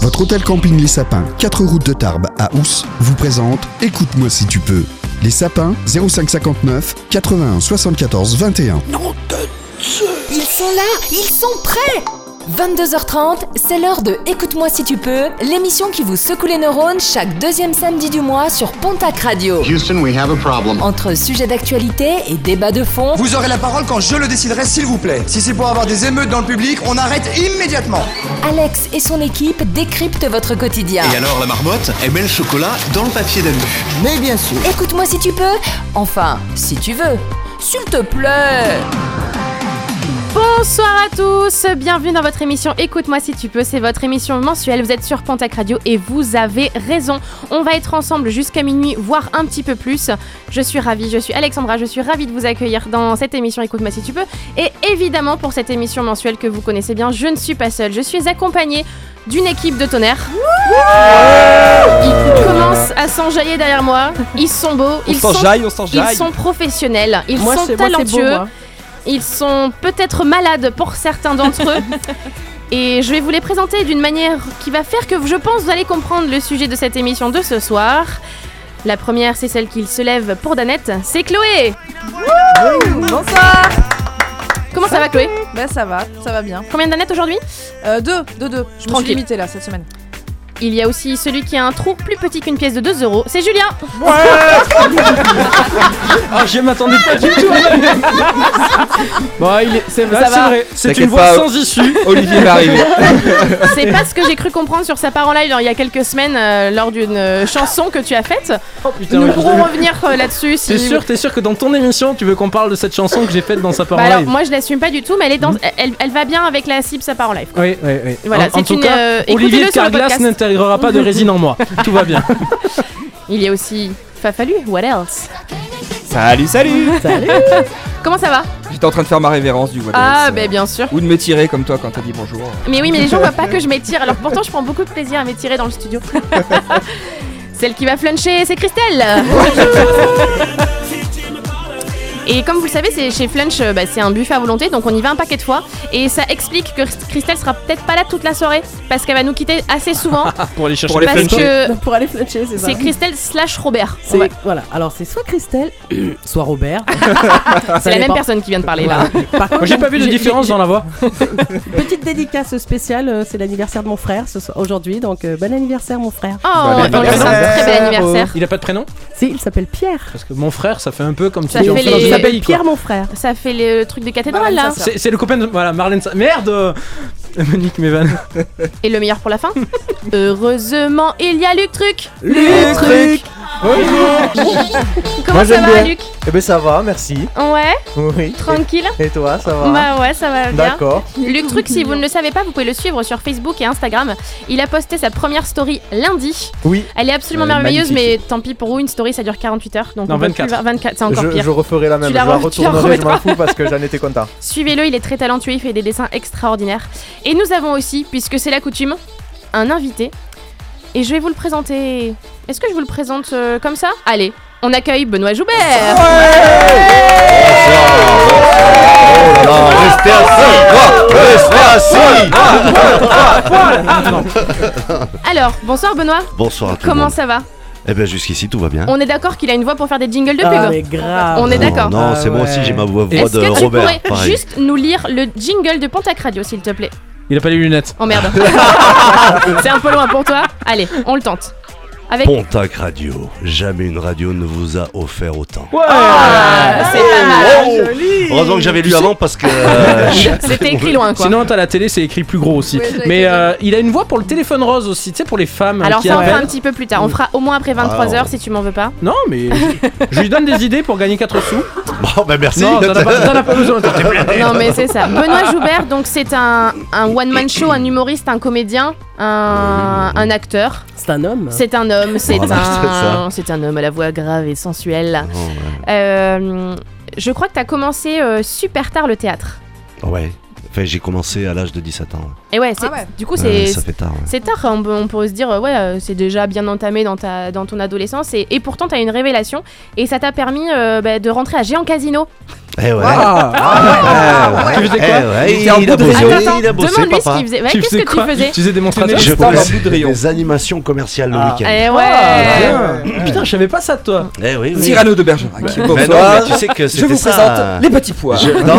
Votre hôtel camping Les Sapins, 4 routes de Tarbes à Ous, vous présente Écoute-moi si tu peux. Les Sapins, 0559 81 74 21. Non de Dieu. Ils sont là, ils sont prêts. 22h30, c'est l'heure de Écoute-moi si tu peux, l'émission qui vous secoue les neurones chaque deuxième samedi du mois sur Pontac Radio. Houston, we have a problem. Entre sujets d'actualité et débats de fond, vous aurez la parole quand je le déciderai, s'il vous plaît. Si c'est pour avoir des émeutes dans le public, on arrête immédiatement. Alex et son équipe décryptent votre quotidien. Et alors la marmotte, elle met le chocolat dans le papier d'alu. Mais bien sûr. Écoute-moi si tu peux, enfin, si tu veux, s'il te plaît. Bonsoir à tous, bienvenue dans votre émission Écoute-moi si tu peux, c'est votre émission mensuelle, vous êtes sur Pontac Radio et vous avez raison, on va être ensemble jusqu'à minuit, voire un petit peu plus. Je suis Alexandra, je suis ravie de vous accueillir dans cette émission Écoute-moi si tu peux. Et évidemment pour cette émission mensuelle que vous connaissez bien, je ne suis pas seule, je suis accompagnée d'une équipe de tonnerre. Ils commencent à s'enjailler derrière moi, ils sont beaux, ils sont professionnels, ils sont talentueux. Ils sont peut-être malades pour certains d'entre eux. Et je vais vous les présenter d'une manière qui va faire que je pense vous allez comprendre le sujet de cette émission de ce soir. La première, c'est celle qui se lève pour Danette, c'est Chloé. Bonsoir. Comment ça va Chloé ? Ben ça va bien. Combien de Danettes aujourd'hui ? Deux. Je me suis limitée là cette semaine. Il y a aussi celui qui a un trou plus petit qu'une pièce de 2 €, c'est Julien. Ouais. Ah, je m'attendais pas du tout. Bon, c'est vrai, c'est une voix sans issue. Olivier va arriver. C'est pas ce que j'ai cru comprendre sur sa part en live il y a quelques semaines lors d'une chanson que tu as faite. Oh, putain, nous pourrons revenir là-dessus. Si T'es sûr que dans ton émission tu veux qu'on parle de cette chanson que j'ai faite dans sa part en live ? Alors moi je l'assume pas du tout, mais elle va bien avec la cible sa part en live. Oui. Voilà, en tout cas, Olivier de Carglass n'intégrera pas de résine en moi. Tout va bien. Il y a aussi Fafalu, what else ? Salut. Comment ça va ? J'étais en train de faire ma révérence du what else. Ah bah bien sûr. Ou de m'étirer comme toi quand t'as dit bonjour. Mais oui, mais les gens voient pas que je m'étire, alors pourtant je prends beaucoup de plaisir à m'étirer dans le studio. Celle qui va fluncher, c'est Christelle. Et comme vous le savez, chez Flunch, c'est un buffet à volonté, donc on y va un paquet de fois. Et ça explique que Christelle sera peut-être pas là toute la soirée, parce qu'elle va nous quitter assez souvent. Pour aller chercher pour aller fluncher, c'est ça. C'est Christelle / Robert. Voilà, alors c'est soit Christelle, soit Robert. C'est la même personne qui vient de parler là. Par contre, moi, j'ai pas vu de différence dans la voix. Petite dédicace spéciale, c'est l'anniversaire de mon frère aujourd'hui, donc bon anniversaire mon frère. Oh, on lui souhaite un très bel anniversaire. Il a pas de prénom ? Si, il s'appelle Pierre. Parce que mon frère, ça fait un peu comme ça fait il s'appelle Pierre, mon frère. Ça fait le truc de cathédrale là. C'est le copain de Marlène. Merde. Manique mes vannes. Et le meilleur pour la fin. Heureusement, il y a Luc Truc. Comment ça va, Luc ? Eh ben ça va, merci. Ouais. Oui. Tranquille. Et toi, ça va ? Bah ouais, ça va bien. D'accord. Luc Truc, si vous ne le savez pas, vous pouvez le suivre sur Facebook et Instagram. Il a posté sa première story lundi. Oui. Elle est absolument merveilleuse, mais tant pis pour vous, une story ça dure 48 heures. Donc non, 24. 24, c'est encore pire. Je referai la même, je la retournerai, je m'en fous parce que j'en étais content. Suivez-le, il est très talentueux, il fait des dessins extraordinaires. Et nous avons aussi, puisque c'est la coutume, un invité. Et je vais vous le présenter. Est-ce que je vous le présente comme ça ? Allez, on accueille Benoît Joubert. Restez assis. Alors, bonsoir Benoît. Bonsoir à tout Comment le monde. ça va ? Eh ben jusqu'ici tout va bien. On est d'accord qu'il a une voix pour faire des jingles de pub. Ah mais grave. On est d'accord. Non, c'est moi aussi j'ai ma voix Est-ce de que tu Robert. pourrais Pareil. juste nous lire le jingle de Pontac Radio s'il te plaît ? Il a pas les lunettes. Oh merde. C'est un peu loin pour toi. Allez, on le tente. Avec... Pontac Radio, jamais une radio ne vous a offert autant. Ouais. C'est pas mal. Joli. Heureusement que j'avais lu avant parce que c'était écrit loin quoi. Sinon à la télé c'est écrit plus gros aussi. Oui, mais il a une voix pour le téléphone rose aussi, tu sais, pour les femmes. Alors qui ça on appellent. fera un petit peu plus tard. On fera au moins après 23h si tu m'en veux pas. Non mais je lui donne des idées pour gagner 4 sous. Bon ben merci. Non, t'en as pas besoin. Non mais c'est ça. Benoît Joubert, donc c'est un one man show, un humoriste, un comédien, un acteur. C'est un homme. C'est un homme, Voilà, c'est un homme à la voix grave et sensuelle. Oh, ouais. Je crois que t'as commencé super tard le théâtre. Ouais. Enfin, j'ai commencé à l'âge de 17 ans. Et ouais, du coup c'est ça fait tard. Ouais. C'est tard, on pourrait se dire c'est déjà bien entamé dans ton adolescence et pourtant t'as une révélation et ça t'a permis de rentrer à Géant Casino. Eh ouais. Tu faisais quoi? Il a bossé, demande-lui ce papa. qu'il faisait. Ouais, qu'est-ce que tu faisais? Tu faisais des monstrations? Je faisais des animations commerciales le week-end. Eh ouais. Putain, je savais pas ça de toi. Eh oui, oui. Cyrano de Bergerac. Mais non, mais tu sais que Je c'était vous ça. présente les petits pois.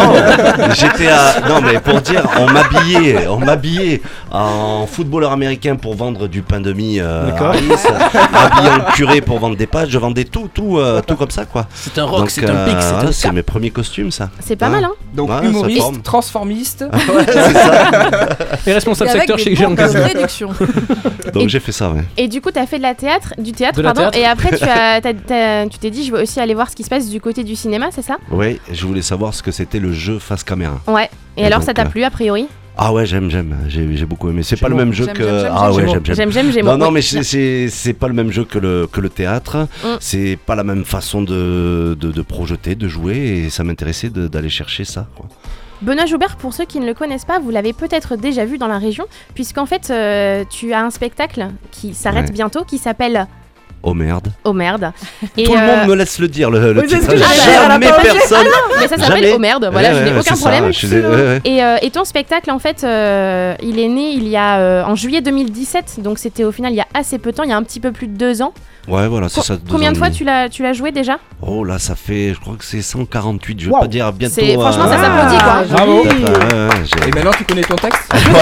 Non, mais pour dire, on m'habillait en footballeur américain pour vendre du pain de mie à Nice, habillé en curé pour vendre des pâtes. Je vendais tout comme ça, quoi. C'est un rock, donc, c'est un pic, c'est un c'est mes premiers costumes, ça. C'est pas mal, hein. Donc Ouais, ça humoriste, forme. transformiste. Ouais, c'est ça. Et responsable secteur chez Géant Casino. réduction. Donc j'ai fait ça, ouais. Et du coup, t'as fait du théâtre, De la théâtre. et après tu t'es dit, je veux aussi aller voir ce qui se passe du côté du cinéma, c'est ça? Oui, je voulais savoir ce que c'était le jeu face caméra. Ouais. Et alors, ça donc, t'a plu a priori? Ah ouais, j'aime, j'ai beaucoup aimé. C'est pas le même jeu que... J'aime. Mais c'est pas le même jeu que le théâtre. C'est pas la même façon de projeter, de jouer, et ça m'intéressait d'aller chercher ça, quoi. Benoît Joubert, pour ceux qui ne le connaissent pas, vous l'avez peut-être déjà vu dans la région, puisqu'en fait, tu as un spectacle qui s'arrête bientôt, qui s'appelle... Oh merde. Oh merde. Et tout le monde me laisse le dire, le titre. Jamais personne. Ah non, mais ça s'appelle Oh merde, voilà, je n'ai aucun problème. Et ton spectacle, en fait, il est né il y a en juillet 2017, donc c'était au final il y a assez peu de temps, il y a un petit peu plus de 2 ans. Ouais, voilà, c'est ça. Combien de fois tu l'as joué déjà? Oh là, ça fait, je crois que c'est 148, je vais pas dire bientôt. Franchement, ça s'applaudit, quoi. Bravo. Et maintenant, tu connais ton texte?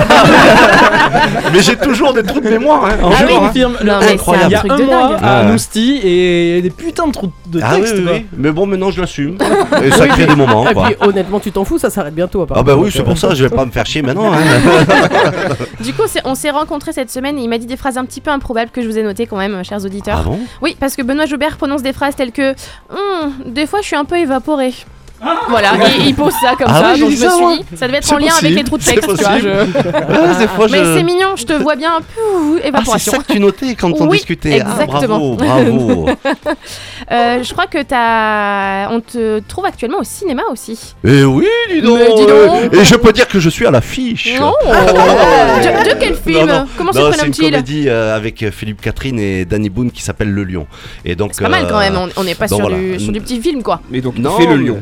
Mais j'ai toujours des trous de mémoire, hein. Je confirme. Non, mais c'est un Il y a truc un de mois dingue. à Mousti et des putains de trous de texte. Oui. Mais bon, maintenant je l'assume. Et ça crée des moments, Et quoi. puis honnêtement, tu t'en fous, ça s'arrête bientôt. Ah bah oui, c'est pour ça, je vais pas me faire chier maintenant. Hein. Du coup, on s'est rencontrés cette semaine et il m'a dit des phrases un petit peu improbables que je vous ai notées quand même, chers auditeurs. Ah bon? Oui, parce que Benoît Joubert prononce des phrases telles que des fois je suis un peu évaporé. Voilà, et il pose ça comme ça, oui, donc je me ça, suis ouais. dit, ça devait être en lien avec les trous de c'est texte, tu vois. Mais c'est mignon, je te vois bien, évaporation. c'est ça que tu notais quand on discutait. Exactement. Bravo. Je crois que on te trouve actuellement au cinéma aussi. Et oui, dis donc. Dis donc. Et je peux dire que je suis à l'affiche. Non. De quel film? Comment se prénomme-t-il? C'est une comédie avec Philippe Catherine et Danny Boone qui s'appelle Le Lion. Et donc, c'est pas mal quand même, on n'est pas sur du petit film, quoi. Mais donc il fait le lion.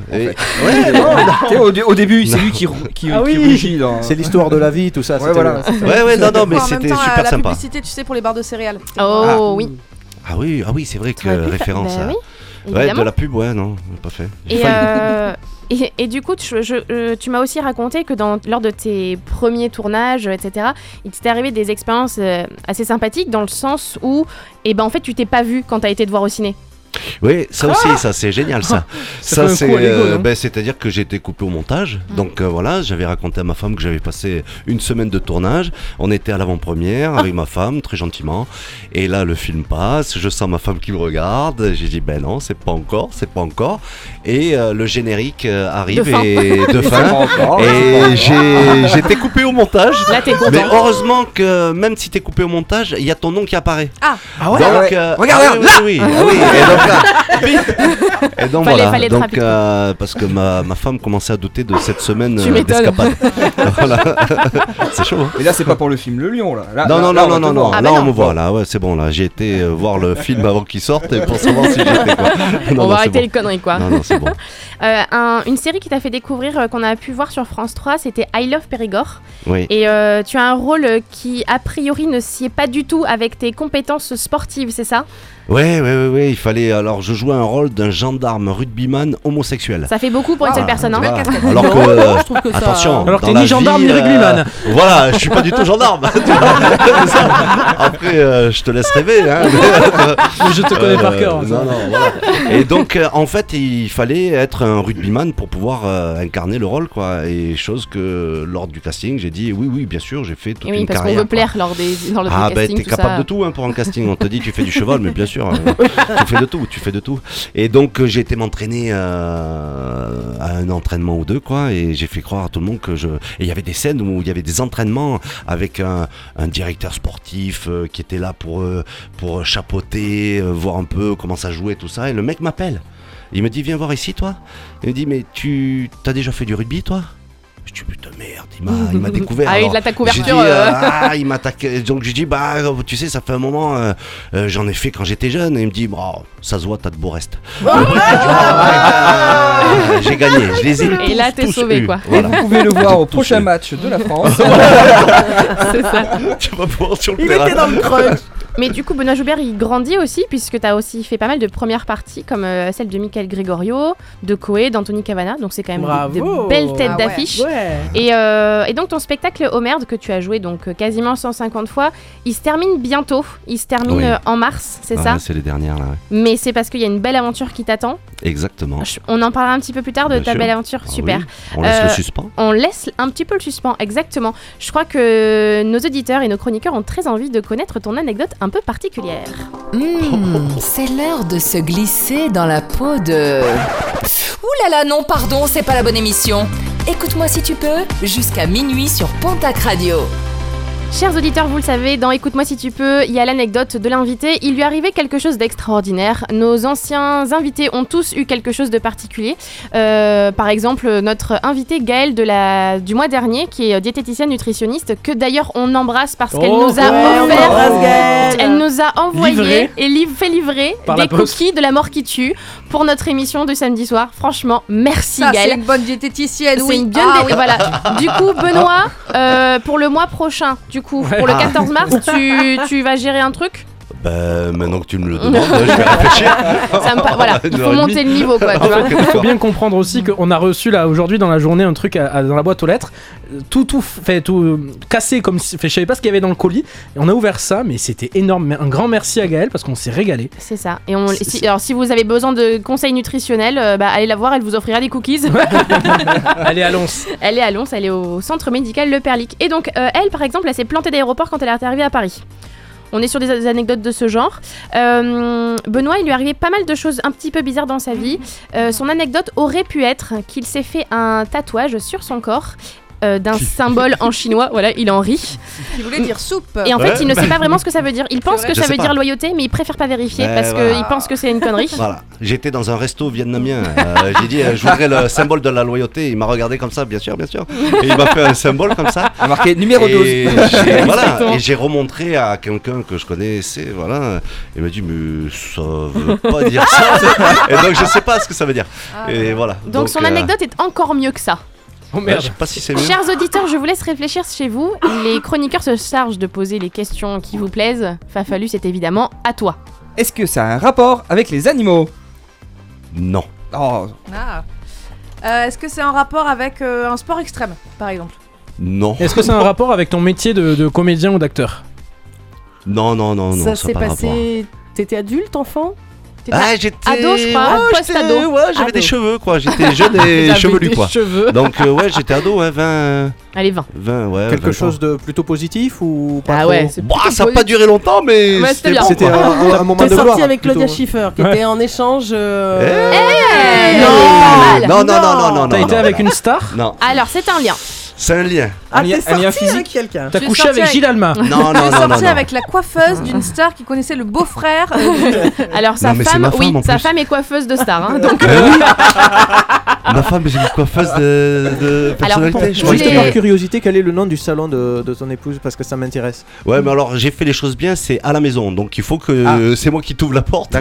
Au début, c'est lui qui rugit dans... C'est l'histoire de la vie, tout ça. Ouais, non, mais c'était super sympa. La publicité, tu sais, pour les barres de céréales. Oh oui. Ah oui, c'est vrai que référence à... oui, ouais, de la pub, ouais, non, pas fait. Et du coup, tu m'as aussi raconté que lors de tes premiers tournages, etc., il t'était arrivé des expériences assez sympathiques dans le sens où, en fait, tu t'es pas vu quand t'as été te voir au ciné. Oui, ça aussi, ça c'est génial ça. Ça c'est, c'est-à-dire que j'ai été coupé au montage. Donc voilà, j'avais raconté à ma femme que j'avais passé une semaine de tournage. On était à l'avant-première avec ma femme, très gentiment. Et là, le film passe. Je sens ma femme qui me regarde. J'ai dit, ben non, c'est pas encore. Et le générique arrive de fin. Et j'étais coupé au montage. Là, t'es content. Mais heureusement que même si t'es coupé au montage, il y a ton nom qui apparaît. Ah ouais. Donc, regarde là. Oui. Et donc fallait voilà, donc parce que ma femme commençait à douter de cette semaine d'escapade. Voilà. C'est chaud. Et là c'est pas pour le film Le Lion là. Non. Ah, là on me voit là, ouais c'est bon là. J'ai été voir le film avant qu'il sorte pour savoir si j'étais quoi. On va arrêter les conneries quoi. Non c'est bon. Une série qui t'a fait découvrir qu'on a pu voir sur France 3, c'était I Love Périgord. Oui. Et tu as un rôle qui a priori ne sied pas du tout avec tes compétences sportives, c'est ça? Ouais, il fallait. Alors, je jouais un rôle d'un gendarme rugbyman homosexuel. Ça fait beaucoup pour une seule personne, hein. Alors que, je trouve que attention, alors que t'es ni gendarme ni rugbyman. Voilà, je suis pas du tout gendarme. Après, je te laisse rêver. Hein. Mais je te connais par cœur. Non, voilà. Et donc, en fait, il fallait être un rugbyman pour pouvoir incarner le rôle, quoi. Et chose que lors du casting, j'ai dit oui, bien sûr, j'ai fait toute une carrière. Oui, parce qu'on veut plaire lors du casting. T'es capable de tout hein, pour un casting. On te dit tu fais du cheval, mais bien sûr. tu fais de tout. Et donc j'ai été m'entraîner à un entraînement ou deux quoi, et j'ai fait croire à tout le monde que et il y avait des scènes où il y avait des entraînements avec un directeur sportif qui était là pour chapeauter, voir un peu comment ça jouait tout ça, et le mec m'appelle. Il me dit viens voir ici toi. Il me dit mais tu t'as déjà fait du rugby toi? Je dis putain merde, il m'a découvert. Ah, alors, il a ta couverture. J'ai dit, il m'a attaqué. Donc je dis tu sais, ça fait un moment, j'en ai fait quand j'étais jeune. Et il me dit ça se voit, t'as de beaux restes. J'ai gagné, je les ai tous. Et là t'es sauvé eus. quoi. Voilà. Vous pouvez le voir au prochain match de la France. C'est ça. Tu vas pouvoir sur le Il terrain. était dans le crunch. Mais du coup, Benoît Joubert, il grandit aussi, puisque tu as aussi fait pas mal de premières parties, comme celle de Michael Gregorio, de Coé, d'Anthony Cavana. Donc, c'est quand même de belles têtes d'affiche. Ouais. Et donc, ton spectacle Homerde, que tu as joué donc quasiment 150 fois, il se termine bientôt. Il se termine en mars, c'est ça? C'est les dernières, là. Ouais. Mais c'est parce qu'il y a une belle aventure qui t'attend. Exactement. On en parlera un petit peu plus tard de Bien ta sûr. belle aventure. Super. Oui. On laisse le suspens. On laisse un petit peu le suspens, exactement. Je crois que nos auditeurs et nos chroniqueurs ont très envie de connaître ton anecdote un peu particulière. C'est l'heure de se glisser dans la peau de... Ouh là là, non, pardon, c'est pas la bonne émission. Écoute-moi si tu peux, jusqu'à minuit sur Pontac Radio. Chers auditeurs, vous le savez, dans Écoute-moi si tu peux, il y a l'anecdote de l'invité. Il lui arrivait quelque chose d'extraordinaire. Nos anciens invités ont tous eu quelque chose de particulier. Par exemple, notre invitée Gaëlle du mois dernier, qui est diététicienne nutritionniste, que d'ailleurs on embrasse parce qu'elle nous a offert, elle nous a envoyé et fait livrer des cookies de la mort qui tue pour notre émission de samedi soir. Franchement, merci Gaëlle. C'est une bonne diététicienne, C'est une bonne voilà. Du coup, Benoît, pour le mois prochain, pour le 14 mars, tu vas gérer un truc? Maintenant que tu me le demandes, je vais réfléchir. Voilà, il faut monter le niveau quoi. Il faut bien comprendre aussi qu'on a reçu là aujourd'hui dans la journée un truc dans la boîte aux lettres, tout cassé comme si, je savais pas ce qu'il y avait dans le colis. Et on a ouvert ça, mais c'était énorme. Mais un grand merci à Gaëlle parce qu'on s'est régalé. C'est ça. Et alors si vous avez besoin de conseils nutritionnels, allez la voir, elle vous offrira des cookies. Elle est à Lons. Elle est au centre médical Le Perlic. Et donc elle par exemple, elle s'est plantée d'aéroport quand elle est arrivée à Paris. On est sur des anecdotes de ce genre. Benoît, il lui arrivait pas mal de choses un petit peu bizarres dans sa vie. Son anecdote aurait pu être qu'il s'est fait un tatouage sur son corps d'un symbole en chinois. Voilà, il en rit. Il voulait dire soupe. Et en fait, il ne sait pas vraiment ce que ça veut dire. Il pense que ça veut dire loyauté, mais il préfère pas vérifier parce qu'il pense que c'est une connerie. Voilà. J'étais dans un resto vietnamien. J'ai dit, je voudrais le symbole de la loyauté. Il m'a regardé comme ça, bien sûr. Et il m'a fait un symbole comme ça. Il a marqué numéro 12. Et j'ai remontré à quelqu'un que je connaissais. Voilà. Il m'a dit, mais ça veut pas dire ça. Et donc, je sais pas ce que ça veut dire. Et voilà. Donc son anecdote est encore mieux que ça. Oh merde. Je sais pas si c'est mieux. Chers auditeurs, je vous laisse réfléchir chez vous. Les chroniqueurs se chargent de poser les questions qui vous plaisent. Fafalus, c'est évidemment à toi. Est-ce que ça a un rapport avec les animaux? Non. Oh. Est-ce que c'est en rapport avec un sport extrême, par exemple? Non. Est-ce que c'est un rapport avec ton métier de comédien ou d'acteur? Non. Ça s'est passé... T'étais adulte, enfant? J'étais ado, je crois, post-ado. Ouais, j'avais des cheveux, quoi. J'étais jeune et chevelu, quoi. Donc, j'étais ado, 20. Allez, 20. Quelque chose de plutôt positif ou pas? Ça n'a pas duré longtemps, mais c'était un moment de gloire. T'es sorti avec Claudia Schiffer, qui était en échange. Non. T'as été avec une star? Non. Alors, c'est un lien. C'est un lien. T'es sorti avec quelqu'un? T'as couché avec Gilles Alma? Non. T'es sorti avec la coiffeuse d'une star qui connaissait le beau-frère. Alors sa femme est coiffeuse de star. Donc ma femme est une coiffeuse de personnalité. Juste par curiosité, quel est le nom du salon de ton épouse? Parce que ça m'intéresse. Ouais, mais alors j'ai fait les choses bien, c'est à la maison. Donc il faut que c'est moi qui t'ouvre la porte.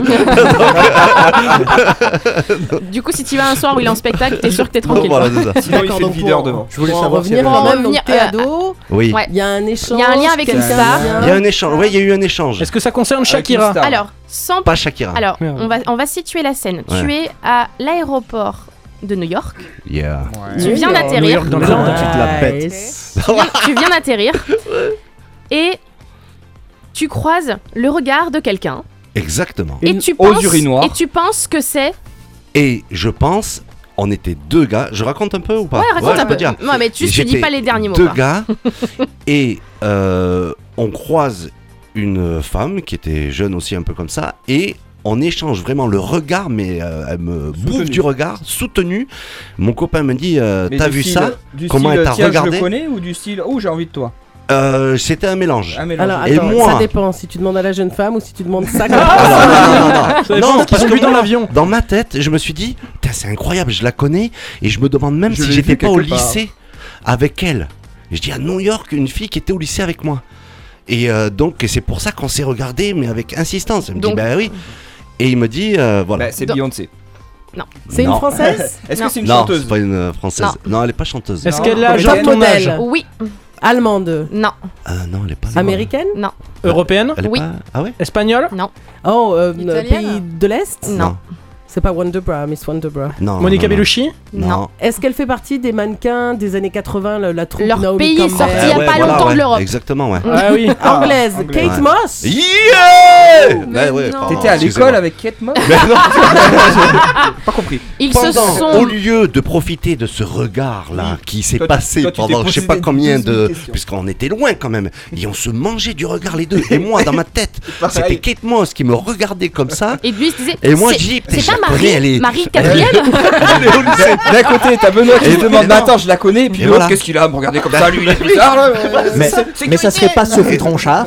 Du coup, si tu vas un soir où il est en spectacle, t'es sûr que t'es tranquille. Voilà, c'est ça. Sinon, il fait le videur devant. Je voulais savoir si t'es ado. Oui. Il y a un échange. Il y a un lien avec une star. Il y a un échange. Oui, il y a eu un écge. Est-ce que ça concerne Shakira? Alors, pas Shakira. Alors, on va situer la scène. Ouais. Tu es à l'aéroport de New York. Yeah. Tu viens d'atterrir. New York dans les Landes. Tu te la pètes. Tu viens d'atterrir. Et tu croises le regard de quelqu'un. Exactement. Et tu penses que c'est. Et je pense. On était deux gars. Je raconte un peu ou pas? Ouais, raconte un peu. Dire. Non, mais tu dis pas les derniers mots. Deux gars. Et on croise une femme qui était jeune aussi, un peu comme ça. Et on échange vraiment le regard, mais elle me bouffe du regard, soutenu. Mon copain me dit t'as vu ça? Comment elle t'a regardé? Je le connais ou du style j'ai envie de toi? C'était un mélange. Alors, et attends, moi... ça dépend si tu demandes à la jeune femme ou si tu demandes ça. Non, parce que dans l'avion. Dans ma tête, je me suis dit, c'est incroyable, je la connais et je me demande même si j'étais pas au lycée. avec elle. Et je dis à New York, une fille qui était au lycée avec moi. Et donc, c'est pour ça qu'on s'est regardé, mais avec insistance. Elle me dit, bah oui. Et il me dit, voilà. Bah, c'est Beyoncé. Non. C'est une française? Est-ce que c'est une chanteuse? Non, c'est pas une française. Non, elle est pas chanteuse. Est-ce qu'elle a genre ton âge? Oui. Allemande? Non. Non, elle est pas. Américaine? Non. Européenne? Elle est Oui. pas... Ah ouais? Espagnole? Non. Oh, pays de l'Est? Non. C'est pas Wonderbra, Miss Wonderbra. Non. Monica Bellucci? Non. Est-ce qu'elle fait partie des mannequins des années 80, la troupe Leur Naomi pays est Campbell? sorti il y a pas longtemps de l'Europe. Exactement, ouais. Ah oui. Anglaise, Kate Moss? Yeah! Ouais, T'étais à l'école avec Kate Moss? Non. Pas compris. Ils se sont... Au lieu de profiter de ce regard-là qui s'est passé toi, tu pendant t'es je sais pas posé combien 12 000 de... questions. Puisqu'on était loin quand même. Et on se mangeait du regard les deux. Et moi, dans ma tête, Pareil. c'était Kate Moss qui me regardait comme ça. Et lui il se disait... Et moi, je dis, c'est je pas la connais, elle est... Marie 4ème? D'un côté, t'as Benoît qui Et se demande, non. mais attends, je la connais. Et puis Et l'autre, voilà. qu'est-ce qu'il a à me regarder comme ça? Lui, il est bizarre là. Mais ça serait pas Sophie Tronchard?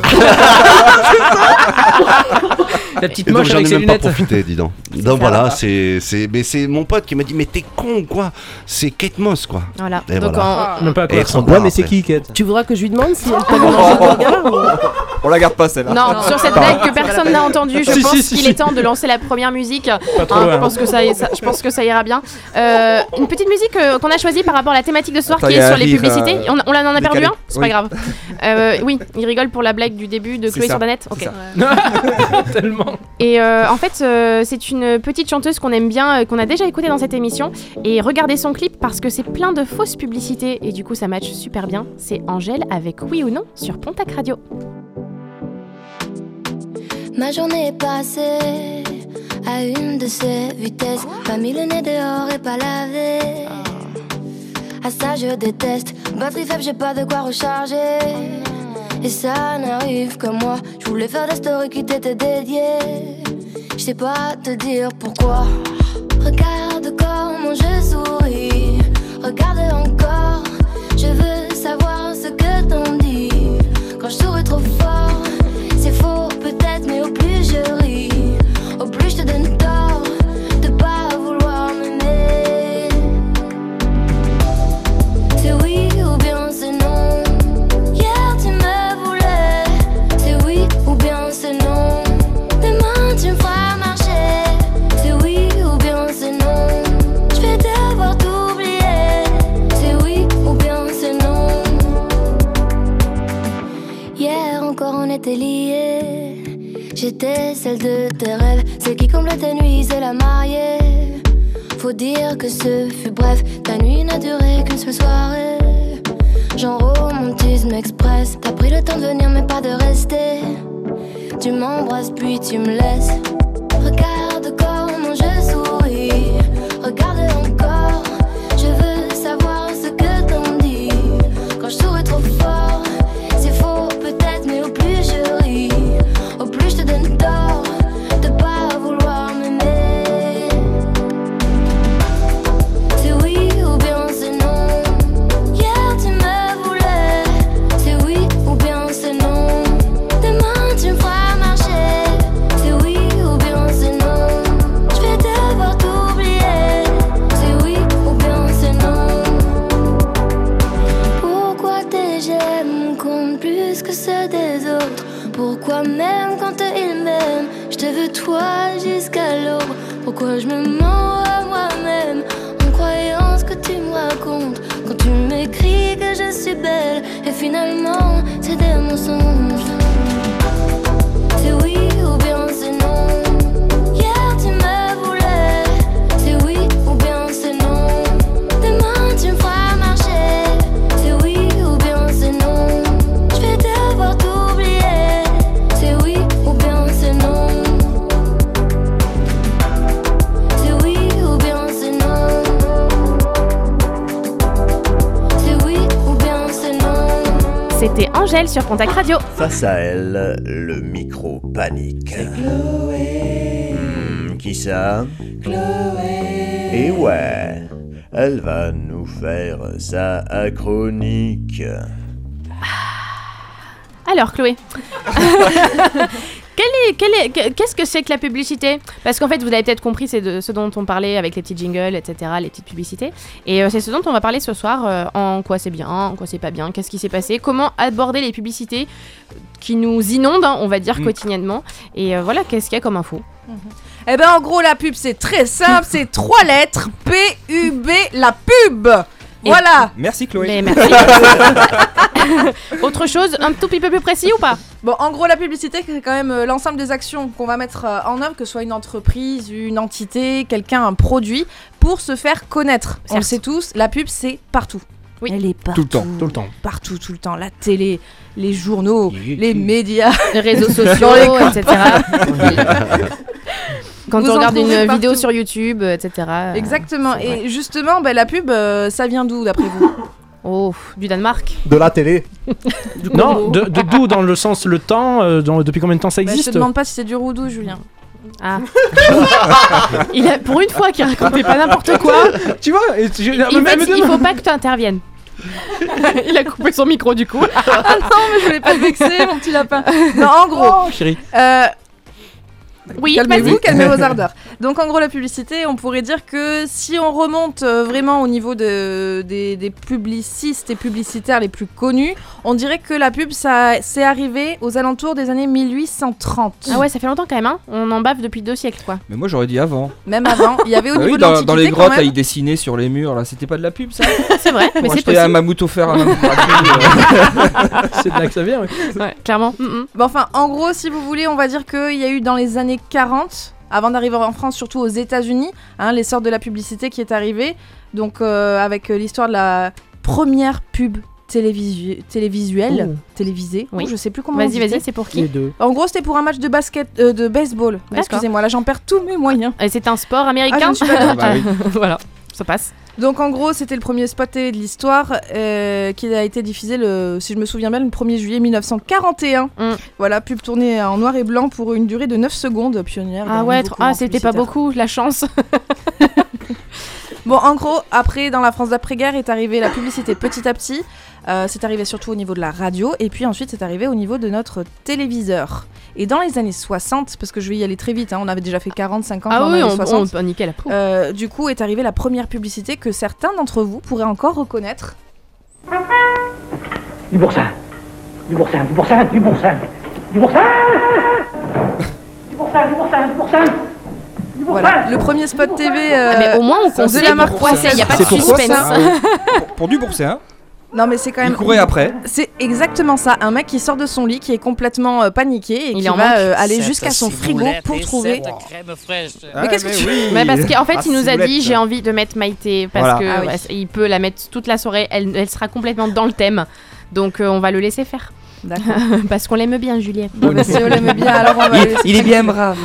La petite Et donc moche j'en avec ai ses même pas lunettes. profité, dis donc. Donc voilà, c'est mon pote qui m'a dit, mais t'es con quoi. C'est Kate Moss quoi. Voilà. Et Donc voilà. Même pas à quoi Et elle ressemble. Ouais, mais c'est qui, Kate? Tu voudras que je lui demande si elle t'a mangé le regard ou... On la garde pas celle-là. Non, sur cette blague que personne n'a entendue, je Si, pense si, qu'il si. est temps de lancer la première musique. Pas trop loin. Je pense que ça ira bien. Une petite musique qu'on a choisie par rapport à la thématique de ce soir Attends, qui y est a sur un les rire, publicités. On en a perdu décalé. un? C'est Oui. pas grave. Oui, il rigole pour la blague du début de C'est Chloé ça, sur Danette. c'est Ok. ça. Tellement. Et en fait, c'est une petite chanteuse qu'on aime bien, qu'on a déjà écoutée dans cette émission. Et regardez son clip parce que c'est plein de fausses publicités et du coup ça match super bien. C'est Angèle avec Oui ou Non sur Pontac Radio. Ma journée est passée à une de ces vitesses. Pas mis le nez dehors et pas lavé. À ça je déteste. Batterie faible, j'ai pas de quoi recharger. Et ça n'arrive que moi. Je voulais faire des stories qui t'étaient dédiées. Je sais pas te dire pourquoi. Regarde comment je souris. Regarde encore. Je veux savoir ce que t'en dis. Quand je souris trop fort, c'est faux peut-être, mais au plus je ris, au plus je te donne tort de pas vouloir m'aimer. C'est oui ou bien c'est non. Hier tu me voulais. C'est oui ou bien c'est non. Demain tu me feras marcher. C'est oui ou bien c'est non. Je vais devoir t'oublier. C'est oui ou bien c'est non. Hier encore on était liés. J'étais celle de tes rêves, celle qui comble tes nuits, c'est la mariée. Faut dire que ce fut bref, ta nuit n'a duré qu'une seule soirée. Genre romantisme express, t'as pris le temps de venir mais pas de rester. Tu m'embrasses puis tu me laisses. Regarde comment je souris, regarde encore. Je veux savoir ce que t'en dis. Quand je souris trop fort, c'est faux peut-être, mais au plus je ris, au plus je te donne tort de pas vouloir m'aimer. C'est oui ou bien c'est non. Hier tu me voulais. C'est oui ou bien c'est non. Demain tu me feras marcher. C'est oui ou bien c'est non. Je vais devoir t'oublier. C'est oui ou bien c'est non. Pourquoi tes j'aime comptent plus que ceux des autres? Pourquoi même quand ils m'aiment, je te veux toi jusqu'à l'aube? Pourquoi je me mens à moi-même en croyant ce que tu me racontes? Quand tu m'écris que je suis belle et finalement c'est des mensonges. C'est oui ou bien c'est non. Hier tu me voulais. C'est oui ou bien c'est non. Demain tu me feras marcher. C'est oui ou bien c'est non. Je vais devoir t'oublier. C'est oui ou bien c'est non. C'est oui ou bien c'est non. C'est oui ou bien c'est non. C'était Angèle sur Pontac Radio. Face à elle, le micro panique. Qui ça? Chloé. Et ouais, elle va nous faire sa chronique. Alors Chloé, qu'est-ce que c'est que la publicité ? Parce qu'en fait, vous avez peut-être compris, c'est de ce dont on parlait avec les petits jingles, etc., les petites publicités. Et c'est ce dont on va parler ce soir. En quoi c'est bien, en quoi c'est pas bien, qu'est-ce qui s'est passé, comment aborder les publicités qui nous inondent, on va dire, quotidiennement. Et voilà, qu'est-ce qu'il y a comme info ? Eh ben en gros, la pub, c'est très simple, c'est 3 lettres, P-U-B, la pub. Voilà. Merci Chloé. Mais merci. Autre chose, un tout petit peu plus précis ou pas ? Bon, en gros, la publicité, c'est quand même l'ensemble des actions qu'on va mettre en œuvre, que ce soit une entreprise, une entité, quelqu'un, un produit, pour se faire connaître. On le sait tous, la pub, c'est partout. Oui. Elle est partout. Tout le temps. Partout, tout le temps. La télé, les journaux, les médias, les réseaux sociaux, etc. Quand on regarde une vidéo sur YouTube, etc. Exactement. Et justement, la pub, ça vient d'où, d'après vous ? Oh, du Danemark. De la télé. Non, d'où dans le sens le temps, depuis combien de temps ça existe ? Je te demande pas si c'est du roudou, Julien. Ah. Pour une fois qu'il racontait pas n'importe quoi. Tu vois, il faut pas que tu interviennes. Il a coupé son micro du coup. Ah non, mais je voulais pas te vexer, mon petit lapin. Non, en gros. Oh, chérie. Oui, calmez-vous, calmez vos ardeurs. Donc en gros, la publicité, on pourrait dire que si on remonte vraiment au niveau des publicistes et publicitaires les plus connus, on dirait que la pub, ça c'est arrivé aux alentours des années 1830. Ah ouais, ça fait longtemps quand même, hein. On en bave depuis 2 siècles, quoi. Mais moi j'aurais dit avant. Même avant, il y avait au niveau de l'Antiquité dans les grottes, quand même. ils dessinaient sur les murs, là, c'était pas de la pub ça ? C'est vrai, mais c'est possible. Un mammouth offert à C'est de là que ça vient, oui. Ouais, clairement. Bon, enfin, en gros, si vous voulez, on va dire qu'il y a eu dans les années 40, avant d'arriver en France, surtout aux États-Unis, l'essor de la publicité qui est arrivé, donc avec l'histoire de la première pub télévisée, oui. Je sais plus comment on dit. Vas-y, c'est pour qui ? En gros, c'était pour un match de de baseball. Excusez-moi, là j'en perds tous mes moyens. Et c'est un sport américain. Je ne suis pas oui. Voilà, ça passe. Donc en gros, c'était le premier spot télé de l'histoire qui a été diffusé, si je me souviens bien, le 1er juillet 1941. Voilà, pub tournée en noir et blanc pour une durée de 9 secondes, pionnière. Ah ouais, c'était pas beaucoup, la chance. Bon, en gros, après, dans la France d'après-guerre, est arrivée la publicité petit à petit. C'est arrivé surtout au niveau de la radio, et puis ensuite c'est arrivé au niveau de notre téléviseur. Et dans les années 60, parce que je vais y aller très vite, on avait déjà fait 40, 50 dans les années 60. On niquait la peau. Du coup est arrivée la première publicité que certains d'entre vous pourraient encore reconnaître. Du boursin. Du boursin, du boursin, du boursin. Du boursin. Du boursin, du boursin, du boursin. Voilà, le premier spot TV mais au moins on sait pourquoi c'est, il n'y a pas de suspense. Pour du boursin. Non mais c'est quand même... Il courait après. C'est exactement ça, un mec qui sort de son lit, qui est complètement paniqué et qui va aller jusqu'à son frigo pour trouver... Mais qu'est-ce que tu... Mais parce qu'en fait il nous a dit j'ai envie de mettre Maïté parce que il peut la mettre toute la soirée, elle sera complètement dans le thème, donc on va le laisser faire. D'accord. Parce qu'on l'aime bien Julien. Bon, si on l'aime bien alors on va il est bien brave.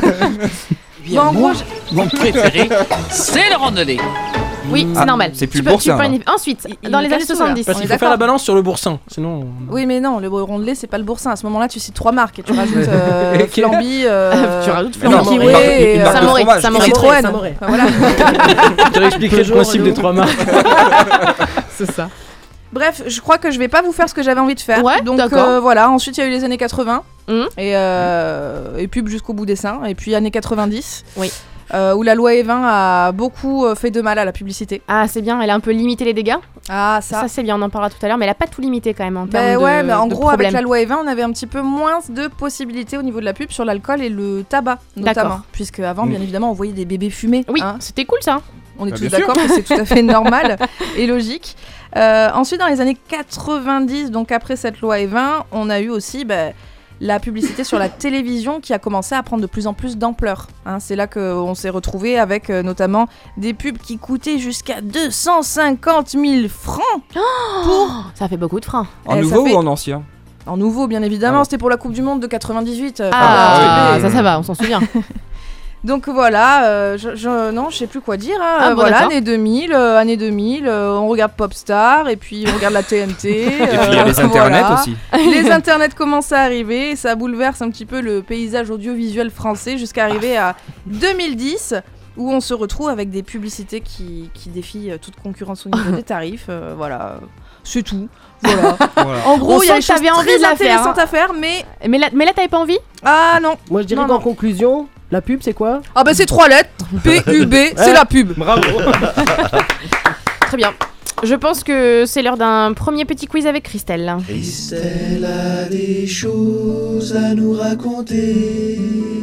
Bon, en gros, mon préféré c'est le randonnée. Oui, c'est normal. C'est plus le boursin. Ensuite, dans les années 70. Parce qu'il faut faire la balance sur le boursin, sinon... Oui, mais non, le rondelet, c'est pas le boursin. À ce moment-là, tu cites 3 marques et tu rajoutes Flamby, tu rajoutes Flamby, et Samoré, Citroën. Voilà. Tu expliquerais le principe des 3 marques. C'est ça. Bref, je crois que je vais pas vous faire ce que j'avais envie de faire. Ouais, donc voilà, ensuite il y a eu les années 80 et pub jusqu'au bout des seins, et puis années 90. Oui. Où la loi Evin a beaucoup fait de mal à la publicité. Ah, c'est bien, elle a un peu limité les dégâts. Ah, ça c'est bien, on en parlera tout à l'heure, mais elle a pas tout limité quand même en termes mais en gros, problèmes. avec la loi Evin, on avait un petit peu moins de possibilités au niveau de la pub sur l'alcool et le tabac, notamment. Puisque avant, bien évidemment, on voyait des bébés fumer. Oui, c'était cool ça. On est tous d'accord que c'est tout à fait normal et logique. Ensuite, dans les années 90, donc après cette loi Evin, on a eu aussi... la publicité sur la télévision qui a commencé à prendre de plus en plus d'ampleur. C'est là qu'on s'est retrouvé avec notamment des pubs qui coûtaient jusqu'à 250 000 francs pour... Ça fait beaucoup de francs. En nouveau ou en ancien ? En nouveau, bien évidemment. C'était pour la Coupe du Monde de 98. Ça va, on s'en souvient. Donc voilà, non, je sais plus quoi dire. Voilà, année 2000, on regarde Popstar et puis on regarde la TNT. Et puis il y a les internets aussi. Les internets commencent à arriver et ça bouleverse un petit peu le paysage audiovisuel français jusqu'à arriver à 2010 où on se retrouve avec des publicités qui défient toute concurrence au niveau des tarifs. Voilà. C'est tout. Voilà. En gros, il y a des choses très intéressantes à faire, mais là, t'avais pas envie? Ah non. Moi, je dirais qu'en conclusion, la pub, c'est quoi? Ah bah c'est 3 lettres. PUB, c'est la pub. Bravo. Très bien. Je pense que c'est l'heure d'un premier petit quiz avec Christelle. Christelle a des choses à nous raconter.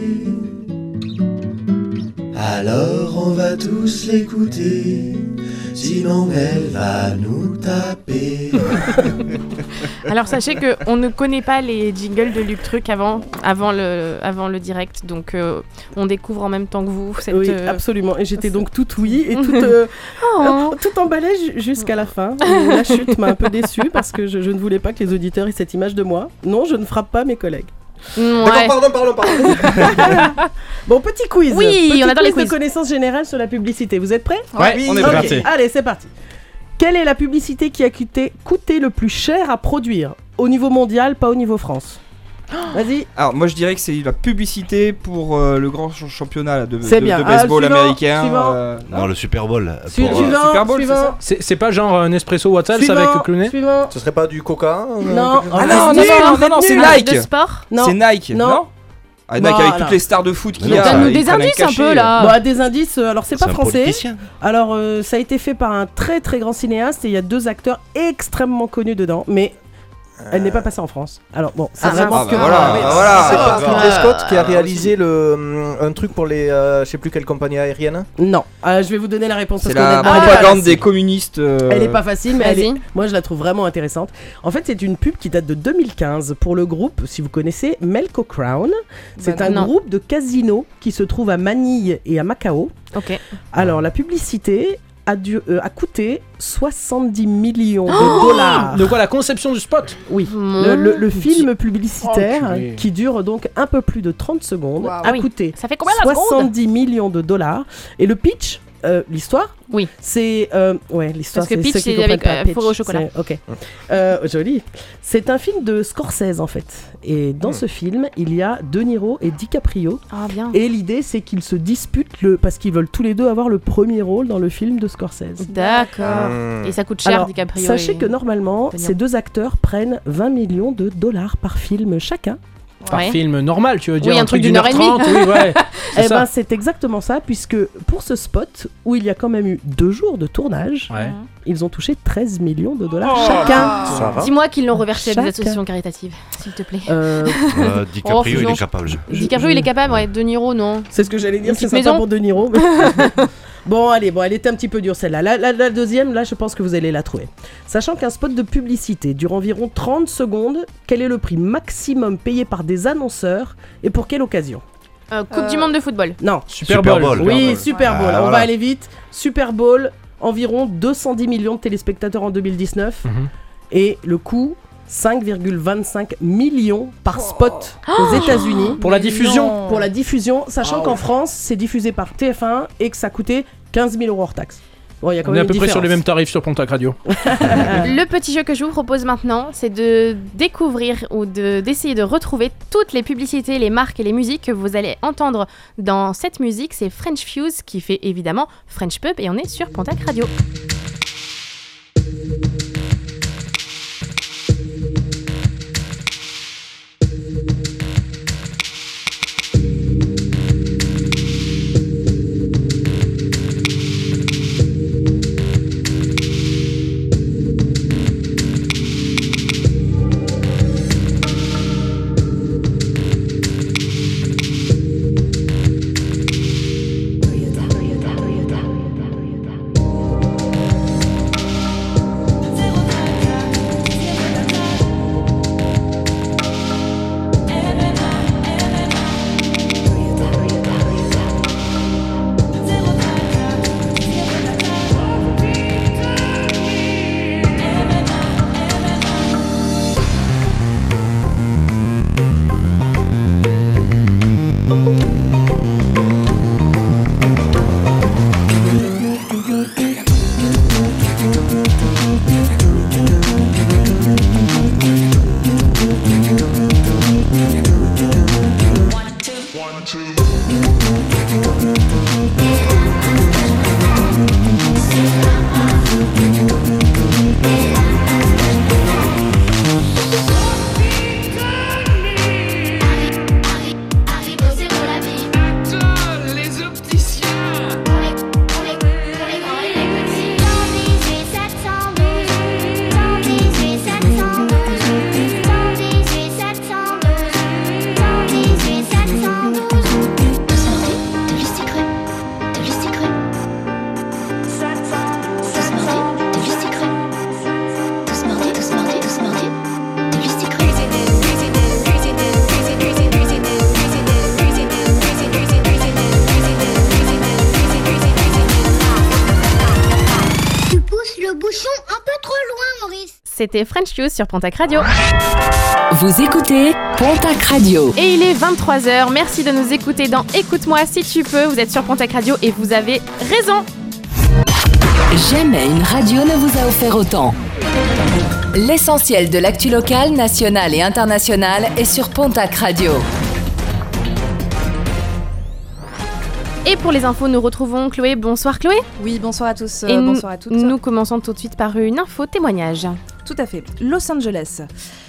Alors on va tous l'écouter, sinon elle va nous taper. Alors sachez qu'on ne connaît pas les jingles de Luc Truc avant le direct, donc on découvre en même temps que vous. Oui, absolument. Et j'étais donc toute oui et tout emballée jusqu'à la fin. La chute m'a un peu déçue parce que je ne voulais pas que les auditeurs aient cette image de moi. Non, je ne frappe pas mes collègues. Ouais. D'accord, pardon. Bon, petit quiz. Oui, on adore les quiz. De connaissances générales sur la publicité. Vous êtes prêts? Ouais, on est parti. Allez, c'est parti. Quelle est la publicité qui a coûté le plus cher à produire? Au niveau mondial, pas au niveau France. Vas-y. Alors moi je dirais que c'est la publicité pour le grand championnat là, de bien. baseball américain. Non, le Super Bowl. Super Bowl, c'est pas genre un Nespresso WhatsApp avec le clownet? Ce serait pas du Coca? Non. Non, c'est Nike. De sport? C'est Nike. Non. Nike avec toutes les stars de foot qu'il y a. Donne-nous des indices un peu là. Bah, des indices, alors c'est pas français. Alors ça a été fait par un très très grand cinéaste et il y a 2 acteurs extrêmement connus dedans, mais elle n'est pas passée en France. Alors bon, c'est vraiment que... Voilà. C'est pas Ridley Scott qui a réalisé un truc pour les... je sais plus quelle compagnie aérienne. Non, je vais vous donner la réponse. C'est la propagande des communistes. Elle est pas facile, mais moi je la trouve vraiment intéressante. En fait, c'est une pub qui date de 2015 pour le groupe, si vous connaissez, Melco Crown. C'est un groupe de casinos qui se trouve à Manille et à Macao. Ok. Alors, la publicité a coûté 70 millions de dollars. De quoi, la conception du spot? Oui. Le film publicitaire, qui dure donc un peu plus de 30 secondes, a coûté ça fait combien la 70 millions de dollars. Et le pitch, l'histoire, oui, c'est l'histoire. Parce que pitch, c'est avec fourré au chocolat. Ok. Joli. C'est un film de Scorsese en fait. Et dans ce film, il y a De Niro et DiCaprio. Ah bien. Et l'idée, c'est qu'ils se disputent parce qu'ils veulent tous les deux avoir le premier rôle dans le film de Scorsese. D'accord. Et ça coûte cher. Alors, DiCaprio. Sachez que normalement, ces 2 acteurs prennent 20 millions de dollars par film chacun. Par film normal, tu veux dire? Oui, un truc d'une heure et demie. Oui, ouais. Eh ben, c'est exactement ça, puisque pour ce spot, où il y a quand même eu 2 jours de tournage, ils ont touché 13 millions de dollars chacun. Dis-moi qu'ils l'ont reversé à des associations caritatives, s'il te plaît. DiCaprio, il est capable. DiCaprio, il est capable, ouais. De Niro, non. C'est ce que j'allais dire, c'est sympa pour De Niro. Bon, allez, elle était un petit peu dure celle-là. La deuxième, là, je pense que vous allez la trouver. Sachant qu'un spot de publicité dure environ 30 secondes, quel est le prix maximum payé par des annonceurs et pour quelle occasion? Coupe du monde de football. Non. Super Bowl. Oui, Super Bowl. On va aller vite. Super Bowl, environ 210 millions de téléspectateurs en 2019. Et le coût, 5,25 millions par spot aux États-Unis. Pour la diffusion. Pour la diffusion, sachant qu'en France, c'est diffusé par TF1 et que ça coûtait 15 000 € hors taxe. Bon, y a quand on même est à peu différence. près sur les mêmes tarifs sur Pontac Radio. Le petit jeu que je vous propose maintenant, c'est de découvrir ou d'essayer de retrouver toutes les publicités, les marques et les musiques que vous allez entendre dans cette musique. C'est French Fuse qui fait évidemment French Pub et on est sur Pontac Radio. c'était French Fuse sur Pontac Radio. Vous écoutez Pontac Radio. Et il est 23h, merci de nous écouter dans Écoute-moi si tu peux. Vous êtes sur Pontac Radio et vous avez raison. Jamais une radio ne vous a offert autant. L'essentiel de l'actu locale, nationale et internationale est sur Pontac Radio. Et pour les infos, nous retrouvons Chloé. Bonsoir Chloé. Oui, bonsoir à tous. Et bonsoir à toutes. Nous commençons tout de suite par une info témoignage. Tout à fait. Los Angeles.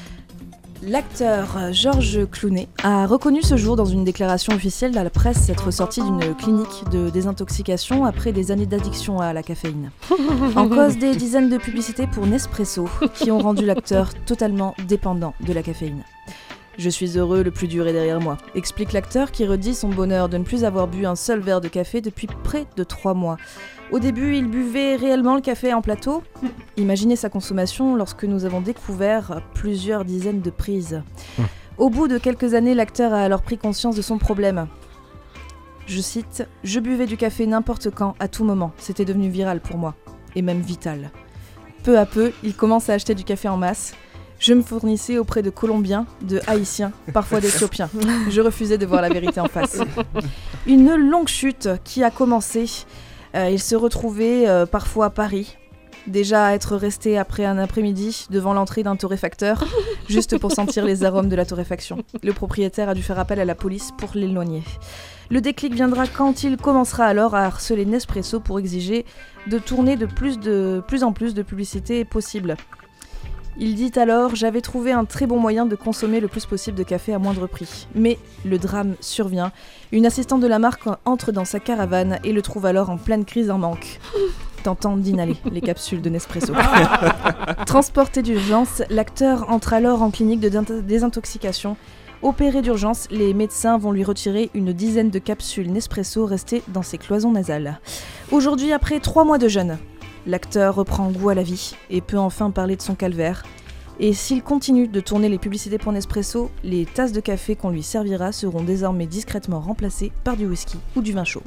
L'acteur George Clooney a reconnu ce jour dans une déclaration officielle à la presse être sorti d'une clinique de désintoxication après des années d'addiction à la caféine. En cause des dizaines de publicités pour Nespresso qui ont rendu l'acteur totalement dépendant de la caféine. Je suis heureux, le plus dur est derrière moi, explique l'acteur qui redit son bonheur de ne plus avoir bu un seul verre de café depuis près de 3 mois. Au début, il buvait réellement le café en plateau. Imaginez sa consommation lorsque nous avons découvert plusieurs dizaines de prises. Au bout de quelques années, l'acteur a alors pris conscience de son problème. Je cite « Je buvais du café n'importe quand, à tout moment. C'était devenu viral pour moi, et même vital. Peu à peu, il commence à acheter du café en masse. Je me fournissais auprès de Colombiens, de Haïtiens, parfois d'Éthiopiens. Je refusais de voir la vérité en face. Une longue chute qui a commencé. Il se retrouvait parfois à Paris, déjà à être resté après un après-midi devant l'entrée d'un torréfacteur, juste pour sentir les arômes de la torréfaction. Le propriétaire a dû faire appel à la police pour l'éloigner. Le déclic viendra quand il commencera alors à harceler Nespresso pour exiger de tourner de plus en plus de publicités possibles. Il dit alors « J'avais trouvé un très bon moyen de consommer le plus possible de café à moindre prix. » Mais le drame survient. Une assistante de la marque entre dans sa caravane et le trouve alors en pleine crise en manque, tentant d'inhaler les capsules de Nespresso. Transporté d'urgence, l'acteur entre alors en clinique de désintoxication. Opéré d'urgence, les médecins vont lui retirer une dizaine de capsules Nespresso restées dans ses cloisons nasales. Aujourd'hui, après 3 mois de jeûne, l'acteur reprend goût à la vie et peut enfin parler de son calvaire. Et s'il continue de tourner les publicités pour Nespresso, les tasses de café qu'on lui servira seront désormais discrètement remplacées par du whisky ou du vin chaud.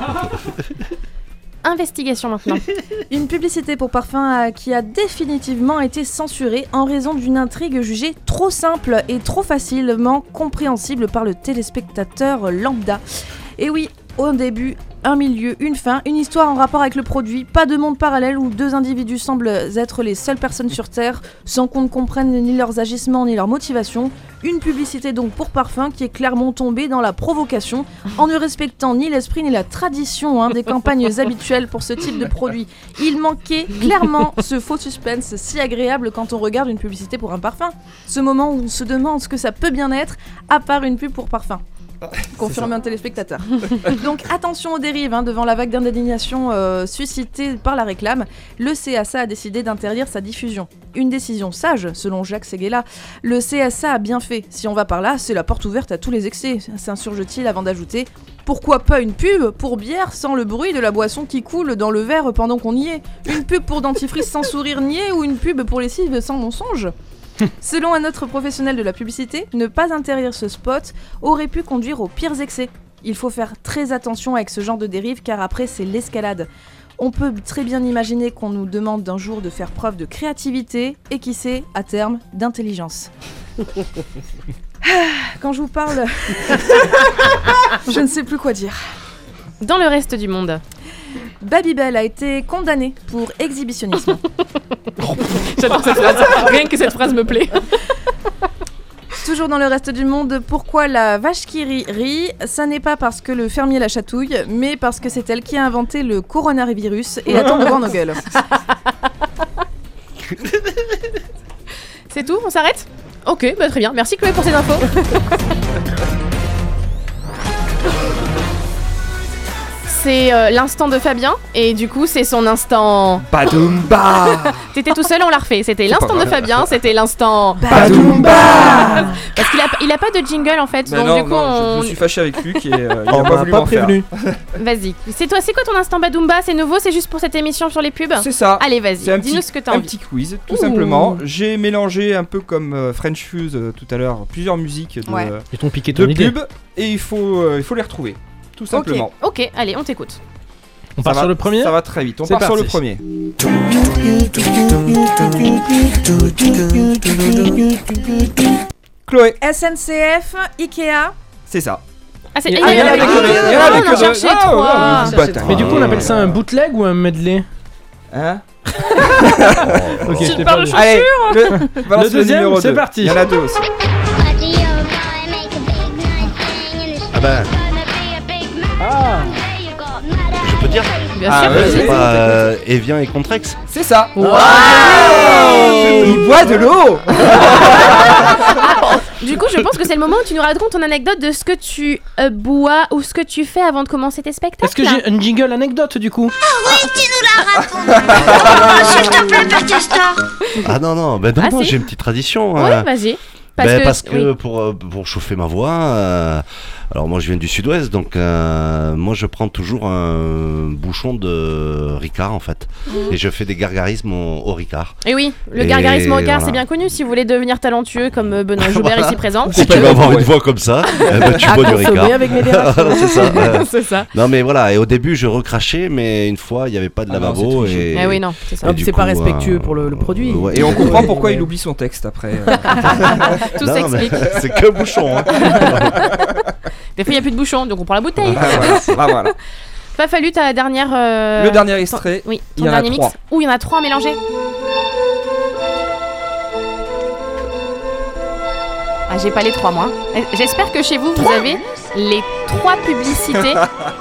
Investigation maintenant. Une publicité pour parfum qui a définitivement été censurée en raison d'une intrigue jugée trop simple et trop facilement compréhensible par le téléspectateur lambda. Et oui, au début, un milieu, une fin, une histoire en rapport avec le produit, pas de monde parallèle où 2 individus semblent être les seules personnes sur Terre, sans qu'on ne comprenne ni leurs agissements ni leurs motivations. Une publicité donc pour parfum qui est clairement tombée dans la provocation, en ne respectant ni l'esprit ni la tradition des campagnes habituelles pour ce type de produit. Il manquait clairement ce faux suspense si agréable quand on regarde une publicité pour un parfum. Ce moment où on se demande ce que ça peut bien être, à part une pub pour parfum. Confirmé un téléspectateur. Donc attention aux dérives devant la vague d'indignation suscitée par la réclame. Le CSA a décidé d'interdire sa diffusion. Une décision sage, selon Jacques Séguéla. Le CSA a bien fait. Si on va par là, c'est la porte ouverte à tous les excès, s'insurge-t-il avant d'ajouter « Pourquoi pas une pub pour bière sans le bruit de la boisson qui coule dans le verre pendant qu'on y est ? Une pub pour dentifrice sans sourire niais ou une pub pour lessive sans mensonge ?» Selon un autre professionnel de la publicité, ne pas interdire ce spot aurait pu conduire aux pires excès. Il faut faire très attention avec ce genre de dérive car après c'est l'escalade. On peut très bien imaginer qu'on nous demande d'un jour de faire preuve de créativité et qui sait, à terme, d'intelligence. Quand je vous parle, je ne sais plus quoi dire. Dans le reste du monde, Babybel a été condamné pour exhibitionnisme. J'adore cette phrase, rien que cette phrase me plaît. Toujours dans le reste du monde, pourquoi la vache qui rit ? Ça n'est pas parce que le fermier la chatouille, mais parce que c'est elle qui a inventé le coronavirus et attend devant nos gueules. C'est tout ? On s'arrête ? Ok, très bien. Merci Chloé pour ces infos. C'est l'instant de Fabien et du coup c'est son instant Badoumba. T'étais tout seul, on l'a refait. C'était l'instant de Fabien, c'était l'instant Badoumba. Parce qu'il a pas de jingle en fait. Bah donc non, du coup je me suis fâché avec Luc et il a On pas m'a voulu pas m'en faire. prévenu. Vas-y. C'est quoi ton instant Badoumba ? C'est nouveau, c'est juste pour cette émission sur les pubs ? C'est ça. Allez, vas-y, C'est dis-nous ce que t'as un envie. petit quiz, tout simplement. J'ai mélangé un peu comme French Fuse tout à l'heure, plusieurs musiques Ils t'ont piqué de ton idée. pubs et il faut les retrouver, tout simplement. Ok, allez, on t'écoute. On part sur le premier ? Ça va très vite, on C'est part sur le parti. premier. Chloé. SNCF, Ikea. C'est ça. Ah, c'est... Il y en avait on en cherchait trois. Mais du coup, on appelle ça un bootleg ou un medley ? Hein? Ok, Tu j'étais parles pas de sûr. Allez, Le deuxième, numéro c'est 2. parti. Il y en a deux aussi. Ah ben, je peux dire Bien Ah, sûr. ouais, vas-y. ouais. Evian et Contrex. C'est ça. Wow. Il boit de l'eau. Du coup, je pense que c'est le moment où tu nous racontes ton anecdote de ce que tu bois ou ce que tu fais avant de commencer tes spectacles. Est-ce que j'ai une jingle anecdote du coup ? Oui, tu nous la racontes. S'il te plaît, Père Castor. Ah non, ben non, Ah, si. j'ai une petite tradition. Oui, vas-y. Parce que oui. pour chauffer ma voix, alors moi je viens du sud-ouest, donc moi je prends toujours un bouchon de Ricard en fait, et je fais des gargarismes au Ricard. Et oui, le Et gargarisme au Ricard, voilà. c'est bien connu. Si vous voulez devenir talentueux comme Benoît Joubert ici présent. Si tu veux avoir une voix comme ça, tu bois du Ricard. Avec modération. C'est ça. C'est ça. Non mais voilà, et au début je recrachais, mais une fois il n'y avait pas de lavabo et... Ah oui, non, c'est ça. et du C'est pas coup, respectueux pour le produit. ouais. Et on comprend pourquoi il oublie son texte après. Tout Non, s'explique. mais c'est que bouchon. Hein. Des fois, il n'y a plus de bouchon, donc on prend la bouteille. Voilà. Pas fallu ta dernière. Le dernier extrait. Oui, il ton y en a dernier 3. mix. Ouh, il y en a 3 à mélanger. Ah, j'ai pas les 3 moi. J'espère que chez vous, vous avez les 3 publicités.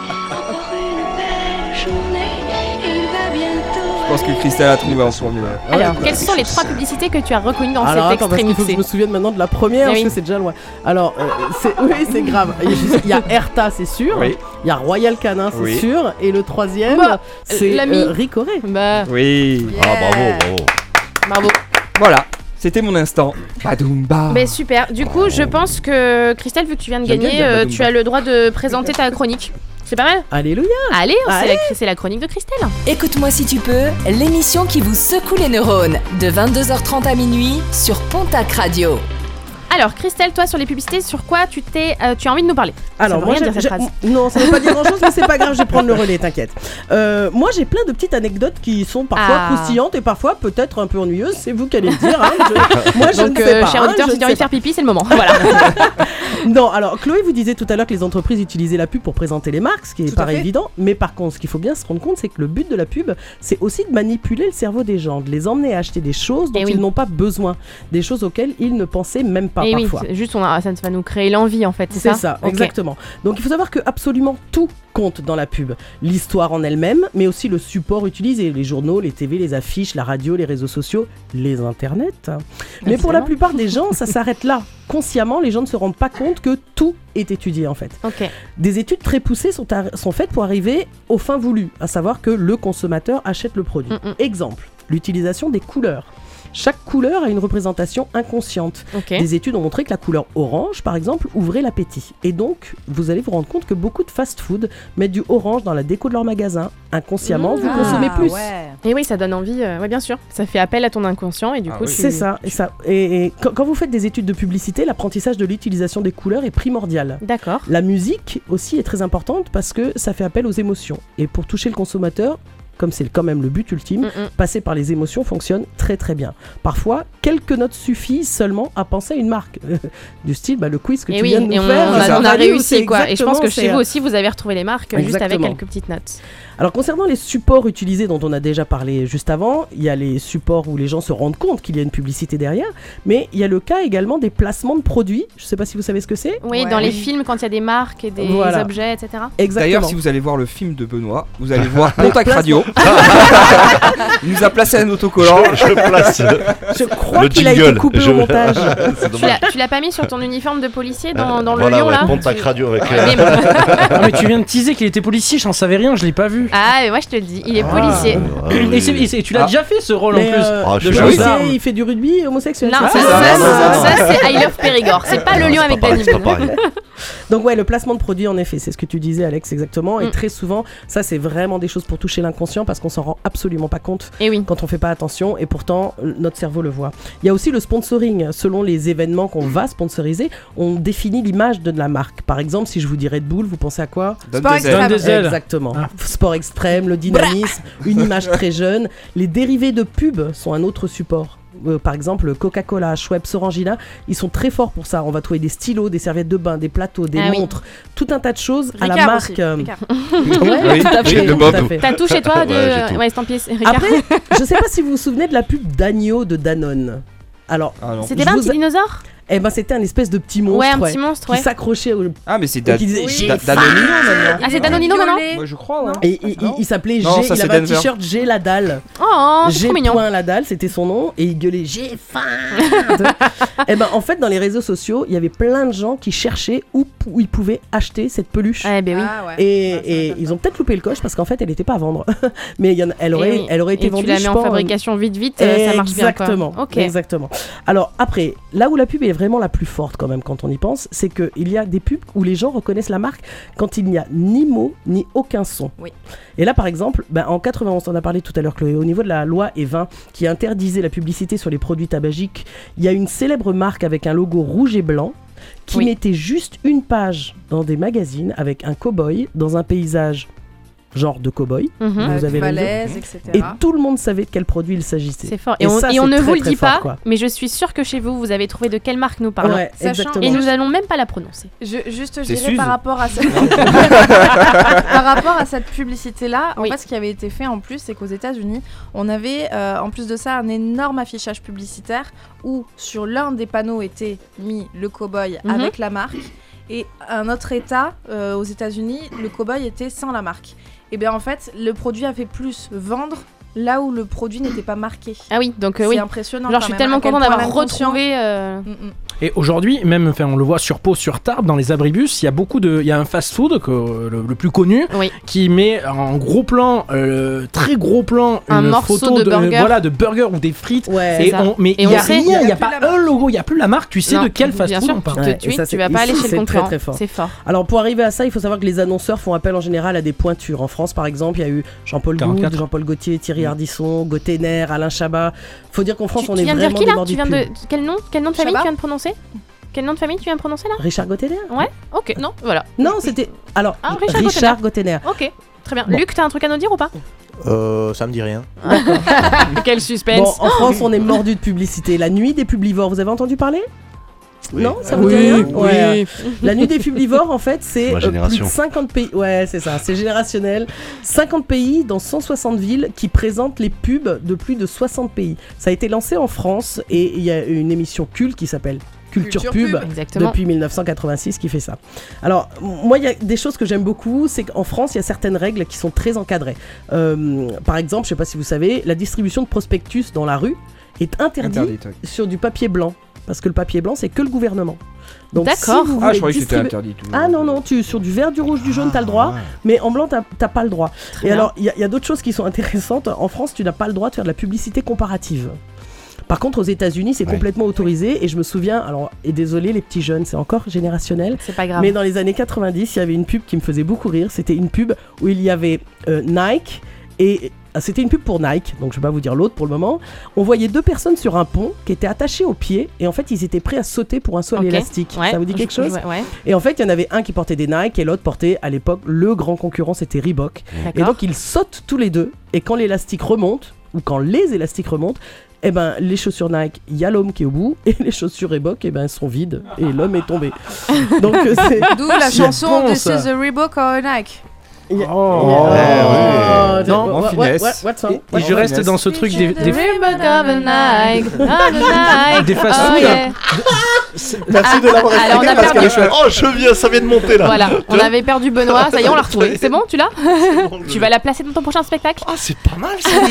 Je pense que Christelle a trouvé en premier. Alors, quelles sont les 3 publicités que tu as reconnues dans Alors cet attends, parce extrait qu'il faut que mixé je me souvienne maintenant de la première, Oui. parce que c'est déjà loin. Alors, oui, c'est grave. Il y a Erta, c'est sûr. Oui. Il y a Royal Canin, c'est Oui. sûr. Et le troisième, Bah, c'est l'ami. Ricoré. Bah, Oui. Ah bravo. bravo. Voilà. C'était mon instant. Badoumba. Mais super. Du coup, je pense que Christelle, vu que tu viens de J'aime bien gagner, dire Badoumba. tu as le droit de présenter ta chronique. C'est pas mal. Alléluia. Allez, Allez. c'est la chronique de Christelle. Écoute-moi si tu peux, l'émission qui vous secoue les neurones, de 22h30 à minuit sur Pontac Radio. Alors, Christelle, toi, sur les publicités, sur quoi tu as envie de nous parler? Alors, ça veut moi, rien dire cette phrase. non, ça veut pas dire grand chose, mais c'est pas grave, je vais prendre le relais, t'inquiète. Moi, j'ai plein de petites anecdotes qui sont parfois croustillantes et parfois peut-être un peu ennuyeuses, c'est vous qui allez le dire. Hein. Moi, je Donc, ne sais pas. cher auditeur, si tu as envie de faire pipi, c'est le moment. Voilà. Non, alors, Chloé vous disait tout à l'heure que les entreprises utilisaient la pub pour présenter les marques, ce qui Tout à paraît fait. évident, mais par contre, ce qu'il faut bien se rendre compte, c'est que le but de la pub, c'est aussi de manipuler le cerveau des gens, de les emmener à acheter des choses dont Eh oui. ils n'ont pas besoin, des choses auxquelles ils ne pensaient même pas Et oui, parfois. c'est juste, ça va nous créer l'envie, en fait, c'est C'est ça? ça, Ok. exactement. Donc il faut savoir que absolument tout compte dans la pub. L'histoire en elle-même, mais aussi le support utilisé, les journaux, les TV, les affiches, la radio, les réseaux sociaux, les internets. Mais pour la Évidemment. plupart des gens, ça s'arrête là. Consciemment, les gens ne se rendent pas compte que tout est étudié en fait. Ok. Des études très poussées sont faites pour arriver au fin voulu, à savoir que le consommateur achète le produit. Exemple, l'utilisation des couleurs. Chaque couleur a une représentation inconsciente. Ok. Des études ont montré que la couleur orange, par exemple, ouvrait l'appétit. Et donc, vous allez vous rendre compte que beaucoup de fast-food mettent du orange dans la déco de leur magasin. Inconsciemment, vous consommez plus. Et oui, ça donne envie, ouais, bien sûr. Ça fait appel à ton inconscient et du coup, C'est ça. Et quand vous faites des études de publicité, l'apprentissage de l'utilisation des couleurs est primordial. D'accord. La musique aussi est très importante parce que ça fait appel aux émotions. Et pour toucher le consommateur, comme c'est quand même le but ultime, passer par les émotions fonctionne très très bien. Parfois, quelques notes suffisent seulement à penser à une marque. Du style, le quiz que Et tu oui, viens de nous et faire. on a réussi c'est quoi. Et je pense que chez exactement, vous aussi, vous avez retrouvé les marques juste avec Exactement. quelques petites notes. Alors concernant les supports utilisés dont on a déjà parlé juste avant, il y a les supports où les gens se rendent compte qu'il y a une publicité derrière, mais il y a le cas également des placements de produits. Je ne sais pas si vous savez ce que c'est. Oui, dans les films, quand il y a des marques et des objets, etc. Exactement. D'ailleurs, si vous allez voir le film de Benoît, vous allez voir Pontac Radio. Il nous a placé un autocollant. Je place. Je crois le qu'il a été jingle. coupé au montage. Tu l'as pas mis sur ton uniforme de policier dans le voilà, lion ouais, là Pontac Radio avec. Ah, mais tu viens de teaser qu'il était policier, j'en savais rien, je l'ai pas vu. Ah, mais moi je te le dis, il est policier. Et tu l'as déjà fait ce rôle en plus. Le policier, il fait du rugby homosexuel. Non, c'est ça c'est I Love Périgord. C'est pas le lion avec Danny Boone. Donc ouais, le placement de produit en effet, c'est ce que tu disais Alex exactement. Et très souvent, ça c'est vraiment des choses pour toucher l'inconscient parce qu'on s'en rend absolument pas compte quand on fait pas attention et pourtant notre cerveau le voit. Il y a aussi le sponsoring. Selon les événements qu'on va sponsoriser, on définit l'image de la marque. Par exemple, si je vous dis Red Bull, vous pensez à quoi? Sport Extrême. Exactement. Sport sport extrême, le dynamisme, une image très jeune. Les dérivés de pub sont un autre support. Par exemple, Coca-Cola, Schweppes, Orangina, ils sont très forts pour ça. On va trouver des stylos, des serviettes de bain, des plateaux, des montres, tout un tas de choses Ricard à la marque. Ouais, tout à fait. T'as tout chez toi de estampillé Ricard. Après, je sais pas si vous vous souvenez de la pub d'agneau de Danone. Alors, c'était pas un petit dinosaure? Eh ben c'était un espèce de petit monstre, qui s'accrochait au... Ah mais c'est Danonino maintenant. Ah c'est Danonino maintenant? Moi je crois. Ouais. Et il s'appelait G, il avait un t-shirt G la dalle. Oh, c'est trop mignon. G. la dalle, c'était son nom, et il gueulait j'ai faim. Et ben en fait dans les réseaux sociaux, il y avait plein de gens qui cherchaient où ils pouvaient acheter cette peluche. Eh ben oui. Et ils ont peut-être loupé le coche parce qu'en fait elle était pas à vendre. Mais elle aurait été vendue. Tu la mets en fabrication vite, ça marche bien quoi. Exactement. Alors après, là où la pub est vraiment la plus forte quand même quand on y pense, c'est qu'il y a des pubs où les gens reconnaissent la marque quand il n'y a ni mots ni aucun son. Oui. Et là par exemple, en 91, on a parlé tout à l'heure Chloé, au niveau de la loi E20 qui interdisait la publicité sur les produits tabagiques, il y a une célèbre marque avec un logo rouge et blanc qui mettait juste une page dans des magazines avec un cow-boy dans un paysage genre de cow-boy, vous avez valaises, etc. Et tout le monde savait de quel produit il s'agissait. C'est fort. Et on ne vous le dit pas, mais je suis sûre que chez vous, vous avez trouvé de quelle marque nous parlons. Ouais, exactement. Et nous allons même pas la prononcer. Je dirais par rapport à cette publicité-là, en fait, ce qui avait été fait en plus, c'est qu'aux États-Unis, on avait en plus de ça un énorme affichage publicitaire où sur l'un des panneaux était mis le cow-boy avec la marque. Et un autre état, aux États-Unis, le cow-boy était sans la marque. Et bien en fait, le produit a fait plus vendre là où le produit n'était pas marqué. Ah oui, donc c'est impressionnant. Alors je suis tellement contente d'avoir retrouvé. Et aujourd'hui, même, on le voit sur Pau, sur Tarbes, dans les abribus, il y a un fast-food le plus connu qui met en gros plan, très gros plan, un une morceau photo de burger ou des frites. Ouais, mais il y a rien, il y a pas un logo, il y a plus la marque. Tu sais de quel fast-food on parle. Tu vas pas aller chez le concurrent. C'est fort. Alors pour arriver à ça, il faut savoir que les annonceurs font appel en général à des pointures. En France, par exemple, il y a eu Jean-Paul Goude, Jean-Paul Gaultier, Thierry Ardisson, Gauthéner, Alain Chabat. Faut dire qu'en France, on est vraiment des mordus de pub. Quel nom de famille tu viens de prononcer? Quel nom de famille tu viens de prononcer là? Richard Gauthéner. Ouais, ok, non, voilà. Non, c'était. Alors, Richard Gauthéner. Ok, très bien. Bon. Luc, t'as un truc à nous dire ou pas? Ça me dit rien. Quel suspense. Bon, en France, on est mordu de publicité. La nuit des publivores, vous avez entendu parler? Oui. Non, ça vous dit rien? Oui. La nuit des publivores, en fait, c'est plus de 50 pays. Ouais, c'est ça, c'est générationnel. 50 pays dans 160 villes qui présentent les pubs de plus de 60 pays. Ça a été lancé en France et il y a une émission culte qui s'appelle Culture Pub depuis 1986 qui fait ça. Alors, moi, il y a des choses que j'aime beaucoup, c'est qu'en France, il y a certaines règles qui sont très encadrées. Par exemple, je sais pas si vous savez, la distribution de prospectus dans la rue est interdite sur du papier blanc. Parce que le papier blanc, c'est que le gouvernement. Donc, d'accord. Si je croyais que c'était interdit. Ah non, sur du vert, du rouge, du jaune, t'as le droit, mais en blanc, t'as pas le droit. Très bien. Alors, il y a d'autres choses qui sont intéressantes. En France, tu n'as pas le droit de faire de la publicité comparative. Par contre, aux États-Unis, c'est complètement autorisé. Et je me souviens, alors, et désolé les petits jeunes, c'est encore générationnel. C'est pas grave. Mais dans les années 90, il y avait une pub qui me faisait beaucoup rire. C'était une pub où il y avait Nike et... C'était une pub pour Nike, donc je vais pas vous dire l'autre pour le moment. On voyait deux personnes sur un pont qui étaient attachées aux pieds et en fait ils étaient prêts à sauter pour un saut élastique. Ça vous dit quelque chose? Et en fait il y en avait un qui portait des Nike et l'autre portait à l'époque le grand concurrent, c'était Reebok. Et donc ils sautent tous les deux et quand l'élastique remonte ou quand les élastiques remontent, eh ben, les chaussures Nike, il y a l'homme qui est au bout, et les chaussures Reebok, elles sont vides, et l'homme est tombé. Donc, d'où la chanson This is a Reebok or a Nike. Non, et je reste dans ce truc des Merci de l'avoir expliqué parce qu'elle est chouette. Oh, ça vient de monter là. Voilà, on avait perdu Benoît, ça y est, on l'a retrouvé. C'est bon, tu l'as? Tu vas la placer dans ton prochain spectacle? Ah, c'est pas mal ça.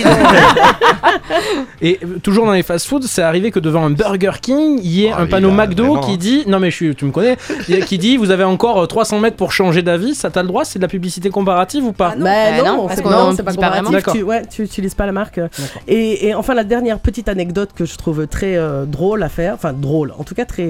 Et toujours dans les fast-foods, c'est arrivé que devant un Burger King, il y ait un panneau McDo qui dit, non mais tu me connais, qui dit vous avez encore 300 mètres pour changer d'avis, ça t'as le droit? C'est de la publicité comparative ou pas? Non, parce qu'on c'est pas comparatif. Tu utilises pas la marque. Et enfin la dernière petite anecdote que je trouve très drôle à faire, enfin drôle, en tout cas très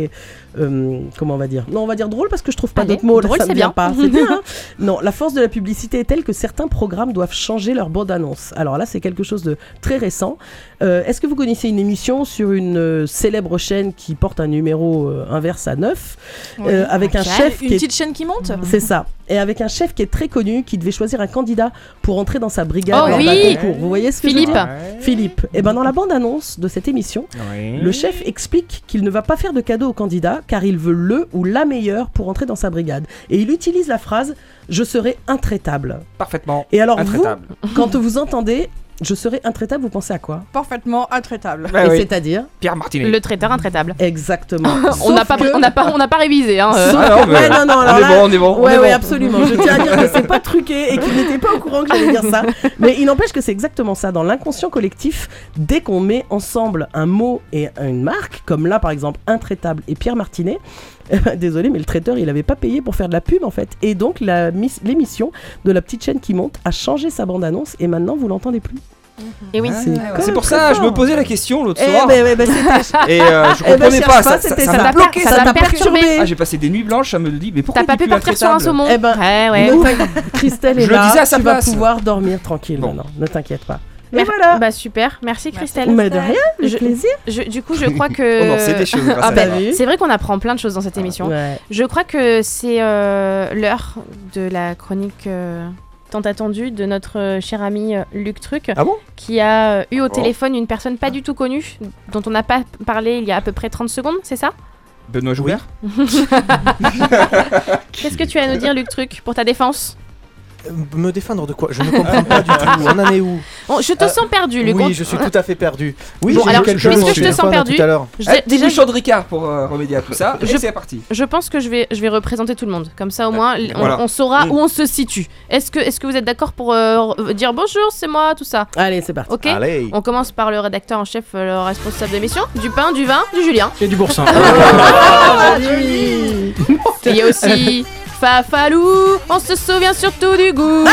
comment on va dire ? Non, on va dire drôle parce que je trouve pas Allez, d'autres mots. drôle, Là, ça c'est me vient bien. pas. C'est bien. Hein. Non, la force de la publicité est telle que certains programmes doivent changer leur bande-annonce. Alors là, c'est quelque chose de très récent. Est-ce que vous connaissez une émission sur une célèbre chaîne qui porte un numéro inverse à 9 avec un chef une petite chaîne qui monte. C'est ça. Et avec un chef qui est très connu, qui devait choisir un candidat pour entrer dans sa brigade Oh lors oui. d'un concours. Vous voyez ce que Philippe. je veux dire ? Philippe. Et ben dans la bande-annonce de cette émission, le chef explique qu'il ne va pas faire de cadeau au candidat car il veut le ou la meilleure pour entrer dans sa brigade. Et il utilise la phrase « Je serai intraitable ». Parfaitement. Et alors intraitable. vous, quand vous entendez « Je serai intraitable », vous pensez à quoi ? Parfaitement intraitable. Et c'est-à-dire ? Pierre Martinet. Le traiteur intraitable. Exactement. On n'a pas révisé. Hein, Ah non, mais on est bon. Ouais, absolument. Je tiens à dire que c'est pas truqué et qu'il n'était pas au courant que j'allais dire ça. Mais il n'empêche que c'est exactement ça. Dans l'inconscient collectif, dès qu'on met ensemble un mot et une marque, comme là par exemple intraitable et Pierre Martinet, désolé, mais le traiteur il avait pas payé pour faire de la pub en fait. Et donc l'émission de la petite chaîne qui monte a changé sa bande-annonce et maintenant vous l'entendez plus. Et oui, c'est pour ça, je me posais la question l'autre soir. Et je comprenais pas, ça t'a bloqué, ça t'a perturbé. Ah, j'ai passé des nuits blanches à me dire, mais pourquoi t'as pas pu partir sur un saumon. Christelle est là, tu vas pouvoir dormir tranquille maintenant, ne t'inquiète pas. Et voilà. Bah super, merci Christelle. Mais de rien, avec plaisir. Du coup, je crois que. On en sait des choses. C'est vrai qu'on apprend plein de choses dans cette émission. Ouais. Je crois que c'est l'heure de la chronique tant attendue de notre cher ami Luc Truc, qui a eu au téléphone une personne pas du tout connue, dont on n'a pas parlé il y a à peu près 30 secondes, c'est ça ? Benoît Joubert. Qu'est-ce que tu as à nous dire, Luc Truc, pour ta défense ? Me défendre de quoi ? Je ne comprends pas du tout. On en est où ? Je te sens perdu, Luc. Oui, je suis tout à fait perdu. Oui, bon, alors, puisque je te sens perdu, déjà chaud de Ricard pour remédier à tout ça. Et c'est parti. Je pense que je vais représenter tout le monde. Comme ça, au moins, on saura où on se situe. Est-ce que vous êtes d'accord pour dire bonjour, c'est moi, tout ça ? Allez, c'est parti. Ok. Allez. On commence par le rédacteur en chef, le responsable d'émission. Du pain, du vin, du Julien. Et du boursin. Et il y a aussi Fafalou, on se souvient surtout du goût.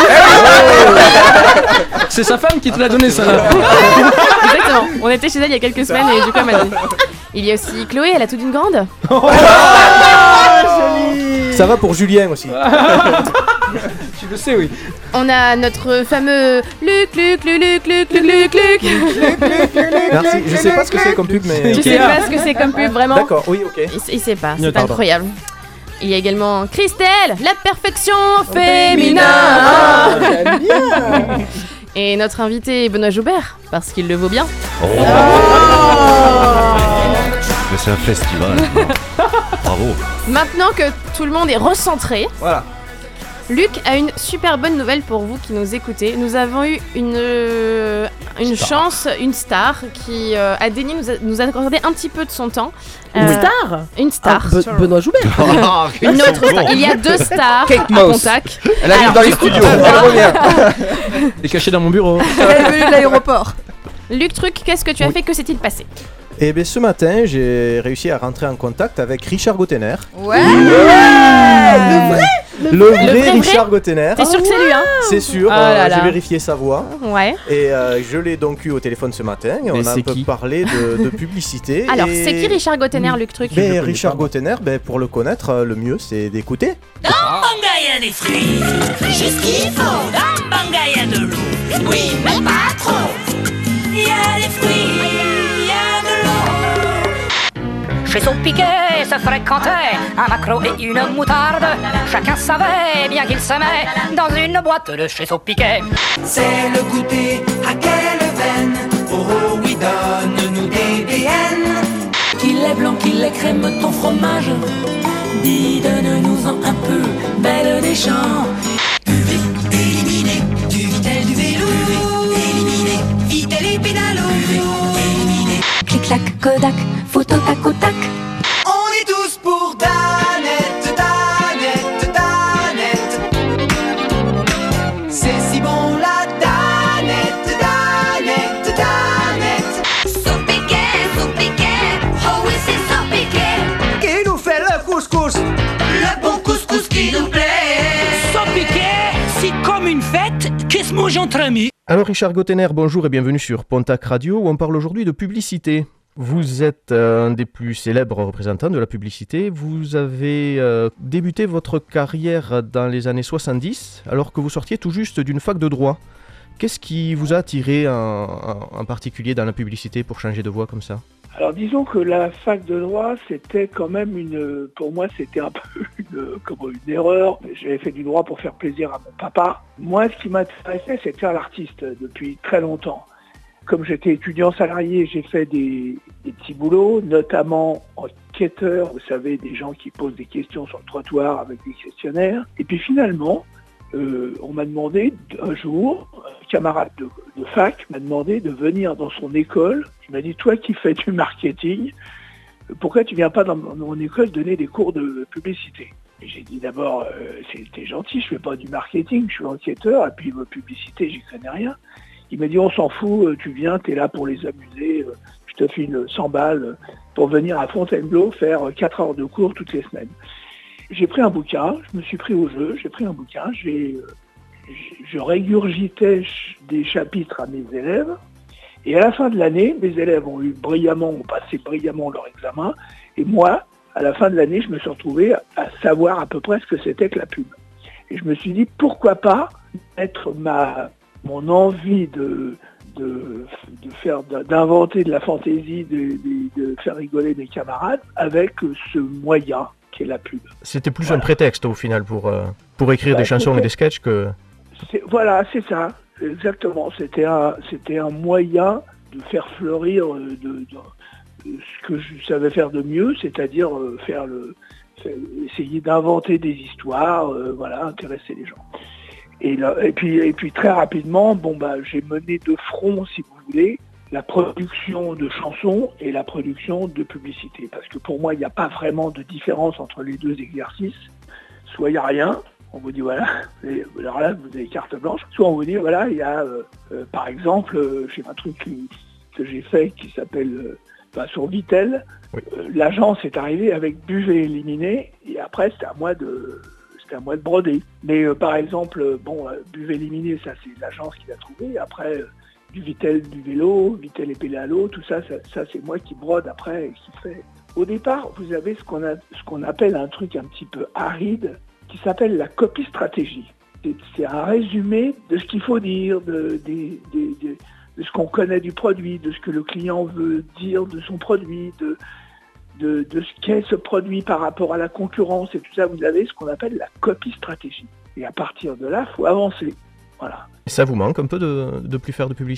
C'est sa femme qui te l'a donné ça là. Exactement, on était chez elle il y a quelques semaines et du coup elle m'a dit. Il y a aussi Chloé, elle a tout d'une grande. Ça va pour Julien aussi. Tu le sais, oui. On a notre fameux Luc. Merci, je sais pas ce que c'est comme pub mais... Tu sais pas ce que c'est comme pub vraiment ? D'accord, oui, ok. Il sait pas, c'est incroyable. Il y a également Christelle, la perfection féminin. J'aime bien. Et notre invité Benoît Joubert, parce qu'il le vaut bien. Mais c'est un festival. Bravo. Maintenant que tout le monde est recentré, voilà. Luc a une super bonne nouvelle pour vous qui nous écoutez. Nous avons eu une chance, une star qui a daigné nous accorder un petit peu de son temps. Une star ? Une star. Benoît Joubert. Une autre star. Il y a deux stars Kate à Moss. contact. Elle arrive dans les studios. Elle revient. Elle est cachée dans mon bureau. Elle est venue de l'aéroport. Luc Truc, qu'est-ce que tu as fait ? Que s'est-il passé ? Eh bien ce matin, j'ai réussi à rentrer en contact avec Richard Gottener. Ouais. Le vrai Richard Gottener. T'es sûr que c'est lui, hein ? C'est sûr, j'ai vérifié sa voix. Ouais. Et je l'ai donc eu au téléphone ce matin. Et on a un peu parlé de publicité. Alors, c'est qui Richard Gottener, Luc Truc ? Richard Gottener, pour le connaître, le mieux c'est d'écouter. Dans Banga, il y a des fruits, juste ce qu'il faut. Dans Banga, il y a de l'eau, oui, mais pas trop. Il y a des fruits, il y a de l'eau. Chez Saupiquet se fréquentait un maquereau et une moutarde. Chacun savait bien qu'il s'aimait dans une boîte de chez Saupiquet. C'est le goûter à quelle veine. Oh oui, donne-nous des BN. Qu'il est blanc, qu'il est crème, ton fromage. Dis, donne-nous-en un peu, belle des champs. UV, éliminé, du Vitel, du vélo. UV, éliminé, Vitel et pédalo. UV, éliminé. Clic-clac, Kodak, photo tac au tac. On est tous pour Danette, Danette, Danette. C'est si bon la Danette, Danette, Danette. Saupiquet, oh oui c'est Saupiquet. Qui nous fait le couscous, le bon couscous qui nous plaît. Saupiquet, c'est comme une fête qui se mange entre amis. Alors Richard Gottener, bonjour et bienvenue sur Pontac Radio où on parle aujourd'hui de publicité. Vous êtes un des plus célèbres représentants de la publicité. Vous avez débuté votre carrière dans les années 70, alors que vous sortiez tout juste d'une fac de droit. Qu'est-ce qui vous a attiré en particulier dans la publicité pour changer de voie comme ça ? Alors disons que la fac de droit, c'était quand même pour moi c'était un peu une erreur. J'avais fait du droit pour faire plaisir à mon papa. Moi, ce qui m'intéressait, c'est de faire l'artiste depuis très longtemps. Comme j'étais étudiant salarié, j'ai fait des petits boulots, notamment en quêteur, vous savez, des gens qui posent des questions sur le trottoir avec des questionnaires. Et puis finalement, on m'a demandé un jour, un camarade de fac m'a demandé de venir dans son école. Il m'a dit, toi qui fais du marketing, pourquoi tu viens pas dans mon école donner des cours de publicité ? Et j'ai dit d'abord, c'était gentil, je fais pas du marketing, je suis enquêteur, et puis publicité, j'y connais rien. Il m'a dit, on s'en fout, tu viens, t'es là pour les amuser, je te file 100 balles pour venir à Fontainebleau faire 4 heures de cours toutes les semaines. J'ai pris un bouquin, je me suis pris au jeu, j'ai pris un bouquin, je régurgitais des chapitres à mes élèves, et à la fin de l'année, mes élèves ont passé brillamment leur examen, et moi, à la fin de l'année, je me suis retrouvé à savoir à peu près ce que c'était que la pub. Et je me suis dit, pourquoi pas mettre mon envie d'inventer de la fantaisie, de faire rigoler mes camarades avec ce moyen qu'est la pub. C'était plus un prétexte au final pour écrire des chansons et des sketchs que... Voilà, c'est ça, exactement. C'était un moyen de faire fleurir ce que je savais faire de mieux, c'est-à-dire essayer d'inventer des histoires, intéresser les gens. Et puis très rapidement, j'ai mené de front, si vous voulez, la production de chansons et la production de publicité. Parce que pour moi, il n'y a pas vraiment de différence entre les deux exercices. Soit il n'y a rien, on vous dit voilà, alors là vous avez carte blanche. Soit on vous dit voilà, il y a par exemple, j'ai un truc que j'ai fait qui s'appelle sur Vitel. Oui. L'agence est arrivée avec Buvez Éliminé et après c'était à moi de broder. Mais par exemple, Buvez Éliminé, ça c'est l'agence qui l'a trouvé. Après, du Vitel du vélo, Vitel épelé à l'eau, tout ça c'est moi qui brode après et qui fait. Au départ, vous avez ce qu'on appelle un truc un petit peu aride qui s'appelle la copie stratégie. C'est un résumé de ce qu'il faut dire, de ce qu'on connaît du produit, de ce que le client veut dire de son produit, de ce qu'est ce produit par rapport à la concurrence et tout ça. Vous avez ce qu'on appelle la copie stratégie. Et à partir de là, il faut avancer. Voilà. Et ça vous manque un peu de plus faire de publicité ?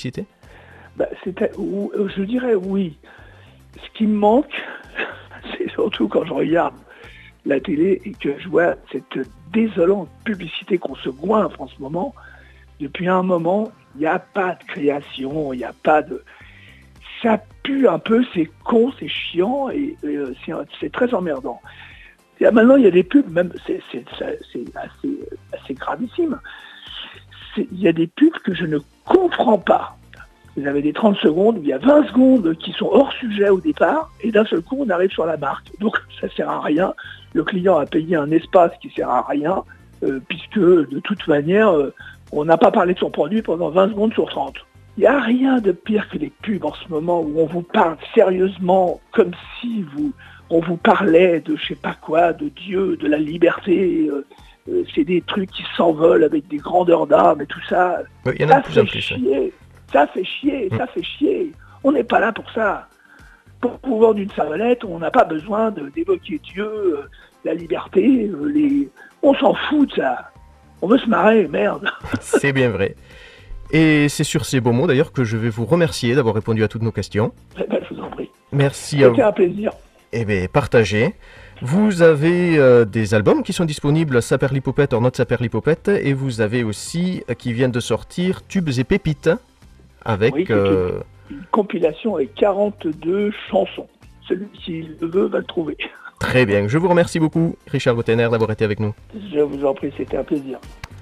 Je dirais oui. Ce qui me manque, c'est surtout quand je regarde la télé et que je vois cette désolante publicité qu'on se goinfre en ce moment. Depuis un moment, il n'y a pas de création, il n'y a pas de... Ça pue un peu, c'est con, c'est chiant et c'est très emmerdant. Et maintenant, il y a des pubs, même c'est assez gravissime. Il y a des pubs que je ne comprends pas. Vous avez des 30 secondes, où il y a 20 secondes qui sont hors sujet au départ, et d'un seul coup, on arrive sur la marque. Donc, ça ne sert à rien. Le client a payé un espace qui ne sert à rien, puisque, de toute manière, on n'a pas parlé de son produit pendant 20 secondes sur 30. Il n'y a rien de pire que les pubs en ce moment, où on vous parle sérieusement, comme si on vous parlait de je sais pas quoi, de Dieu, de la liberté. C'est des trucs qui s'envolent avec des grandeurs d'âme et tout ça. Oui, il y en a de plus en plus. Ça fait chier. On n'est pas là pour ça. Pour pouvoir d'une savonnette, on n'a pas besoin d'évoquer Dieu, la liberté, on s'en fout de ça. On veut se marrer, merde. C'est bien vrai. Et c'est sur ces beaux mots d'ailleurs que je vais vous remercier d'avoir répondu à toutes nos questions. Je vous en prie. Merci à vous. C'était un plaisir. Eh bien, partagez. Vous avez des albums qui sont disponibles, Saperlipopette or Not Saperlipopette, et vous avez aussi, qui viennent de sortir, Tubes et Pépites, avec... Oui, une compilation avec 42 chansons. Celui qui le veut va le trouver. Très bien, je vous remercie beaucoup, Richard Gottener, d'avoir été avec nous. Je vous en prie, c'était un plaisir.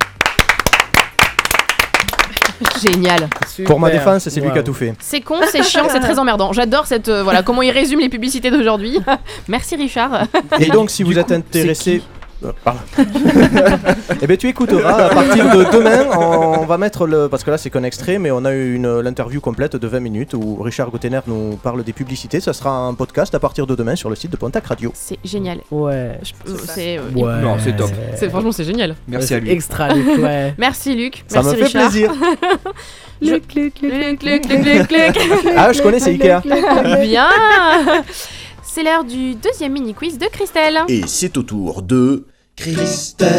Génial. Super. Pour ma défense, c'est lui qui a tout fait. C'est con, c'est chiant, c'est très emmerdant. J'adore cette comment il résume les publicités d'aujourd'hui. Merci Richard. Et donc si vous êtes intéressé Pardon. Eh bien, tu écouteras à partir de demain. On va mettre parce que là, c'est qu'un extrait, mais on a eu l'interview complète de 20 minutes où Richard Gottener nous parle des publicités. Ça sera un podcast à partir de demain sur le site de Pontac Radio. C'est génial. Ouais. Non, c'est top. Franchement, c'est génial. Merci à lui. Extra, Luc, ouais. Merci, Luc. Ça Merci, me fait Richard. plaisir. Luc. Ah, je connais, c'est Ikea. Bien. C'est l'heure du deuxième mini-quiz de Christelle. Et c'est au tour de Christelle.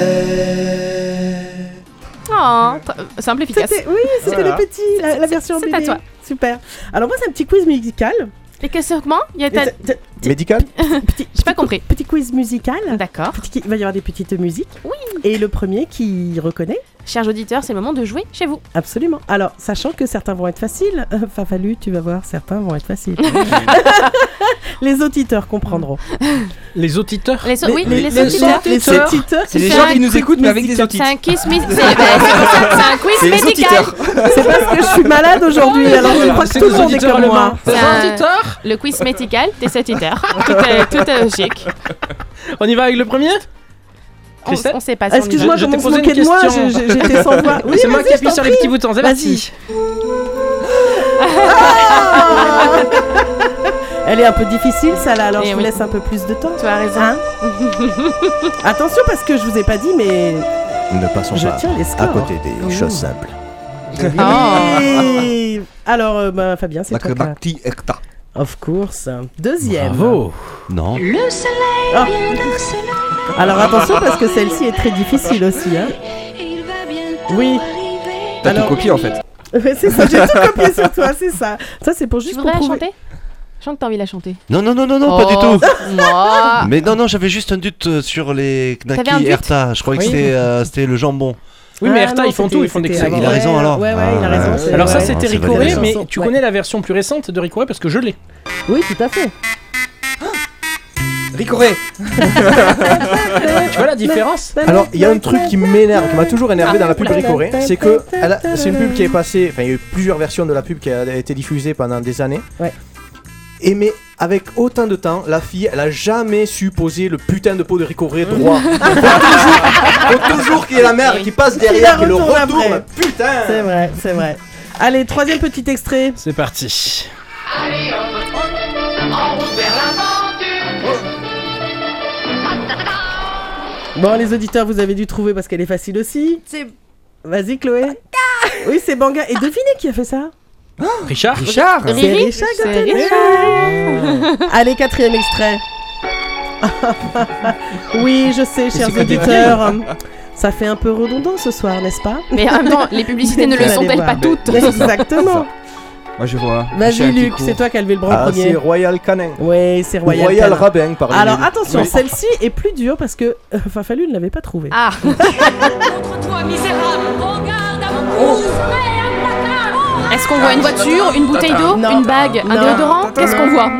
Oh, simple, efficace. C'était le petit, la version c'est à bébé. toi. Super. Alors moi, c'est un petit quiz musical. Et qu'est-ce que comment il y a Médical. J'ai pas compris. Petit quiz musical. D'accord. Il va y avoir des petites musiques. Oui. Et le premier qui reconnaît. Chers auditeurs, c'est le moment de jouer chez vous. Absolument. Alors, sachant que certains vont être faciles, Fafalu, tu vas voir, certains vont être faciles. Les auditeurs comprendront. Les auditeurs Oui, les auditeurs. Les auditeurs. C'est les gens qui nous écoutent, mais avec des auditeurs. C'est un quiz médical. C'est parce que je suis malade aujourd'hui, alors je crois que tout le monde est comme moi. C'est le quiz médical des auditeurs. Tout est logique. On y va avec le premier? On sait pas si excuse-moi, je je t'ai me posé une moquais de moi, question. j'étais sans voix. Oui, c'est moi qui appuie sur les petits boutons, c'est parti. Elle est un peu difficile, ça là, alors je vous laisse un peu plus de temps. Tu as raison. Hein Attention, parce que je vous ai pas dit, mais Nous ne passons je pas tiens les scores. à côté des choses simples. Oui. Alors, Fabien, c'est toi. Bakti Ekta. Of course. Deuxième. Bravo. Non. Le soleil Ah. vient de se lever. Alors attention, parce que celle-ci est très difficile aussi. Hein. Il va bientôt Oui. T'as tout Alors- copié en fait. Ouais, c'est ça, j'ai tout copié sur toi, c'est ça. Ça, c'est pour Tu juste voudrais pour la prouver. chanter? Je sens que t'as envie de la chanter. Non, pas du tout. Moi. Mais non, j'avais juste un doute sur les T'avais un Knaki doute Erta. Je croyais que c'était le jambon. Oui, mais Ah, Erta, non, ils font c'était- tout, ils font des c'était excellents. Il a raison alors. Ouais, il a raison. c'est- Alors ça, ouais. c'était c'est Ricoré, validé. mais tu connais la version plus récente de Ricoré parce que je l'ai. Oui, tout à fait. Ricoré. Tu vois la différence? Alors, il y a un truc qui m'énerve, qui m'a toujours énervé dans la pub Ricoré, c'est que c'est une pub qui est passée, enfin, il y a eu plusieurs versions de la pub qui a été diffusée pendant des années. Ouais. Et mais avec autant de temps, la fille, elle a jamais su poser le putain de pot de Ricoré droit. Faut toujours qu'il y ait la mère qui passe derrière, qui le retourne retourne. après. Putain. C'est vrai, c'est vrai. Allez, troisième petit extrait. C'est parti. Allez hop, en route vers l'aventure. Bon, les auditeurs, vous avez dû trouver parce qu'elle est facile aussi. Vas-y, Chloé. Oui, c'est Banga. Et devinez qui a fait ça? Richard? C'est Riri. Richard C'est Gottener. Richard. Allez, quatrième extrait. Oui, je sais, chers auditeurs. Ça fait un peu redondant ce soir, n'est-ce pas? Mais en même temps, les publicités ne le Vous allez sont-elles voir. pas toutes? Exactement. Moi je vois. Vas-y, Luc, c'est toi qui as levé le bras en Ah, premier. c'est Royal Canin. Oui, c'est Royal, Royal Canin. Rabin, par Alors les- attention, Oui. celle-ci est plus dure parce que Fafalu ne l'avait pas trouvée. Ah. Montre-toi misérable, regarde à mon cou, je serai implacable. Est-ce qu'on voit une voiture, une bouteille d'eau, Non. une bague, un Non. déodorant? Qu'est-ce qu'on voit?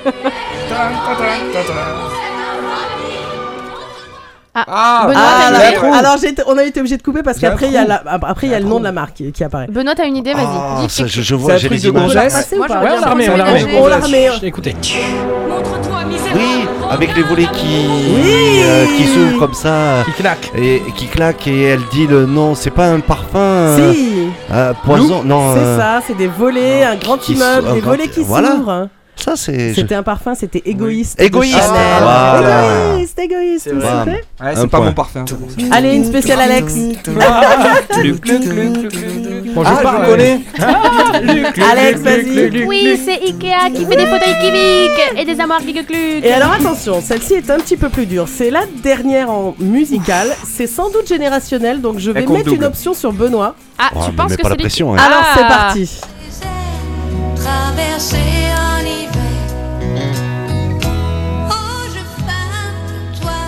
Ah, Benoît, Ah, t'as une là, idée? alors on a été obligé de couper parce J'ai un qu'après il y a trou. après il y a le nom de la marque qui apparaît. Benoît, t'as une idée? Vas-y. Ah, Dis ça, quelque chose. je vois, C'est un j'ai truc les de images. gonzesse. Passer Moi, ou pas je Ouais, on l'a remis, on l'a remis. On l'a remis. Écoutez. Montre-toi misérable. Oui, avec les volets qui Oui. qui s'ouvrent comme ça Qui claque. et qui claquent et elle dit le nom. C'est pas un parfum. Si, Poison. Non. c'est ça, c'est des volets, un grand qui immeuble, s'ouvre, des volets qui voilà. s'ouvrent. Ça c'est. C'était un parfum, c'était égoïste. Égoïste. de Chanel. Voilà. Égoïste, C'est vous vrai. savez. Ouais, Un c'est pas point. mon parfum. Allez, une spéciale Alex. Bon, Ah, parle, je connais. Alex, vas-y. Oui, c'est Ikea qui fait des fauteuils kiviques et des armoires Gigecluc. Et alors attention, celle-ci est un petit peu plus dure. C'est la dernière en musical. C'est sans doute générationnel, donc je vais Elle compte mettre une double. option sur Benoît. Ah, Oh, tu me penses mets que pas c'est la lui pression. qui- Hein. Alors c'est Ah. parti. Traverser un hiver. Oh, je faim de toi.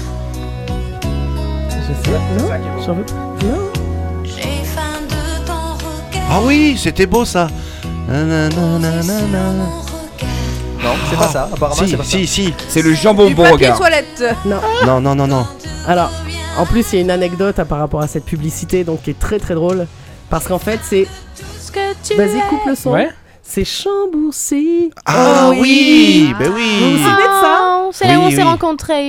Je sais. Non, j'en veux. Non. J'ai faim de ton regard. Ah oui, c'était beau ça. Nanana. Non, c'est pas ça. Apparemment, Si, c'est pas ça. si. C'est le jambon Du bon papier regard. toilette. Non. Alors, en plus, il y a une anecdote par rapport à cette publicité, donc qui est très très drôle. Parce qu'en fait, c'est. Ce que tu Vas-y, es. coupe le son. Ouais. C'est Chambourcy. Ah oui, Vous vous souvenez de ça? C'est là où on s'est rencontrés.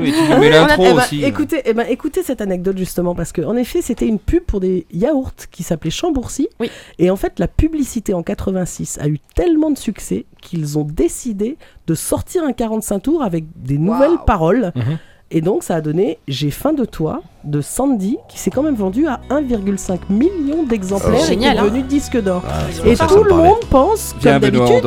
Écoutez cette anecdote justement, parce qu'en effet, c'était une pub pour des yaourts qui s'appelait Chambourcy. Oui. Et en fait, la publicité en 86 a eu tellement de succès qu'ils ont décidé de sortir un 45 tours avec des nouvelles paroles. Et donc, ça a donné J'ai faim de toi de Sandy, qui s'est quand même vendu à 1,5 million d'exemplaires et qui est devenu disque d'or. Et tout le monde pense, comme d'habitude,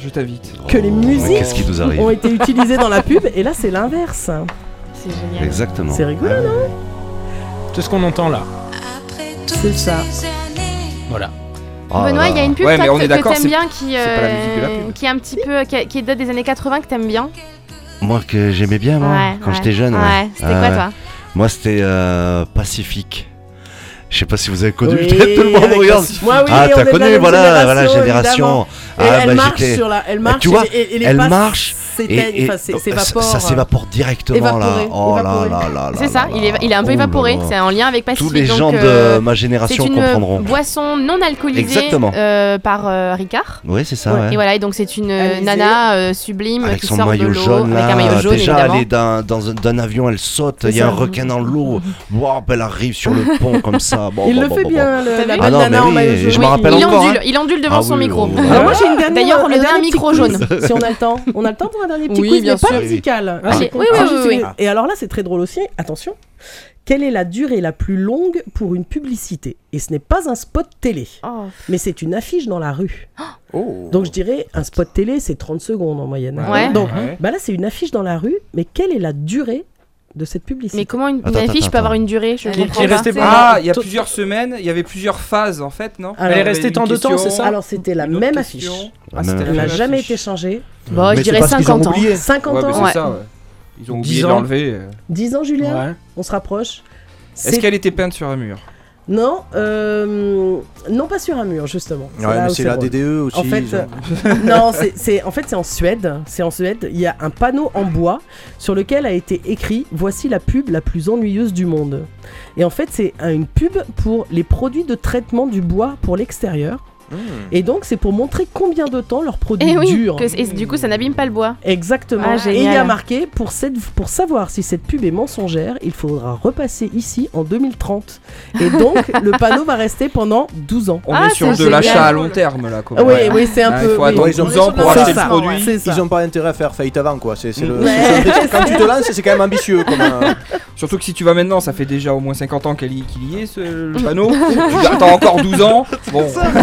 que les musiques ont été utilisées dans la pub. Et là, c'est l'inverse. C'est génial. Exactement. C'est rigolo, non? C'est ce qu'on entend là. C'est ça. Voilà. Benoît, il y a une pub que t'aimes bien c'est pas la musique de la pub. qui est un petit peu qui date des années 80 que t'aimes bien. Moi, que j'aimais bien, quand j'étais jeune. Ouais, c'était quoi, toi? Moi, c'était Pacifique. Je sais pas si vous avez connu, peut-être tout le monde regarde. Moi, oui, t'as connu, voilà, génération. Elle marche sur la. Elle marche, tu vois, et les elle passes marche. s'évapore. Ça s'évapore directement là. Oh là là là. C'est ça, il est un peu évaporé. C'est en lien avec Pacifique. Tous les gens de ma génération comprendront. C'est une boisson non alcoolisée par Ricard. Oui, c'est ça. Et voilà, et donc c'est une nana sublime avec qui son sort de maillot l'eau, jaune avec un maillot jaune. Déjà, évidemment. elle est dans un avion, elle saute. Il y a un requin dans l'eau. Elle arrive sur le pont comme ça. Il le fait bien, la Ah non, mais oui, je me rappelle encore. Il ondule devant son micro. Moi, j'ai une dernière. D'ailleurs, on lui donne un micro jaune. Si on a le temps. On a le temps pour un dernier petit quiz, bien mais sûr. pas musical. Oui. Et alors là, c'est très drôle aussi. Attention. Quelle est la durée la plus longue pour une publicité? Et ce n'est pas un spot télé, mais c'est une affiche dans la rue. Donc je dirais, un spot télé, c'est 30 secondes en moyenne. Donc là, c'est une affiche dans la rue, mais quelle est la durée de cette publicité? Mais comment une affiche peut avoir une durée? Il y a plusieurs semaines, il y avait plusieurs phases en fait, non? Alors, elle est restée tant de temps, c'est ça? Alors c'était la même affiche. Elle n'a jamais été changée. Bon, je dirais 50 ans. 50 ans. C'est ça, ils ont oublié de l'enlever. 10 ans, Julien. On se rapproche. Est-ce qu'elle était peinte sur un mur? Non, non pas sur un mur justement. Mais c'est la DDE aussi. En fait, non, c'est en Suède. C'est en Suède. Il y a un panneau en bois sur lequel a été écrit « Voici la pub la plus ennuyeuse du monde ». Et en fait, c'est une pub pour les produits de traitement du bois pour l'extérieur. Et donc c'est pour montrer combien de temps leurs produits durent. Et du coup ça n'abime pas le bois. Exactement. Et il y a marqué pour savoir si cette pub est mensongère, il faudra repasser ici en 2030. Et donc le panneau va rester pendant 12 ans. On est sur de l'achat à long terme là. Oui, c'est un peu. Il faut attendre 12 ans pour acheter le produit. Ils n'ont pas intérêt à faire faillite avant quoi. Quand tu te lances, c'est quand même ambitieux. Surtout que si tu vas maintenant, ça fait déjà au moins 50 ans qu'il y est le panneau. Tu attends encore 12 ans. Bon.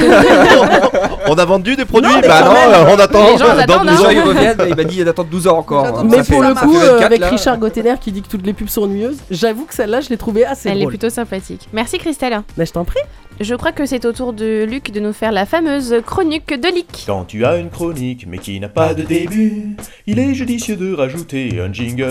On a vendu des produits? Non, on attend. Dans 12 ans, ils reviennent. Il m'a dit d'attendre 12 ans encore. Mais pour le coup, avec Richard Gottener qui dit que toutes les pubs sont ennuyeuses, j'avoue que celle-là, je l'ai trouvée assez drôle. Elle est plutôt sympathique. Merci Christelle. Mais je t'en prie. Je crois que c'est au tour de Luc de nous faire la fameuse chronique de Lick. Quand tu as une chronique mais qui n'a pas de début, il est judicieux de rajouter un jingle.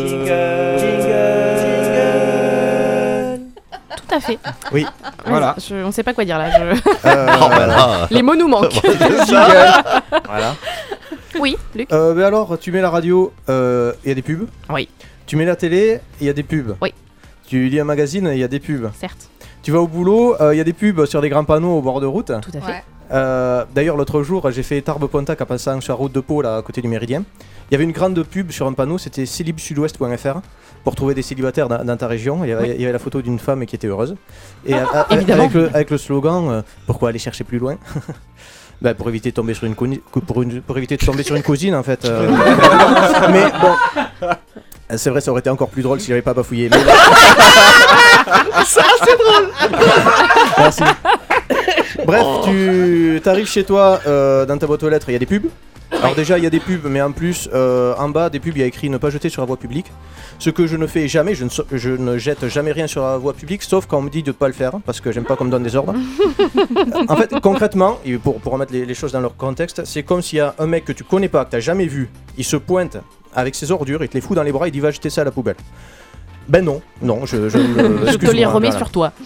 Tout à fait. Oui. Voilà. On sait pas quoi dire là. Les mots nous manquent. Voilà. Oui, Luc. Alors, tu mets la radio, il y a des pubs. Oui. Tu mets la télé, il y a des pubs. Oui. Tu lis un magazine, il y a des pubs. Certes. Tu vas au boulot, il y a des pubs sur des grands panneaux au bord de route. Tout à fait. D'ailleurs, l'autre jour, j'ai fait Tarbes-Pontac en passant sur la route de Pau, là, à côté du Méridien. Il y avait une grande pub sur un panneau, c'était célibsudouest.fr pour trouver des célibataires dans ta région. Il y avait la photo d'une femme qui était heureuse. Et avec le slogan pourquoi aller chercher plus loin? Pour éviter de tomber sur une pour éviter de tomber sur une cousine en fait. Mais bon. C'est vrai, ça aurait été encore plus drôle si j'avais pas bafouillé. Mais ça, c'est drôle. Merci. Bref, tu arrives chez toi, dans ta boîte aux lettres, il y a des pubs. Alors déjà, il y a des pubs, mais en plus, en bas des pubs, il y a écrit « Ne pas jeter sur la voie publique ». Ce que je ne fais jamais, je ne jette jamais rien sur la voie publique, sauf quand on me dit de ne pas le faire, parce que j'aime pas qu'on me donne des ordres. En fait, concrètement, et pour remettre les choses dans leur contexte, c'est comme s'il y a un mec que tu connais pas, que tu n'as jamais vu, il se pointe avec ses ordures, il te les fout dans les bras, il dit « Va jeter ça à la poubelle ». Ben non, je te les remets sur toi.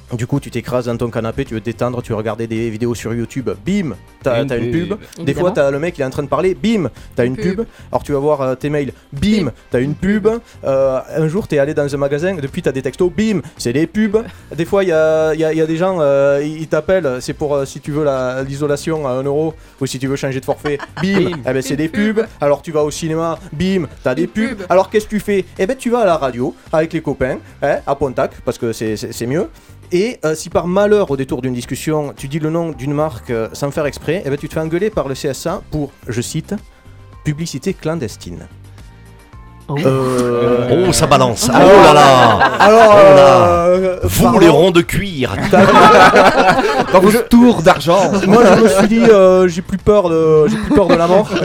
Du coup, tu t'écrases dans ton canapé, tu veux te détendre, tu veux regarder des vidéos sur YouTube, bim, t'as une pub. Des fois, t'as le mec, il est en train de parler, bim, t'as une pub. Alors, tu vas voir tes mails, bim, t'as une pub. Un jour, t'es allé dans un magasin, depuis, t'as des textos, bim, c'est des pubs. Des fois, il y a des gens, ils t'appellent, c'est pour si tu veux l'isolation à 1 euro, ou si tu veux changer de forfait, bim, eh ben, c'est des pubs. Alors, tu vas au cinéma, bim, t'as des pubs. Alors, qu'est-ce que tu fais? Eh ben, tu vas à la radio, avec les copains, à Pontac, parce que c'est mieux. Et si par malheur au détour d'une discussion tu dis le nom d'une marque sans faire exprès, eh ben, tu te fais engueuler par le CSA pour, je cite, publicité clandestine. Oh, ça balance. Oh là là. Alors, vous les ronds de cuir. Dans vos tours d'argent. Moi je me suis dit j'ai plus peur de la mort.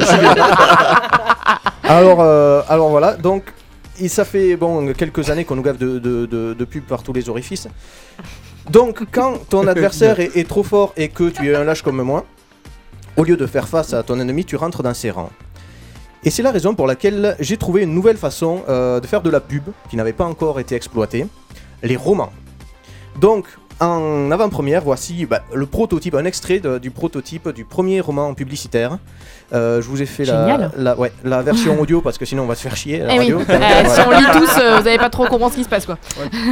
Alors voilà, donc et ça fait quelques années qu'on nous gave de pubs par tous les orifices. Donc quand ton adversaire est trop fort et que tu es un lâche comme moi, au lieu de faire face à ton ennemi, tu rentres dans ses rangs. Et c'est la raison pour laquelle j'ai trouvé une nouvelle façon de faire de la pub qui n'avait pas encore été exploitée, les romans. Donc en avant-première, voici le prototype, un extrait du prototype du premier roman publicitaire. Je vous ai fait la version audio parce que sinon on va se faire chier. Oui. Si on lit tous, vous n'avez pas trop compris ce qui se passe quoi.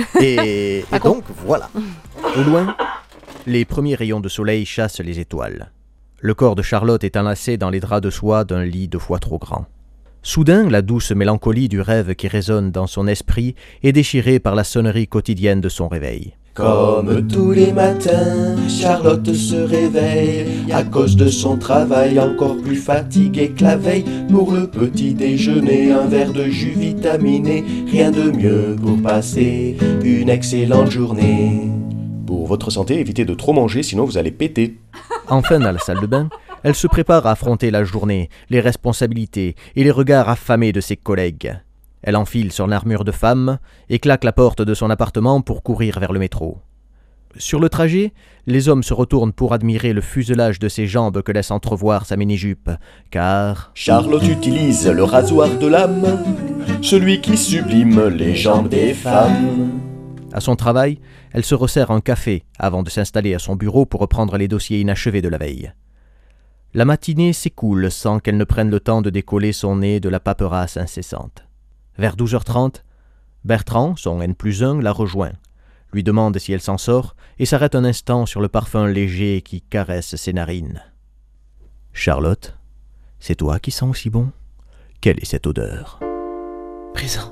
Et donc voilà. Au loin, les premiers rayons de soleil chassent les étoiles. Le corps de Charlotte est enlacé dans les draps de soie d'un lit 2 fois trop grand. Soudain, la douce mélancolie du rêve qui résonne dans son esprit est déchirée par la sonnerie quotidienne de son réveil. Comme tous les matins, Charlotte se réveille à cause de son travail, encore plus fatiguée que la veille. Pour le petit déjeuner, un verre de jus vitaminé, rien de mieux pour passer une excellente journée. Pour votre santé, évitez de trop manger, sinon vous allez péter. Enfin, dans la salle de bain, elle se prépare à affronter la journée, les responsabilités et les regards affamés de ses collègues. Elle enfile son armure de femme et claque la porte de son appartement pour courir vers le métro. Sur le trajet, les hommes se retournent pour admirer le fuselage de ses jambes que laisse entrevoir sa mini-jupe, car... Charlotte utilise le rasoir de l'âme, celui qui sublime les jambes des femmes. À son travail, elle se resserre un café avant de s'installer à son bureau pour reprendre les dossiers inachevés de la veille. La matinée s'écoule sans qu'elle ne prenne le temps de décoller son nez de la paperasse incessante. Vers 12h30, Bertrand, son N+1, la rejoint, lui demande si elle s'en sort et s'arrête un instant sur le parfum léger qui caresse ses narines. « Charlotte, c'est toi qui sens aussi bon? Quelle est cette odeur ?»« Présent.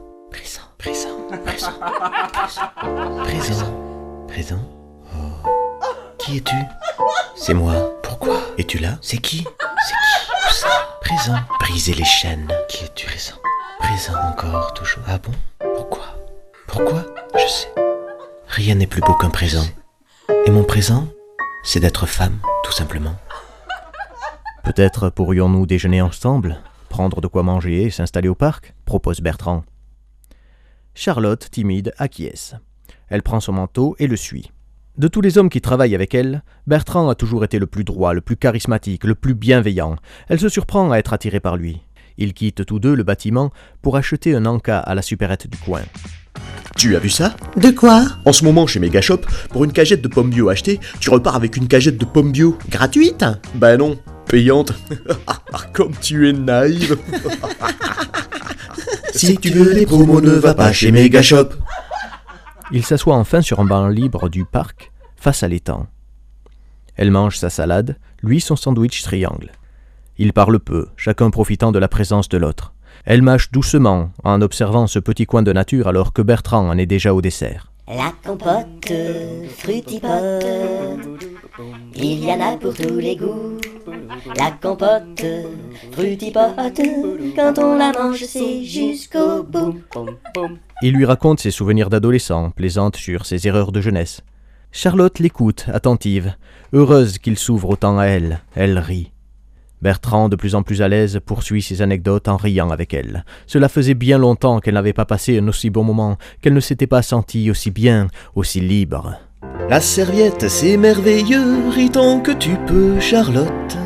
Oh. Qui es-tu? C'est moi. Pourquoi? Es-tu là? C'est qui? Où ça? Présent. Briser les chaînes. Qui es-tu? Présent encore, toujours. Ah bon? Pourquoi? Je sais. Rien n'est plus beau qu'un présent. Et mon présent, c'est d'être femme, tout simplement. Peut-être pourrions-nous déjeuner ensemble, prendre de quoi manger et s'installer au parc, propose Bertrand. Charlotte, timide, acquiesce. Elle prend son manteau et le suit. De tous les hommes qui travaillent avec elle, Bertrand a toujours été le plus droit, le plus charismatique, le plus bienveillant. Elle se surprend à être attirée par lui. Ils quittent tous deux le bâtiment pour acheter un encas à la supérette du coin. Tu as vu ça? De quoi? En ce moment chez Megashop, pour une cagette de pommes bio achetée, tu repars avec une cagette de pommes bio. Gratuite? Ben non, payante. Comme tu es naïve. Si tu veux les promos, ne va pas chez Megashop. Il s'assoit enfin sur un banc libre du parc, face à l'étang. Elle mange sa salade, lui son sandwich triangle. Ils parlent peu, chacun profitant de la présence de l'autre. Elle mâche doucement, en observant ce petit coin de nature alors que Bertrand en est déjà au dessert. La compote, frutipote, il y en a pour tous les goûts. La compote, frutipote, quand on la mange, c'est jusqu'au bout. Il lui raconte ses souvenirs d'adolescent, plaisante sur ses erreurs de jeunesse. Charlotte l'écoute, attentive, heureuse qu'il s'ouvre autant à elle. Elle rit. Bertrand, de plus en plus à l'aise, poursuit ses anecdotes en riant avec elle. Cela faisait bien longtemps qu'elle n'avait pas passé un aussi bon moment, qu'elle ne s'était pas sentie aussi bien, aussi libre. La serviette, c'est merveilleux, ris tant que tu peux, Charlotte.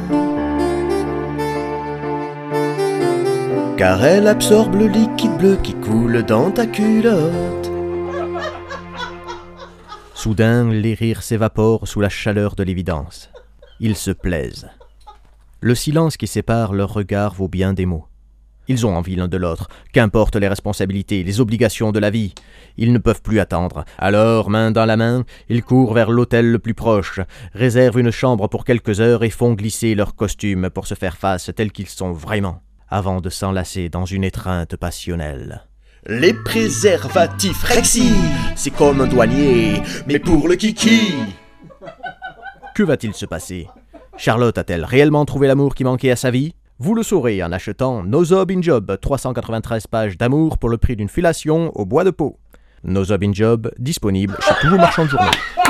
Car elle absorbe le liquide bleu qui coule dans ta culotte. Soudain, les rires s'évaporent sous la chaleur de l'évidence. Ils se plaisent. Le silence qui sépare leurs regards vaut bien des mots. Ils ont envie l'un de l'autre, qu'importent les responsabilités, les obligations de la vie. Ils ne peuvent plus attendre. Alors, main dans la main, ils courent vers l'hôtel le plus proche, réservent une chambre pour quelques heures et font glisser leurs costumes pour se faire face tels qu'ils sont vraiment, avant de s'enlacer dans une étreinte passionnelle. Les préservatifs Rexy, c'est comme un douanier, mais pour le kiki. Que va-t-il se passer? Charlotte a-t-elle réellement trouvé l'amour qui manquait à sa vie? Vous le saurez en achetant Nozob in Job, 393 pages d'amour pour le prix d'une fellation au bois de Pau. Nozob in Job, disponible chez tous vos marchands de journaux.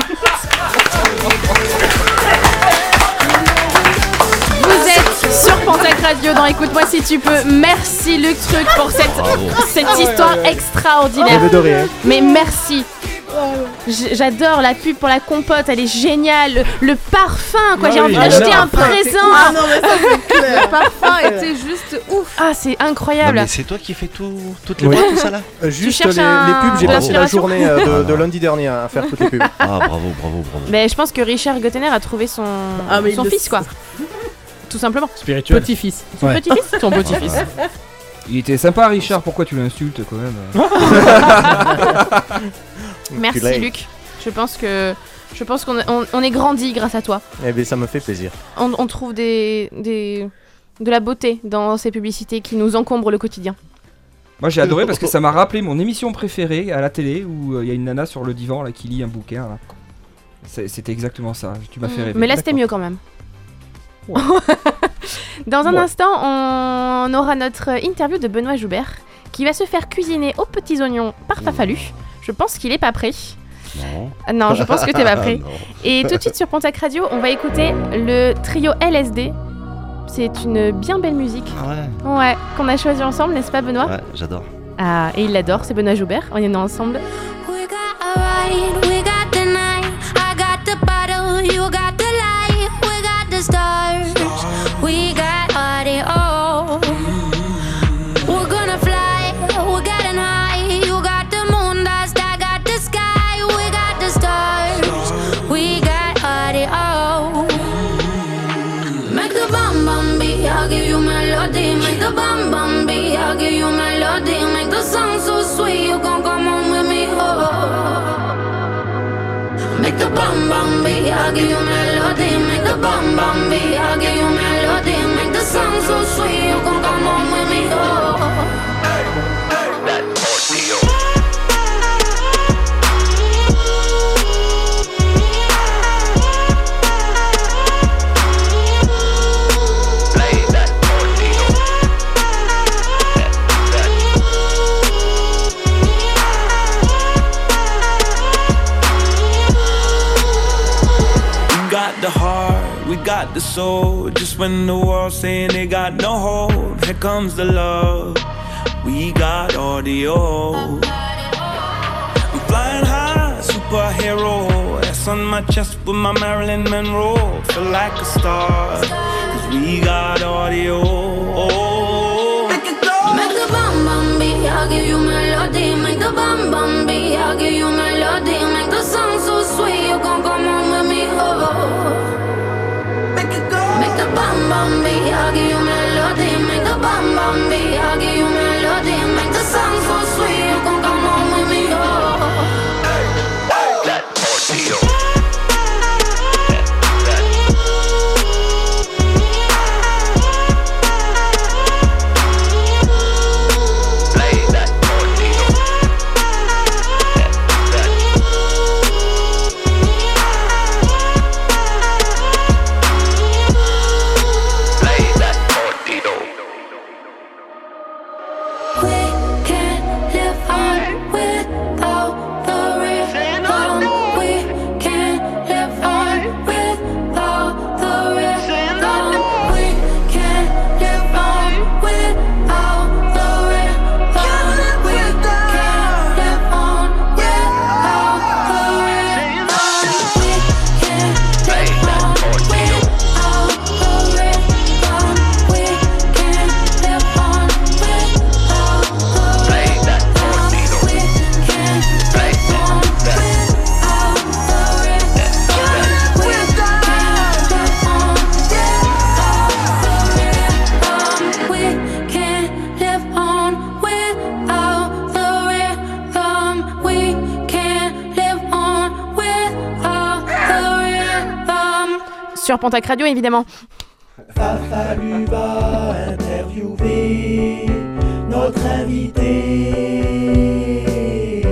Vous êtes sur Pontac Radio dans Écoute-moi si tu peux. Merci Luc Truc pour cette histoire extraordinaire. Mais merci. J'adore la pub pour la compote, elle est géniale. Le parfum, quoi, j'ai envie d'acheter un présent. Ah non, mais ça c'est clair. Le parfum était juste ouf. Ah, c'est incroyable. Non, mais c'est toi qui fais toutes les voix, tout ça là Juste les pubs, j'ai passé la journée de lundi dernier à faire toutes les pubs. Ah, bravo. Mais je pense que Richard Gottener a trouvé son fils, quoi. Tout simplement. Spirituel. Petit-fils. Son petit-fils. Son petit-fils. Il était sympa, Richard, pourquoi tu l'insultes quand même? Merci Luc. Je pense qu'on est grandi grâce à toi. Eh bien, ça me fait plaisir. On trouve de la beauté dans ces publicités qui nous encombrent le quotidien. Moi j'ai adoré parce que ça m'a rappelé mon émission préférée à la télé où il y a une nana sur le divan là, qui lit un bouquin. Là. C'était exactement ça, tu m'as fait rêver. Mais là c'était mieux quand même. Ouais. Dans un instant, on aura notre interview de Benoît Joubert qui va se faire cuisiner aux petits oignons par Fafalu. Je pense qu'il est pas prêt. Non, je pense que t'es pas prêt. Et tout de suite sur Pontac Radio, on va écouter le trio LSD. C'est une bien belle musique. Ouais, qu'on a choisi ensemble, n'est-ce pas Benoît? Ouais, j'adore. Ah, et il l'adore, c'est Benoît Joubert. On y en est ensemble. We got a ride, we got the night. I got the bottle, you got the light. We got the stars, we got audio. We're gonna fly, we're getting high. You got the moon dust, I got the sky. We got the stars, we got audio. Make the bum bum beat, I'll give you melody. Make the bum bum beat, I'll give you melody. Make the song so sweet, you gon' come on with me, oh. Make the bum bum beat, I'll give you melody. Make the bum bum beat, I'll give you melody. Make the song so sweet, you gon' come on with me, oh. The heart, we got the soul. Just when the world's saying they got no hope, here comes the love. We got audio. I'm flying high, superhero. S on my chest with my Marilyn Monroe. Feel like a star, cause we got audio. Make the bum bum beat, I'll give you melody. Make the bum bum beat, I'll give you melody. Make the song so sweet, you gon' come on with me, oh. Make the bum bum beat, I'll give you melody. Make the bum bum beat, I'll give you melody. Make the song so sweet, you gon' come on with me, oh. That audio. sur Pontac Radio, évidemment. Fafalu va interviewer notre invité.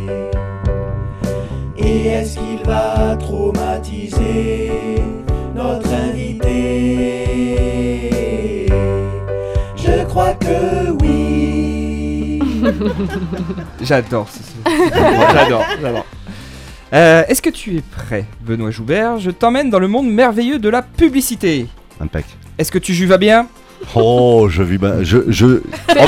Et est-ce qu'il va traumatiser notre invité? Je crois que oui. J'adore j'adore. Est-ce que tu es prêt, Benoît Joubert? Je t'emmène dans le monde merveilleux de la publicité. Impec. Est-ce que tu juves bien? Oh, je vis ma... Oh merde, je sais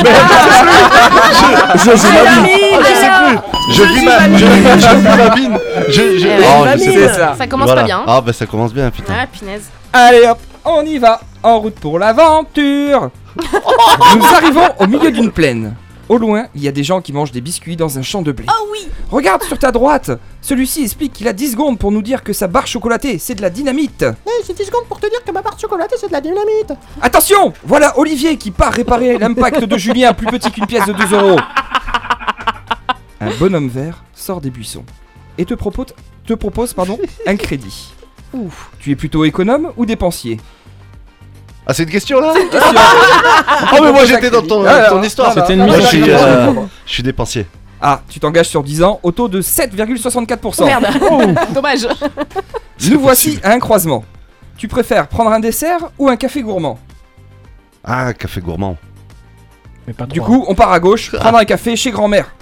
plus. Ça commence pas bien. Ah bah ça commence bien, putain. Ah, punaise. Allez hop, on y va. En route pour l'aventure. Nous arrivons au milieu d'une plaine. Au loin, il y a des gens qui mangent des biscuits dans un champ de blé. Oh oui. Regarde sur ta droite. Celui-ci explique qu'il a 10 secondes pour nous dire que sa barre chocolatée, c'est de la dynamite. J'ai 10 secondes pour te dire que ma barre chocolatée, c'est de la dynamite. Attention, voilà Olivier qui part réparer l'impact de Julien plus petit qu'une pièce de 2 €. Un bonhomme vert sort des buissons et te propose un crédit. Ouf, tu es plutôt économe ou dépensier? Ah, c'est une question là? C'est une question. Oh mais moi j'étais dans ton histoire. C'était une Moi, mission. je suis dépensier. Ah, tu t'engages sur 10 ans au taux de 7,64%. Merde. Dommage. Nous voici à un croisement. Tu préfères prendre un dessert ou un café gourmand? Ah, café gourmand. Mais pas Du coup, on part à gauche, prendre un café chez grand-mère.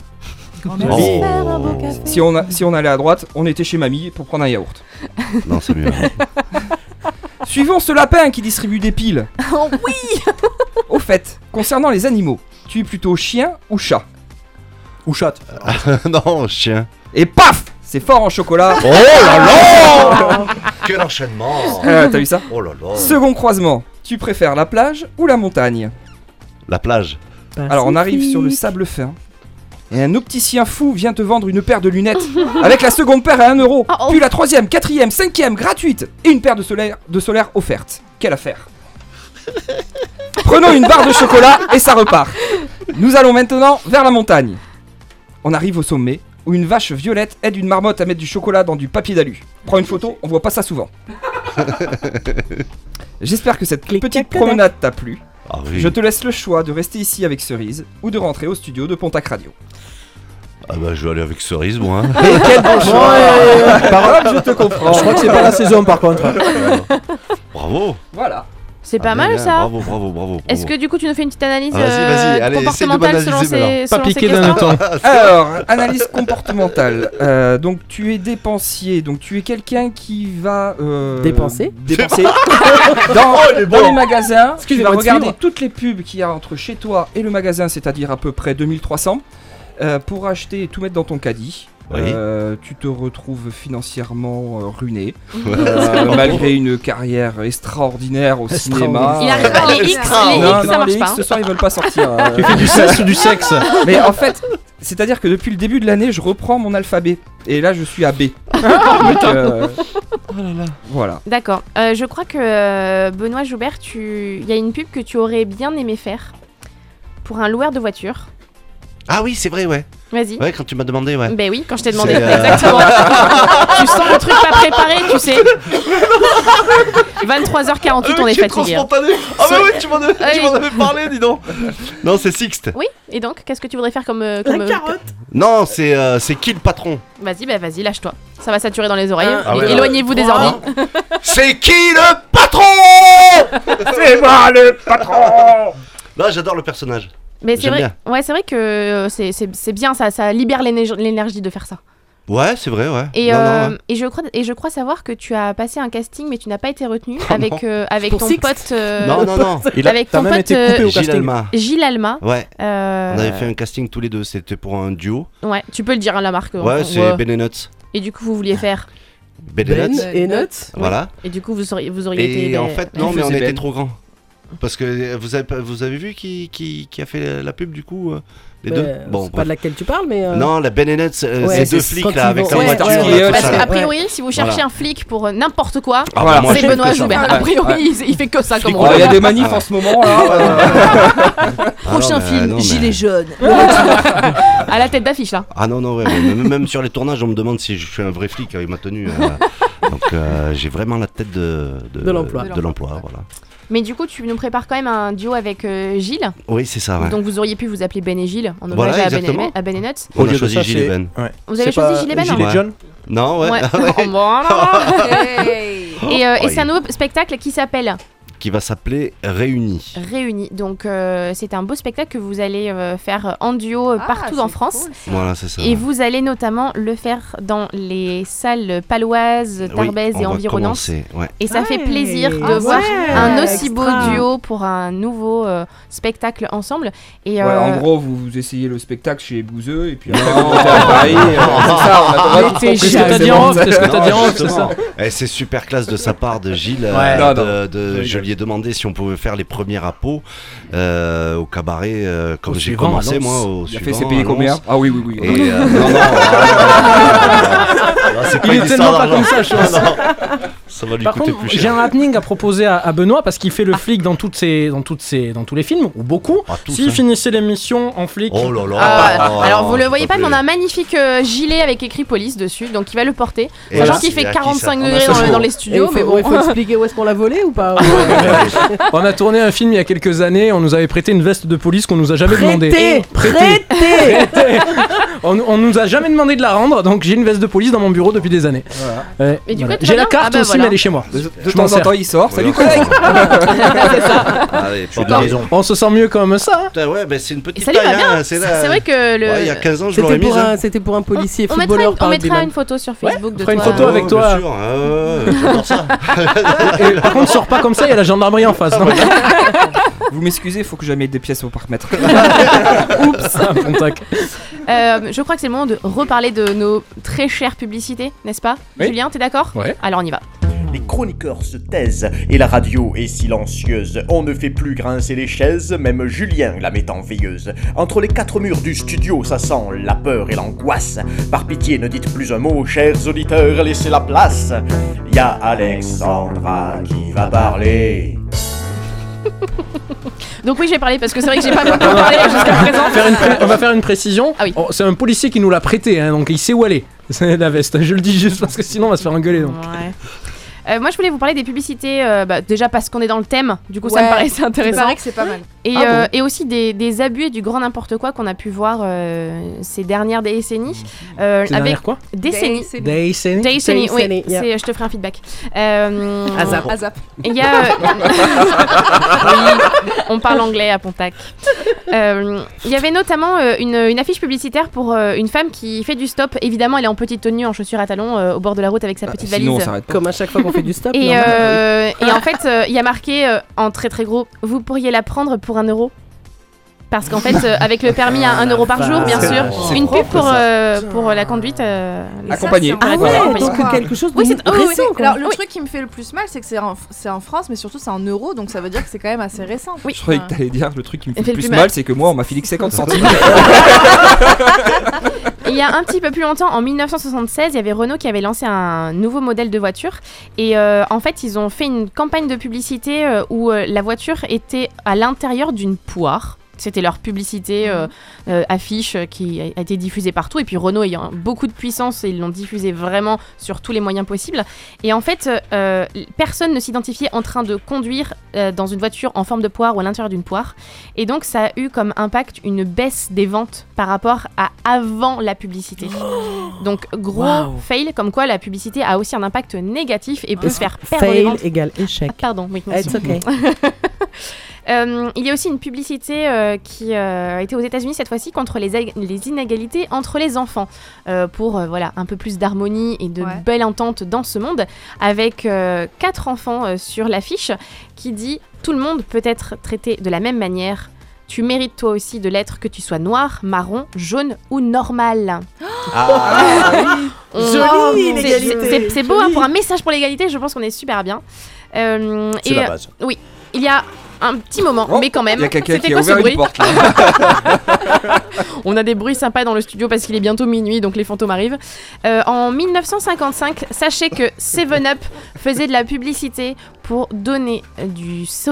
Oh. Si on allait à droite, on était chez mamie pour prendre un yaourt. Non, c'est mieux. Suivons ce lapin qui distribue des piles. Oh oui. Au fait, concernant les animaux, tu es plutôt chien ou chat? Ou chatte. Non, chien. Et paf, c'est fort en chocolat. Oh là là. Quel enchaînement. T'as vu ça? Oh là là. Second croisement, tu préfères la plage ou la montagne? La plage. Alors on arrive sur le sable fin. Et un opticien fou vient te vendre une paire de lunettes avec la seconde paire à 1 €, puis la troisième, quatrième, cinquième gratuite et une paire de solaire offerte. Quelle affaire. Prenons une barre de chocolat et ça repart. Nous allons maintenant vers la montagne. On arrive au sommet où une vache violette aide une marmotte à mettre du chocolat dans du papier d'alu. Prends une photo, on voit pas ça souvent. J'espère que cette petite promenade t'a plu. Ah oui. Je te laisse le choix de rester ici avec Cerise ou de rentrer au studio de Pontac Radio. Ah bah je vais aller avec Cerise moi. Et quel bon choix. Parole, je te comprends. Je crois que c'est pas la saison par contre. Bravo. Voilà. C'est pas mal bien, ça. Bravo. Est-ce que du coup tu nous fais une petite analyse Vas-y, allez, comportementale selon ces Pas piqué questions? d'un temps. Alors, analyse comportementale. Donc tu es dépensier, donc tu es quelqu'un qui va Dépenser dans les magasins. Tu vas Excusez-moi de regarder suivre. toutes les pubs qu'il y a entre chez toi et le magasin, c'est-à-dire à peu près 2300, pour acheter et tout mettre dans ton caddie. Oui. Tu te retrouves financièrement ruiné, malgré une carrière extraordinaire au cinéma. Il arrive pas, les X, ça marche les X pas. ce soir ils veulent pas sortir. Tu fais du sexe ou du sexe? Mais en fait, c'est-à-dire que depuis le début de l'année, je reprends mon alphabet. Et là, je suis à B. Donc, voilà. D'accord. Je crois que Benoît Joubert, il y a une pub que tu aurais bien aimé faire pour un loueur de voiture. Ah oui, c'est vrai, ouais. Vas-y. Ouais, quand tu m'as demandé, ouais. Ben oui, quand je t'ai demandé. C'est, Exactement. Tu sens le truc pas préparé, tu sais. 23h48, on est fatigué. Ah bah oui, tu m'en avais parlé, dis donc. Non, c'est Sixte. Oui, et donc, qu'est-ce que tu voudrais faire comme La carotte. Non, c'est qui le patron? Vas-y, lâche-toi. Ça va saturer dans les oreilles. Ah ouais, Éloignez-vous des ordi. C'est qui le patron? C'est moi le patron. Là, j'adore le personnage. Mais c'est J'aime vrai, bien. ouais, c'est vrai que c'est bien, ça libère l'énergie de faire ça. Ouais, c'est vrai, ouais. Et, Non, ouais. et je crois savoir que tu as passé un casting, mais tu n'as pas été retenu avec Pour ton Sixte. pote. Non. Avec ton même pote été coupé au Gilles casting. Alma. Gilles Alma. Ouais. On avait fait un casting tous les deux. C'était pour un duo. Ouais, tu peux le dire, hein, la marque. Ouais, c'est Ben et Nuts. Et du coup, vous vouliez faire. Ben et Nuts. Et Nuts. Voilà. Et du coup, vous auriez été. Et en fait, non, mais on faisait était Ben. trop grands. Parce que vous avez vu qui a fait la pub du coup les deux. Bon, c'est pas de laquelle tu parles, mais. Non, la Ben et Nuts, Ouais, c'est deux c'est flics quand là ils avec vont- la ouais, voiture. ouais, tout Parce ça, qu'a là. priori, si vous cherchez Voilà. un flic pour n'importe quoi, Ah, Voilà. moi, c'est je fais Benoît que ça. Joubert. Ouais. A priori, il fait que ça comme Il rôle. y a des manifs en ce moment là. Prochain Ah non, mais- film, non, mais- Gilets jaunes. À la tête d'affiche là. Ah non, ouais. Même sur les tournages, on me demande si je suis un vrai flic avec ma tenue. Donc j'ai vraiment la tête de l'emploi. Voilà. Mais du coup, tu nous prépares quand même un duo avec Gilles. Oui, c'est ça. Ouais. Donc vous auriez pu vous appeler Ben et Gilles en hommage à Ben et Nuts. On a choisi Gilles et Ben. Ouais. Vous avez choisi Gilles et Ben? Gilles et John? Non, ouais. Et c'est un nouveau spectacle qui s'appelle qui va s'appeler Réunis. Réunis. Donc c'est un beau spectacle que vous allez faire en duo partout en France. Cool, voilà, c'est ça. Et vous allez notamment le faire dans les salles paloises, Tarbaises et environnantes. Et ça fait plaisir de voir un aussi beau duo pour un nouveau spectacle ensemble. Et en gros, vous essayez le spectacle chez Bouzeux et puis après vous montez à Paris. C'est ça, c'est ce que t'as dit en off, c'est ça. C'est super classe de sa part de Gilles. Je lui ai demandé si on pouvait faire les premières à Pau au cabaret quand j'ai commencé moi au il a fait ses payés combien? Ah oui. Et il est tellement pas comme ça, je pense. Ça va lui Par coûter contre, plus cher. j'ai un happening à proposer à Benoît parce qu'il fait le flic dans tous les films ou beaucoup. S'il finissait l'émission en flic. Oh là là. Alors vous le voyez pas, mais on a un magnifique gilet avec écrit police dessus, donc il va le porter. Sachant qu'il fait 45 degrés dans les studios, mais bon. Il faut expliquer où est-ce qu'on l'a volé ou pas? On a tourné un film il y a quelques années, on nous avait prêté une veste de police qu'on nous a jamais demandé. Prêté. On nous a jamais demandé de la rendre, donc j'ai une veste de police dans mon bureau depuis des années. Mais du coup, j'ai la carte aussi, mais elle est chez moi. De temps en temps, il sort. Salut collègue. On se sent mieux comme ça. Ouais, c'est une petite taille. C'est vrai que il y a 15 ans, je l'aurais mise. C'était pour un policier footballeur. On mettra une photo sur Facebook de toi. On fera une photo avec toi. J'adore ça. Par contre, sors pas comme ça, il y a la gendarmerie en face. Vous m'excusez, il faut que je mette des pièces au parc-mètre. Oups, Pontac. Je crois que c'est le moment de reparler de nos très chères publicités, n'est-ce pas? Julien, t'es d'accord? Ouais. Alors on y va. Les chroniqueurs se taisent et la radio est silencieuse. On ne fait plus grincer les chaises, même Julien la met en veilleuse. Entre les quatre murs du studio, ça sent la peur et l'angoisse. Par pitié, ne dites plus un mot, chers auditeurs, laissez la place. Y a Alexandra qui va parler. Donc oui, j'ai parlé parce que c'est vrai que j'ai pas beaucoup parlé jusqu'à présent. On va faire une précision. Ah oui. C'est un policier qui nous l'a prêté, donc il sait où elle est. C'est la veste. Je le dis juste parce que sinon on va se faire engueuler. Donc. Ouais. Moi je voulais vous parler des publicités déjà parce qu'on est dans le thème, du coup ça me paraissait intéressant. C'est vrai que c'est pas mal. Et aussi des abus et du grand n'importe quoi qu'on a pu voir ces dernières décennies. Dernières quoi? Décennies. Décennies, oui. Je te ferai un feedback. Azap. Il y a... oui, on parle anglais à Pontac. Il y avait notamment une affiche publicitaire pour une femme qui fait du stop. Évidemment, elle est en petite tenue, en chaussures à talons, au bord de la route avec sa petite valise. On s'arrête pas. Comme à chaque fois qu'on fait du stop. Et en fait, il y a marqué en très très gros, vous pourriez la prendre pour 1 euro. Parce qu'en fait, avec le permis à 1 euro par jour, bien sûr, une pub pour la conduite accompagnée. Donc quelque chose de récent. Alors le truc qui me fait le plus mal, c'est que c'est en France, mais surtout c'est en euros, donc ça veut dire que c'est quand même assez récent. Oui. Je croyais que t'allais dire le truc qui me fait le plus mal, c'est que moi on m'a filé que 50 centimes. Il y a un petit peu plus longtemps, en 1976, il y avait Renault qui avait lancé un nouveau modèle de voiture. Et en fait, ils ont fait une campagne de publicité où la voiture était à l'intérieur d'une poire. C'était leur publicité affiche qui a été diffusée partout. Et puis Renault ayant beaucoup de puissance, ils l'ont diffusée vraiment sur tous les moyens possibles. Et en fait, personne ne s'identifiait en train de conduire dans une voiture en forme de poire ou à l'intérieur d'une poire. Et donc ça a eu comme impact une baisse des ventes par rapport à avant la publicité. Donc gros fail, comme quoi la publicité a aussi un impact négatif et peut faire perdre les ventes. Fail égale échec. Pardon, oui. It's okay. Il y a aussi une publicité qui a été aux États-Unis cette fois-ci contre les inégalités entre les enfants pour un peu plus d'harmonie et de belle entente dans ce monde avec 4 enfants sur l'affiche qui dit « Tout le monde peut être traité de la même manière. Tu mérites toi aussi de l'être, que tu sois noir, marron, jaune ou normal. » Joli, l'égalité. C'est beau pour un message pour l'égalité, je pense qu'on est super bien. C'est la base. Oui, il y a un petit moment, mais quand même. Il y a quelqu'un C'était qui a quoi ouvert ce bruit une porte. On a des bruits sympas dans le studio parce qu'il est bientôt minuit, donc les fantômes arrivent. En 1955, sachez que 7-Up faisait de la publicité pour donner du soda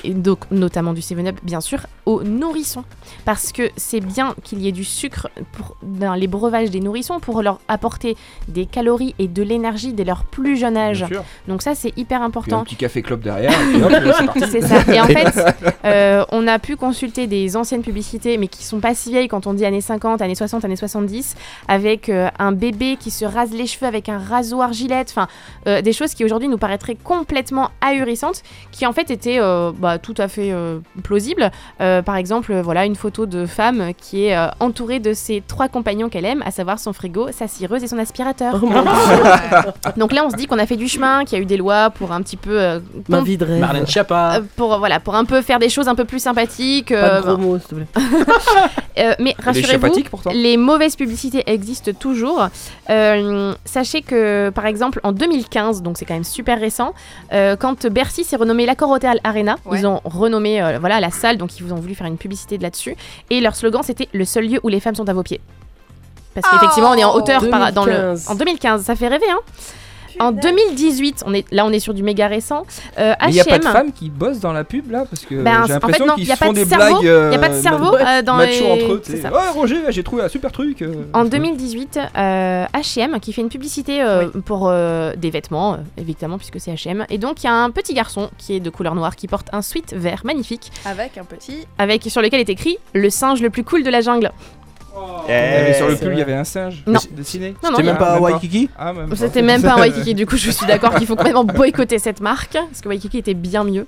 et donc notamment du 7-Up bien sûr, aux nourrissons. Parce que c'est bien qu'il y ait du sucre dans les breuvages des nourrissons pour leur apporter des calories et de l'énergie dès leur plus jeune âge. Donc ça c'est hyper important. Puis un petit café clope derrière, et puis hop, c'est parti. C'est ça. Et en fait, on a pu consulter des anciennes publicités, mais qui sont pas si vieilles quand on dit années 50, années 60, années 70, avec un bébé qui se rase les cheveux avec un rasoir Gillette, enfin des choses qui aujourd'hui nous paraîtraient complètement ahurissantes, qui en fait étaient tout à fait plausibles. Par exemple, voilà une photo de femme qui est entourée de ses 3 compagnons qu'elle aime, à savoir son frigo, sa cireuse et son aspirateur. Donc là on se dit qu'on a fait du chemin, qu'il y a eu des lois pour un petit peu Marlène Schiappa pour un peu faire des choses un peu plus sympathiques. Pas de gros mots, s'il te plaît. Mais rassurez-vous, les mauvaises publicités existent toujours. Sachez que par exemple en 2015, donc c'est quand même super récent, quand Bercy s'est renommé l'Accor Hotel Arena, ils ont renommé la salle, donc ils ont voulu faire une publicité de là-dessus, et leur slogan c'était le seul lieu où les femmes sont à vos pieds. Parce qu'effectivement on est en hauteur en 2015, ça fait rêver hein. En 2018, on est sur du méga récent. Mais il n'y a pas de femmes qui bossent dans la pub là, parce que j'ai l'impression qu'ils se font des blagues. Il n'y a pas de cerveau dans macho entre eux. Ouais, Roger, j'ai trouvé un super truc. En 2018, H&M qui fait une publicité pour des vêtements, évidemment, puisque c'est H&M. Et donc il y a un petit garçon qui est de couleur noire qui porte un sweat vert magnifique. Sur lequel est écrit le singe le plus cool de la jungle. Mais sur le pull, il y avait un singe dessiné. C'était même pas un Waikiki. C'était même pas un Waikiki. Du coup, je suis d'accord qu'il faut complètement boycotter cette marque parce que Waikiki était bien mieux.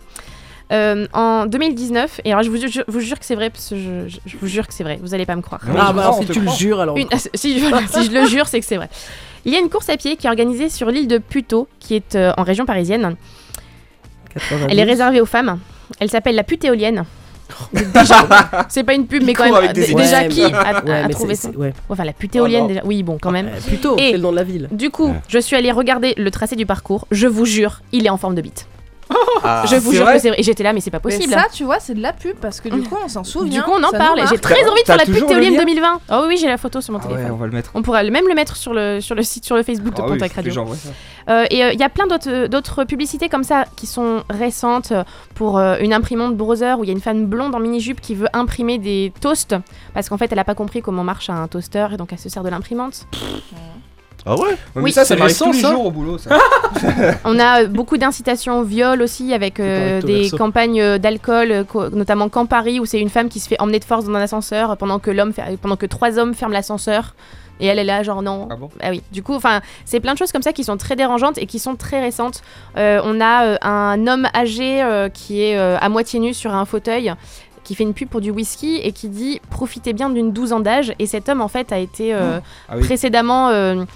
En 2019, et alors je vous jure que c'est vrai, parce que je vous jure que c'est vrai, vous allez pas me croire. Si tu le jures alors. Si je le jure, c'est que c'est vrai. Il y a une course à pied qui est organisée sur l'île de Puteaux, qui est en région parisienne. 90. Elle est réservée aux femmes. Elle s'appelle la pute éolienne. Déjà, c'est pas une pub, mais quand même. Déjà, qui a trouvé ça Enfin, la pute éolienne, déjà. Oui, bon, quand même. Plutôt, c'est le nom de la ville. Du coup, je suis allée regarder le tracé du parcours. Je vous jure, il est en forme de bite. Je vous jure que c'est vrai. Et j'étais là, mais c'est pas possible. Mais ça, tu vois, c'est de la pub parce que du coup, on s'en souvient. Du coup, on en parle. J'ai très envie de faire la pute éolienne 2020. Oh oui, j'ai la photo sur mon téléphone. On va le mettre. On pourra même le mettre sur le site, sur le Facebook de Pontac Radio. Et il y a plein d'autres publicités comme ça qui sont récentes pour une imprimante Brother où il y a une femme blonde en mini-jupe qui veut imprimer des toasts parce qu'en fait, elle a pas compris comment marche un toaster et donc elle se sert de l'imprimante. Ah ouais? Oui, ça m'arrive tous les jours au boulot, ça. On a beaucoup d'incitations au viol aussi, avec des campagnes d'alcool, notamment Campari, où c'est une femme qui se fait emmener de force dans un ascenseur pendant que 3 hommes ferment l'ascenseur. Et elle est là, genre non. Ah bon? Ah oui. Du coup, c'est plein de choses comme ça qui sont très dérangeantes et qui sont très récentes. On a un homme âgé qui est à moitié nu sur un fauteuil, qui fait une pub pour du whisky et qui dit « Profitez bien d'une 12 ans d'âge ». Et cet homme, en fait, a été précédemment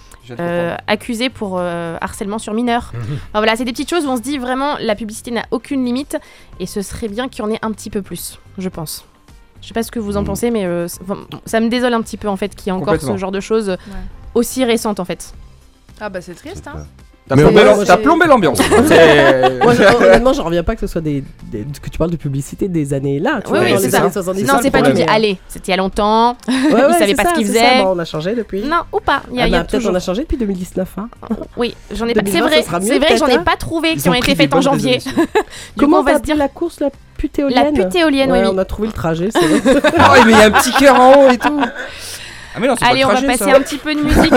accusé pour harcèlement sur mineur. Enfin, voilà, c'est des petites choses où on se dit vraiment la publicité n'a aucune limite et ce serait bien qu'il y en ait un petit peu plus, je pense. Je sais pas ce que vous en pensez, mais ça me désole un petit peu en fait qu'il y ait encore ce genre de choses aussi récentes en fait. Ah bah c'est triste hein. T'as plombé l'ambiance. Moi, honnêtement, j'en reviens pas que ce soit que tu parles de publicité des années là. Oui, c'est ça. 70, non, c'est pas du tout. Allez, c'était il y a longtemps. Ils savaient pas ce qu'ils faisaient. On a changé depuis. Non, ou pas. Peut-être on a changé depuis 2019. Hein. Oui, j'en ai pas. C'est vrai que j'en ai pas trouvé qui ont été faites en janvier. Comment on va se dire la course la pute éolienne? La pute éolienne, oui. On a trouvé le trajet. C'est vrai. Oh, mais il y a un petit cœur en haut et tout. Non, allez, on va passer un petit peu de musique.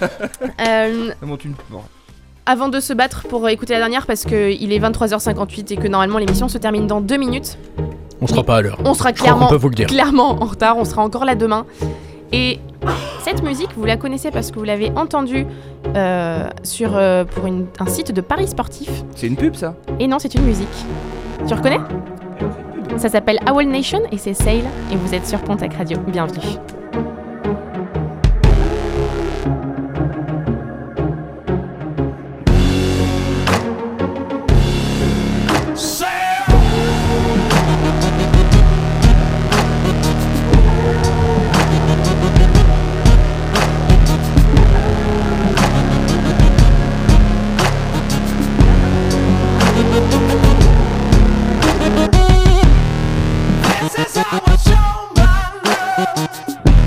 Avant de se battre pour écouter la dernière, parce qu'il est 23h58 et que normalement l'émission se termine dans 2 minutes. On sera pas à l'heure. On sera clairement en retard, on sera encore là demain. Et cette musique, vous la connaissez parce que vous l'avez entendue pour un site de paris sportif. C'est une pub ça? Et non, c'est une musique. Tu reconnais? Ça s'appelle Owl Nation et c'est Sail et vous êtes sur Pontac Radio. Bienvenue. This is how I show my love.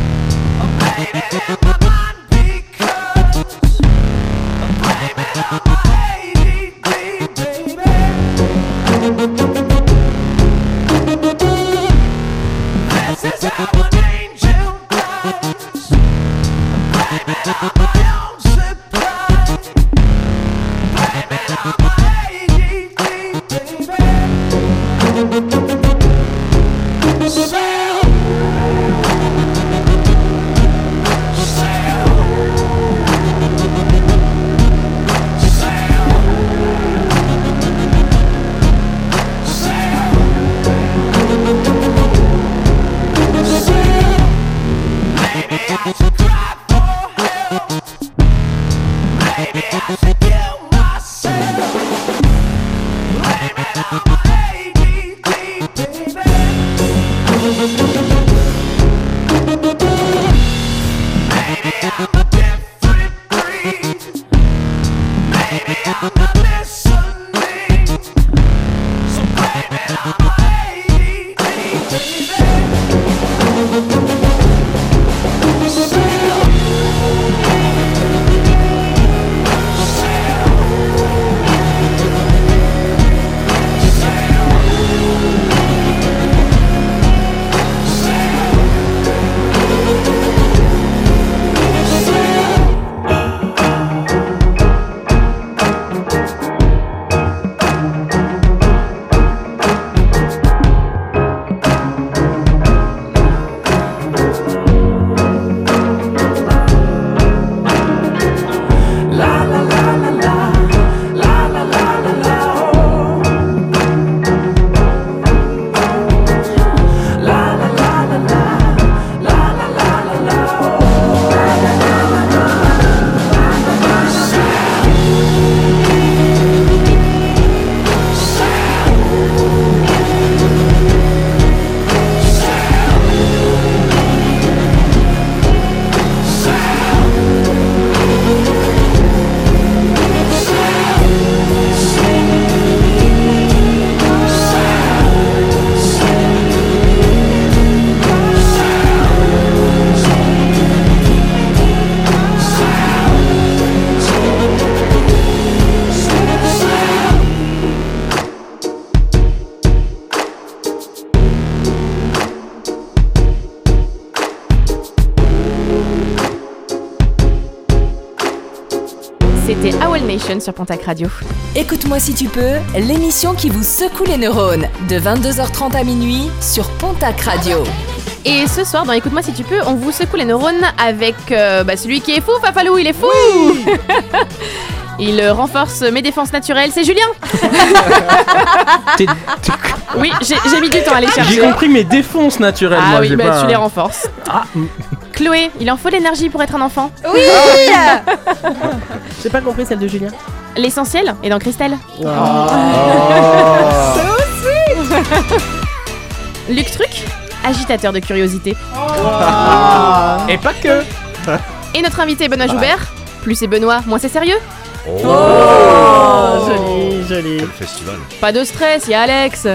C'était Owl Nation sur Pontac Radio. Écoute-moi si tu peux, l'émission qui vous secoue les neurones, de 22h30 à minuit sur Pontac Radio. Et ce soir, dans Écoute-moi si tu peux, on vous secoue les neurones avec celui qui est fou, Fafalou, il est fou. Oui. Il renforce mes défenses naturelles, c'est Julien. Oui, j'ai mis du temps à les chercher. J'ai compris mes défenses naturelles. Ah moi, oui, pas... tu les renforces. Chloé, il en faut l'énergie pour être un enfant. Oui. J'ai pas compris celle de Julien. L'essentiel est dans Christelle. Oh. Ça aussi. Luc Truc, agitateur de curiosité. Oh. Et pas que. Et notre invité Benoît Joubert, plus c'est Benoît, moins c'est sérieux. Oh, joli, joli. Quel festival. Pas de stress, il y a Alex.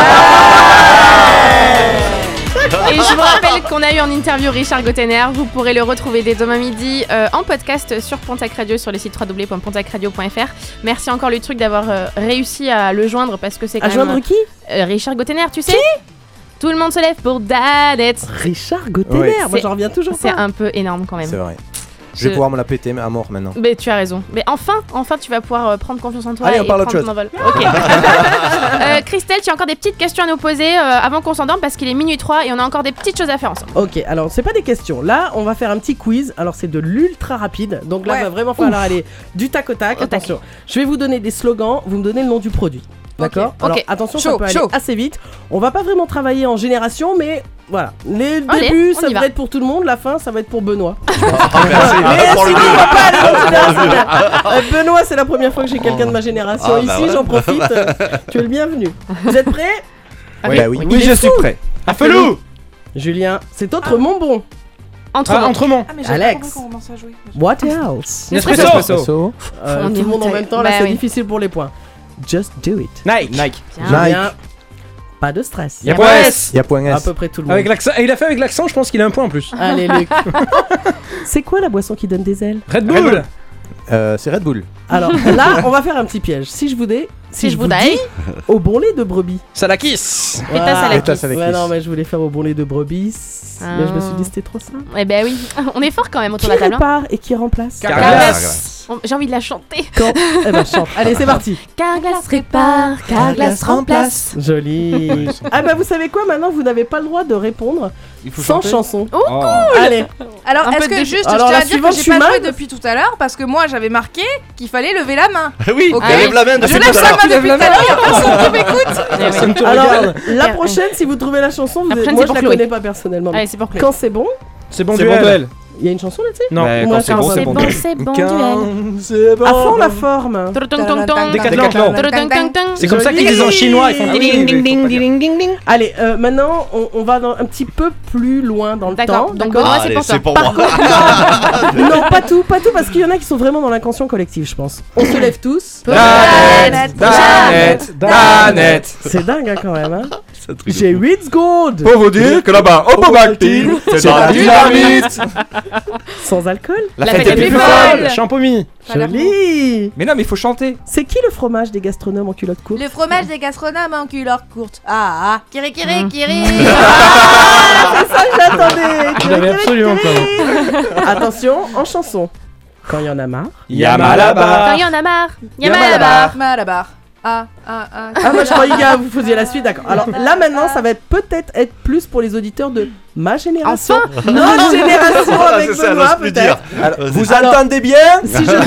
Et je vous rappelle qu'on a eu en interview Richard Gottener. Vous pourrez le retrouver dès demain midi en podcast sur Pontac Radio, sur le site www.pontacradio.fr. Merci encore le truc d'avoir réussi à le joindre parce que c'est quand même... joindre qui Richard Gottener, tu sais. Tout le monde se lève pour Danette. Richard Gottener, ouais. Moi j'en reviens toujours pas. C'est un peu énorme quand même. C'est vrai. Je vais pouvoir me la péter à mort maintenant. Mais tu as raison. Mais enfin tu vas pouvoir prendre confiance en toi. Allez, on et parle prendre autre ton chose. envol. Ok. Christelle, tu as encore des petites questions à nous poser avant qu'on s'endorme parce qu'il est minuit 3 et on a encore des petites choses à faire ensemble. Ok, alors c'est pas des questions. Là, on va faire un petit quiz. Alors c'est de l'ultra rapide. Donc là, il va vraiment falloir aller du tac au tac. Attention, je vais vous donner des slogans. Vous me donnez le nom du produit. D'accord. Alors attention, ça peut aller assez vite. On va pas vraiment travailler en génération, mais voilà. Les débuts, ça va être pour tout le monde. La fin, ça va être pour Benoît. Merci. Mais sinon, on va pas aller en génération. Benoît, c'est la première fois que j'ai quelqu'un de ma génération ici. Voilà. J'en profite. Tu es le bienvenu. Vous êtes prêts? Oui, je suis prêt. Affelou. Julien, c'est autre Montbon. Entremont. Alex. What else? Nespresso. Tout le monde en même temps. Là, c'est difficile pour les points. Just do it. Nike. Julien, pas de stress. Y'a point S. Y'a point S. À peu près tout le monde. Avec l'accent, et il a fait avec l'accent, je pense qu'il a un point en plus. Allez, Luc. C'est quoi la boisson qui donne des ailes? Red Bull. C'est Red Bull. Alors là, on va faire un petit piège. Si je vous dis Si je vous dis au bon lait de brebis. Salakis. Pétasse à la Ouais, non, mais je voulais faire au bon lait de brebis. Mais je me suis dit c'était trop simple. Eh ben oui, on est fort quand même autour Qui de la table. répare et qui remplace Carglass. J'ai envie de la chanter. Eh ben chante. Allez, c'est parti. Carglass répare, Carglass remplace. Joli. Ah bah vous savez quoi, maintenant vous n'avez pas le droit de répondre sans chanter. chanson. Oh, cool. Allez. Alors, Un est-ce peu que de- juste, Alors, je la tiens à dire suivante, que je j'ai suis pas joué mal. depuis tout à l'heure parce que moi j'avais marqué qu'il fallait lever la main. Oui, Ok. lève la main Je depuis lève tout à la l'heure. main depuis tout à l'heure, il y a personne qui m'écoute. Personne te Alors, regarde. la prochaine, si vous trouvez la chanson, La prochaine, moi c'est je pour la Chloé. connais pas personnellement. Allez, c'est pour Chloé. Quand c'est bon, C'est bon C'est bon duel. duel. il y a une chanson là-dessus Non. Mais Moi, quand c'est quand bon, c'est c'est bon bon, duel. C'est bon Quand duel. c'est bon. à fond la forme. Décathlon. C'est comme ça qu'ils disent en chinois. Ils font ding ding ding ding ding ding. Allez, maintenant on va un petit peu plus loin dans le D'accord. temps. Donc, D'accord. Benoît, Allez, c'est c'est pour pour toi. moi. Non, pas tout, parce qu'il y en a qui sont vraiment dans l'inconscient collectif, je pense. On se lève tous. Danette. C'est dingue hein, quand même. Hein. J'ai 8 secondes. Pour vous dire que là-bas, au Pomactine, c'est de la dynamite. Sans alcool. La fête est plus folle. Champomy. Joli. Mais non, mais il faut chanter. C'est qui le fromage des gastronomes en culotte courte? Le fromage des gastronomes en culotte courte. Ah, kiri kiri kiri. C'est ça que j'attendais. Je l'avais absolument pas. Attention, en chanson. Quand il y en a marre. Yama Quand là-bas. il y en a marre, Yama là-bas. Malabar. Ah. Ah, moi je croyais que vous faisiez la suite, d'accord. Alors là maintenant, ça va peut-être être plus pour les auditeurs de ma génération. Notre génération avec C'est ça, Benoît n'ose plus dire. peut-être. Vous Alors- entendez bien? Si je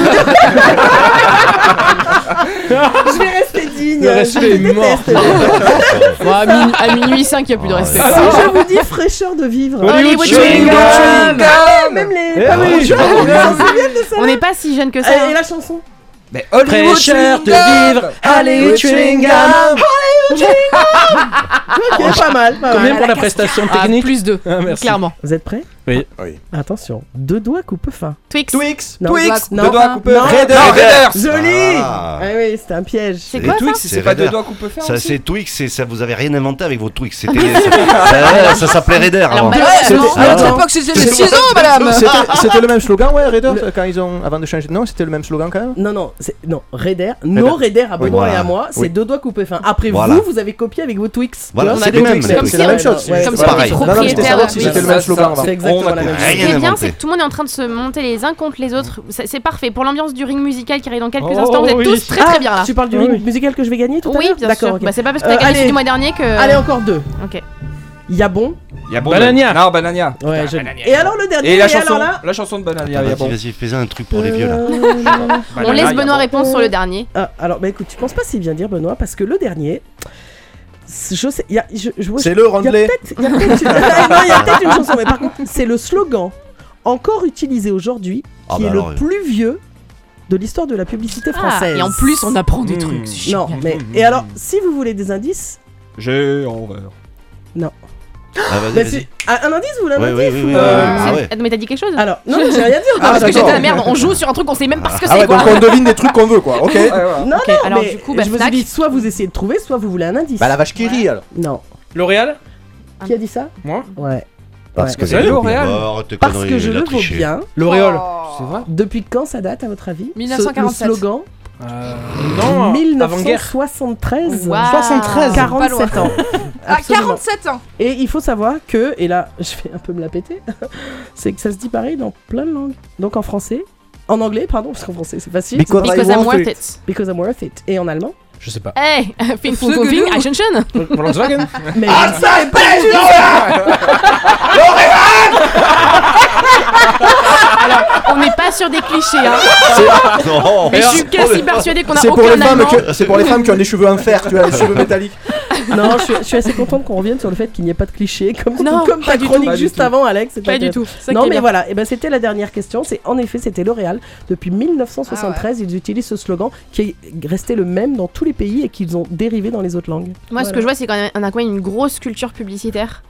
je vais rester digne. Le respect est je déteste. mort. à minuit 5, il n'y a plus de respect. Si je vous dis fraîcheur de vivre. Hollywood Chewing Chewing Gum. Gum. Même les. Eh pas oui, les je jeunes, vois bien. on s'en souvient de ça. On n'est pas si jeune que ça. Et la chanson. Mais Hollywood Fraîcheur de vivre. Hollywood Chewing Gum. Ok, pas mal, pas Combien mal. pour la prestation technique? Plus 2, Ah, merci. clairement. Vous êtes prêts? Oui. Attention, 2 doigts coupe fin. Twix. Twix. Non, Twix. non, Deux doigts coupés. non. Raider. Non. Raider. Joli. Ah. Ah oui, c'était un piège. C'est Et quoi Twix, ça c'est pas Raider. deux doigts coupe fer Ça aussi c'est Twix, et ça vous avez rien inventé avec vos Twix. C'était ça s'appelait Raider Alors, avant. malheureusement, Ah, À non. l'époque, c'était les ciseaux, madame. C'était le même slogan, ouais, Raider, quand ils ont. Avant de changer de nom, c'était le même slogan quand même? Non, non, Raider, nos Raider à Benoît voilà. et à moi, c'est Oui. 2 doigts coupés fin. Après Voilà. vous avez copié avec vos Twix. Voilà, Tu vois, c'est les mêmes. Twix, les c'est Twix. la même chose. Ouais, Comme c'est si on pareil. était Non, non, mais c'était propriétaire. savoir si c'était le même slogan avant. C'est exactement la même chose. Ce qui est Rien bien, inventé. c'est que tout le monde est en train de se monter les uns contre les autres. C'est parfait pour l'ambiance du ring musical qui arrive dans quelques Oh, instants. Vous êtes oui. tous très bien là. Tu parles du Oui. musical que je vais gagner tout à Oui, l'heure? bien D'accord, sûr. ok. Bah, c'est pas parce que t'as gagné allez. celui du mois dernier que. Allez, encore 2. Ok. Il y a bon. Il y a bon. Banania. Non, Banania. Ouais, et alors le dernier. Et la alors chanson, là la chanson de Banania. Il y a Vas-y, bon. vas-y, fais un truc pour les vieux là. On laisse Benoît répondre sur le dernier. Alors, bah écoute, tu penses pas si bien dire, Benoît, parce que le dernier. Je sais, C'est le rondelet. Il y a peut-être une chanson, mais par contre, c'est le slogan encore utilisé aujourd'hui Ah qui bah est alors, le plus vieux de l'histoire de la publicité française. Et en plus, on apprend des trucs. c'est Non, génial. mais. Et alors, si vous voulez des indices. J'ai horreur. Non. Ah, vas-y, Mais vas-y. c'est- un indice, vous voulez un Oui, indice oui, oui, ou, Ah ouais. Mais t'as dit quelque chose? Alors, non, j'ai rien dit encore. Parce que d'accord. j'étais la merde, on joue sur un truc qu'on sait même pas ce que Ah c'est ouais, quoi. donc on devine des trucs qu'on veut, quoi. Ok. Non, Ok, non, alors mais du coup, bah, je vous ai Fnac. dit, soit vous essayez de trouver, soit vous voulez un indice. Bah la vache qui rit alors. Non. L'Oréal. Qui a dit ça? Moi. Ouais. Parce Ouais. que Sérieux, L'Oréal arrête tes Parce conneries, que je il a le vaux triché. bien. L'Auréole. C'est vrai. Depuis quand ça date, à votre avis? 1947. Le slogan Non. Avant-guerre. 1973. Waouh. 73. 47 ans. À Absolument. 47 ans. Et il faut savoir que, et là, je vais un peu me la péter, c'est que ça se dit pareil dans plein de langues. Donc en français, en anglais, pardon, parce qu'en français c'est facile. Because Because I'm worth it. Because I'm worth it. Et en allemand. Je sais pas. Hey, fin Fing, Ascension. Volkswagen. Mais ça est pas On n'est pas sur des clichés, hein. Non. Mais je suis quasi persuadée qu'on a C'est pour les aucun femmes allemand. c'est pour les femmes qui ont des cheveux en fer, tu vois, les cheveux métalliques. non, je suis assez contente qu'on revienne sur le fait qu'il n'y ait pas de clichés, comme Non, ta pas du chronique tout. juste Pas du avant, Alex. c'est Pas du tout. Ça qui Non est mais bien. voilà, et ben c'était la dernière question. C'est en effet c'était L'Oréal. Depuis 1973, ils utilisent ce slogan qui est resté le même dans tous les pays et qu'ils ont dérivé dans les autres langues. Moi, ce que je vois, c'est qu'on a quand même une grosse culture publicitaire.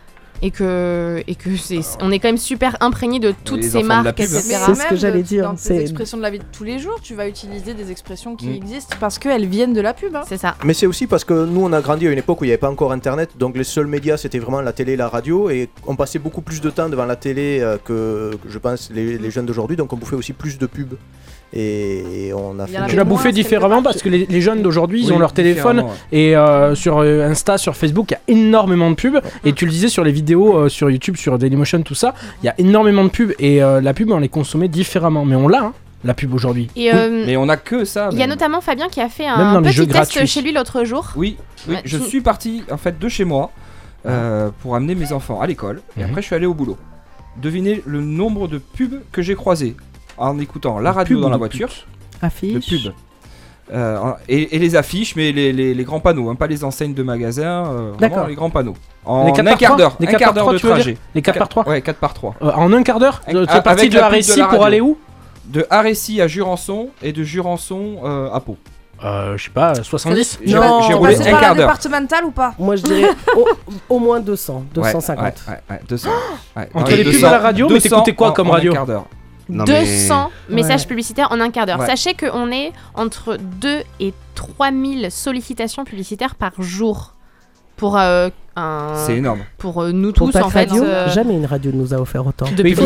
on est quand même super imprégné de toutes ces marques, etc. C'est ce que j'allais dire. Dans tes expressions de la vie de tous les jours, tu vas utiliser des expressions qui existent parce qu'elles viennent de la pub. C'est ça. Mais c'est aussi parce que nous, on a grandi à une époque où il n'y avait pas encore Internet, donc les seuls médias, c'était vraiment la télé et la radio, et on passait beaucoup plus de temps devant la télé que je pense, les jeunes d'aujourd'hui, donc on bouffait aussi plus de pubs. Et on a fait. Tu l'as bouffé différemment parce que les jeunes d'aujourd'hui, ils ont leur téléphone et sur Insta, sur Facebook, il y a énormément de pubs. Et tu le disais sur les vidéos sur YouTube, sur Dailymotion, tout ça, il y a énormément de pubs et la pub, on les consommait différemment. Mais on l'a, la pub aujourd'hui. Mais on a que ça. Il y a notamment Fabien qui a fait un petit test chez lui l'autre jour. Oui, je suis parti en fait de chez moi pour amener mes enfants à l'école. Et après, je suis allé au boulot. Devinez le nombre de pubs que j'ai croisés en écoutant la radio dans la voiture. Affiches. De pubs. Et les affiches, mais les grands panneaux, pas les enseignes de magasins, vraiment les grands panneaux. En un quart d'heure, de trajet. Les 4x3 Ouais, 4x3. En un quart d'heure Tu es parti de Arécy pour aller où? De Arécy à Jurançon et de Jurançon à Pau. Je sais pas, 70. J'ai roulé un quart d'heure. Départemental ou pas? Moi je dirais au moins 200, 250. Ouais, 200. Entre les pubs à la radio, mais t'écoutais quoi comme radio? 200 messages publicitaires en un quart d'heure. Sachez qu'on est entre 2 et 3000 sollicitations publicitaires par jour pour c'est énorme. Pour nous tous en fait. Jamais une radio nous a offert autant.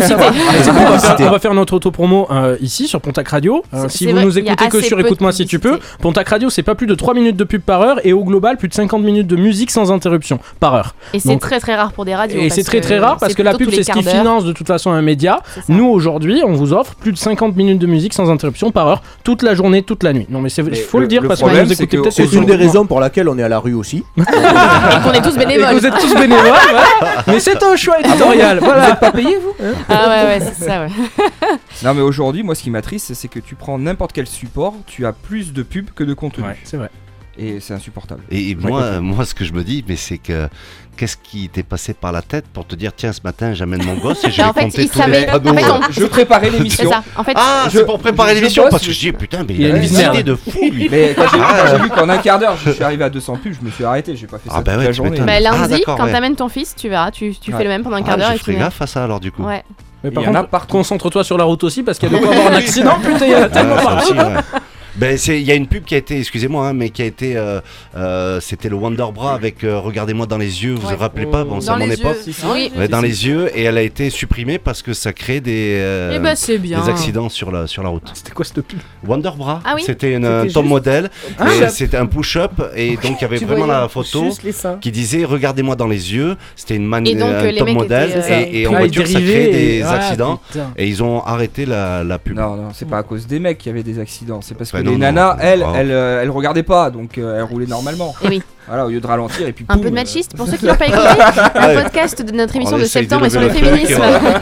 On va faire notre auto-promo ici sur Pontac Radio. Si vous nous écoutez que sur Écoute-moi si tu peux, Pontac Radio c'est pas plus de 3 minutes de pub par heure et au global plus de 50 minutes de musique sans interruption par heure. Et c'est très très rare pour des radios. Et c'est très rare parce que la pub c'est ce qui finance de toute façon un média. Nous aujourd'hui on vous offre plus de 50 minutes de musique sans interruption par heure toute la journée, toute la nuit. Non mais il faut le dire parce que vous écoutez peut-être. C'est une des raisons pour laquelle on est à la rue aussi. Et qu'on est tous bénévoles. Et que vous êtes tous bénévoles, mais c'est un choix éditorial. Voilà. Vous n'êtes pas payé, vous? Ah ouais, c'est ça, ouais. Non, mais aujourd'hui, moi, ce qui m'attriste, c'est que tu prends n'importe quel support, tu as plus de pubs que de contenu. Ouais, c'est vrai. Et c'est insupportable. Et moi, ce que je me dis, mais c'est que qu'est-ce qui t'est passé par la tête pour te dire tiens, ce matin, j'amène mon gosse et je vais compter tous les panneaux. Je préparais l'émission. C'est ça. En fait, c'est pour préparer l'émission parce que je dis putain, mais il a une idée de fou lui. Mais quand j'ai vu qu'en un quart d'heure, je suis arrivé à 200 pubs, je me suis arrêté. J'ai pas fait ça toute la journée. Bah lundi, quand t'amènes ton fils, tu verras, tu fais le même pendant un quart d'heure. Je ferai gaffe à ça alors du coup. Ouais. Mais par contre, concentre-toi sur la route aussi parce qu'il y a de quoi avoir un accident. Putain, il y en a tellement partout. Ben il y a une pub qui a été, excusez-moi, mais qui a été, c'était le Wonder Bra avec Regardez-moi dans les yeux, vous vous rappelez pas? Bon, c'est à mon époque. Oui. Ouais, dans les yeux, et elle a été supprimée parce que ça crée des accidents sur la route. C'était quoi cette pub? Wonder Bra. Ah oui. C'était un top modèle, c'était un push-up, et donc il y avait vraiment la photo qui disait Regardez-moi dans les yeux. C'était un top modèle, et en voiture ça crée des accidents, et ils ont arrêté la pub. Non, c'est pas à cause des mecs qu'il y avait des accidents, c'est parce que les nanas, elles regardaient pas, donc elles roulaient normalement. Et oui. Voilà, au lieu de ralentir et puis. Un peu de machiste pour ceux qui n'ont pas écouté le podcast de notre émission de septembre et sur le féminisme.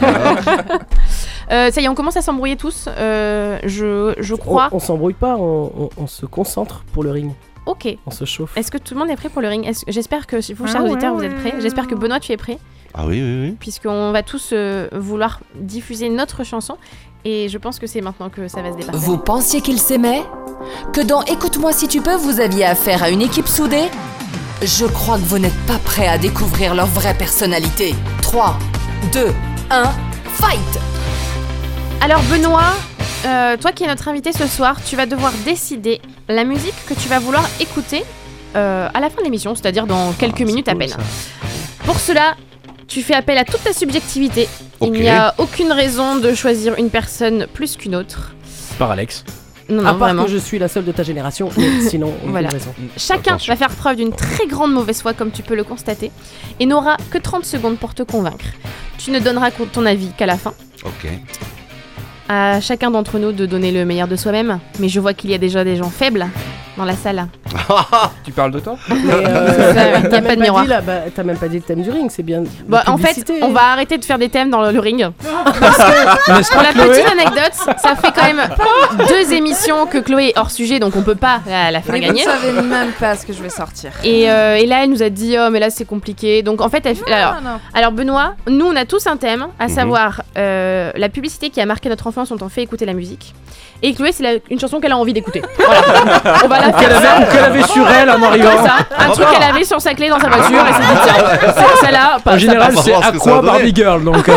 Ça y est, on commence à s'embrouiller tous. Je crois. On s'embrouille pas, on se concentre pour le ring. Ok. On se chauffe. Est-ce que tout le monde est prêt pour le ring? J'espère que vous, chers auditeurs, vous êtes prêts. J'espère que Benoît, tu es prêt. Ah oui. Puisqu'on va tous vouloir diffuser notre chanson. Et je pense que c'est maintenant que ça va se dépasser. Vous pensiez qu'ils s'aimaient? Que dans Écoute-moi si tu peux, vous aviez affaire à une équipe soudée? Je crois que vous n'êtes pas prêts à découvrir leur vraie personnalité. 3, 2, 1, fight! Alors Benoît, toi qui es notre invité ce soir, tu vas devoir décider la musique que tu vas vouloir écouter à la fin de l'émission, c'est-à-dire dans quelques minutes à peine. Ça. Pour cela, tu fais appel à toute ta subjectivité. Okay. Il n'y a aucune raison de choisir une personne plus qu'une autre. Par Alex. Non, à part vraiment. Que je suis la seule de ta génération, mais sinon, voilà. Raison. Chacun va faire preuve d'une très grande mauvaise foi, comme tu peux le constater, et n'aura que 30 secondes pour te convaincre. Tu ne donneras ton avis qu'à la fin. Ok. À chacun d'entre nous de donner le meilleur de soi-même, mais je vois qu'il y a déjà des gens faibles dans la salle. Tu parles de toi? T'as pas de miroir. T'as même pas dit le thème du ring, c'est bien. En fait, on va arrêter de faire des thèmes dans le ring. Parce que, pour la petite anecdote, ça fait quand même 2 émissions que Chloé est hors sujet, donc on peut pas la faire gagner. Vous ne savez même pas ce que je vais sortir. Et là, elle nous a dit oh, mais là c'est compliqué. Donc en fait, alors Benoît, nous on a tous un thème, à savoir la publicité qui a marqué notre enfance dont on fait écouter la musique. Et Chloé, c'est une chanson qu'elle a envie d'écouter. Voilà. On va la faire. Qu'elle avait sur elle en arrivant. Ça, un truc qu'elle avait sur sa clé dans sa voiture et c'est dit tiens, celle-là. En général, c'est Aqua Barbie Girl, donc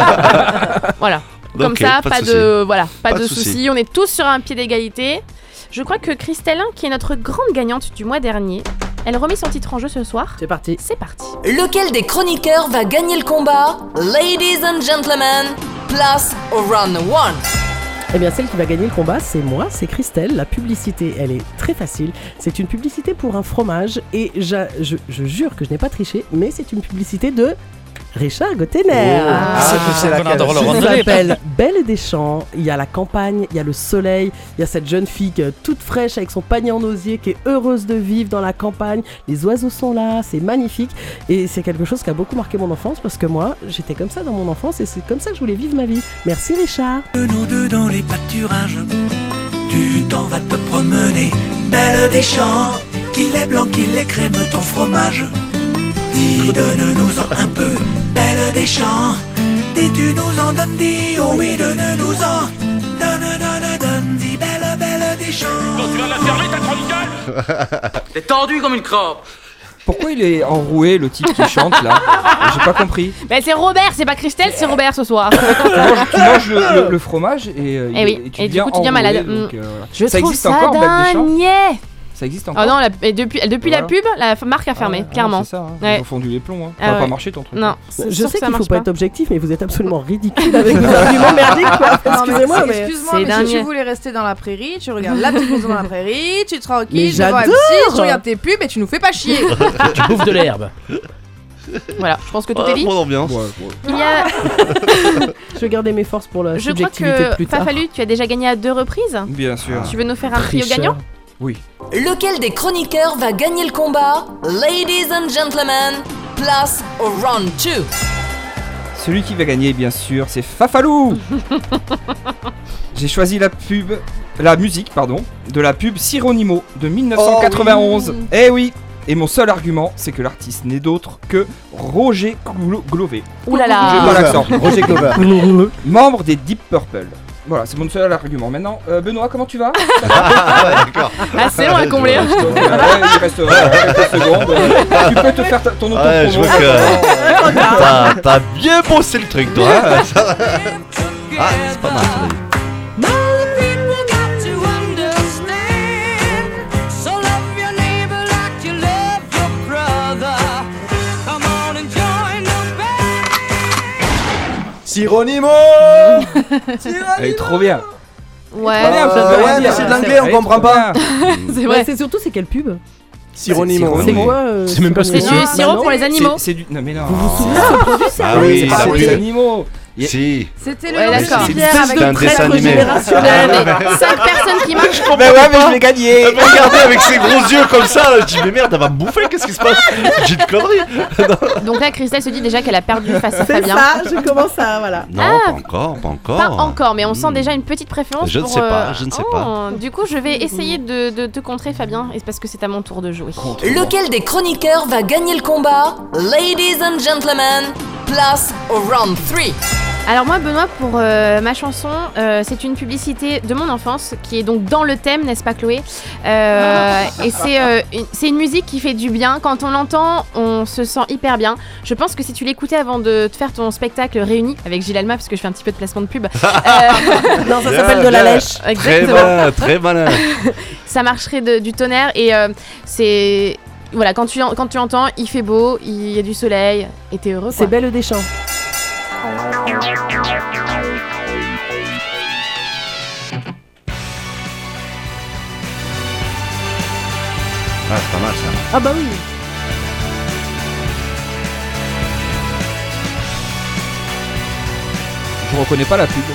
voilà. Comme Ok, ça, pas de de soucis. soucis. On est tous sur un pied d'égalité. Je crois que Christelle, qui est notre grande gagnante du mois dernier, elle remet son titre en jeu ce soir. C'est parti. C'est parti. Lequel des chroniqueurs va gagner le combat? Ladies and gentlemen, place au round 1. Eh bien, celle qui va gagner le combat, c'est moi, c'est Christelle. La publicité, elle est très facile. C'est une publicité pour un fromage et je jure que je n'ai pas triché, mais c'est une publicité de Richard Gottener. C'est laquelle? Ça s'appelle Belle des Champs. Il y a la campagne, il y a le soleil, il y a cette jeune fille toute fraîche avec son panier en osier qui est heureuse de vivre dans la campagne. Les oiseaux sont là, c'est magnifique. Et c'est quelque chose qui a beaucoup marqué mon enfance parce que moi, j'étais comme ça dans mon enfance et c'est comme ça que je voulais vivre ma vie. Merci Richard. Nous deux dans les pâturages, tu t'en vas te promener. Belle des champs, qu'il est blanc, qu'il est crème, ton fromage. Dis, donne-nous-en un peu, belle des champs. Dis, tu nous en donnes, dis, oh oui, donne-nous-en. Donne, dis, belle des champs. Quand tu vas la fermer ta chronique, T'es tendu comme une crampe. Pourquoi il est enroué, le type qui chante là? J'ai pas compris. Bah, c'est Robert, c'est pas Christelle, c'est Robert ce soir. Tu manges le fromage et et du coup tu deviens malade. Donc, Je ça trouve existe ça encore, Belle des Champs? dingue. Ça existe encore? Oh non, depuis la pub, la marque a fermé, clairement. C'est ça, hein. Ouais. Ils ont fondu les plombs. Hein. Ah Ça va ouais. pas marcher ton truc. Non, Je sais qu'il faut pas être objectif, mais vous êtes absolument ridicule avec vos arguments merdiques. Quoi. Excusez-moi, mais Excuse-moi, c'est mais dingue. si tu voulais rester dans la prairie, tu regardes la petite maison dans la prairie, tu te Mais tranquilles, devant j'adore. M6, tu regardes tes pubs et tu nous fais pas chier. tu bouffes de l'herbe. Voilà, je pense que tout est dit. Mon ambiance. Il y a... je vais garder mes forces pour la Je crois subjectivité que plus tard. Fafalu, tu as déjà gagné à 2 reprises. Bien sûr. Tu veux nous faire un trio Tricheur. gagnant? Oui. Lequel des chroniqueurs va gagner le combat? Ladies and gentlemen, place au round 2. Celui qui va gagner, bien sûr, c'est Fafalou. J'ai choisi la musique, de la pub Sironimo de 1991. Oh oui. Eh oui. Et mon seul argument, c'est que l'artiste n'est d'autre que Roger Glover. Ouh là là. J'ai pas l'accent. Roger Glover. Membre des Deep Purple. Voilà, c'est mon seul argument. Maintenant, Benoît, comment tu vas? D'accord. Ah, c'est long à combler. Il reste quelques secondes. Tu peux te faire ton auto-promo. Ouais, je vois que t'as bien bossé le truc, toi. Hein. Ah, c'est pas mal, ça dit. Sironimo. Elle est trop bien. Ouais. Ouais, mais c'est de l'anglais, on comprend pas. C'est Ouais, vrai. c'est surtout c'est quelle pub? Sironimo. C'est quoi C'est même pas ce que C'est c'est. du sirop pour les animaux. C'est du. Non, mais non. Vous vous souvenez de ce produit? Ah C'est oui, pas ah pour oui. les animaux. Si. C'était Ouais, le nom d'accord. de C'est Rivière avec un dessin animé. Ouais, mais 5 personnes qui marchent, je comprends Mais ouais, mais pas. je vais gagner. Regardez avec ses gros yeux comme ça, je dis mais merde, elle va me bouffer, qu'est-ce qui se passe? J'ai de conneries. Donc là, Christelle se dit déjà qu'elle a perdu face à C'est Fabien. ça, je commence à. Voilà. Non, Ah. pas encore, pas encore. Pas encore, mais on sent déjà une petite préférence. Je ne pour, sais pas, je ne sais pas. Du coup, je vais essayer de te contrer, Fabien, et c'est parce que c'est à mon tour de jouer. Lequel des chroniqueurs va gagner le combat? Ladies and gentlemen, place au round 3. Alors moi, Benoît, pour ma chanson, c'est une publicité de mon enfance qui est donc dans le thème, n'est-ce pas, Chloé? Et c'est une musique qui fait du bien. Quand on l'entend, on se sent hyper bien. Je pense que si tu l'écoutais avant de te faire ton spectacle réuni avec Gilles Alma, parce que je fais un petit peu de placement de pub. Non, ça s'appelle de la lèche. Exactement. Très malin. Ça marcherait du tonnerre et c'est... Voilà, quand tu entends, il fait beau, il y a du soleil, et t'es heureux, quoi. C'est Belle des Champs. Ah, c'est pas mal ça. Ah bah oui. Je reconnais pas la pub.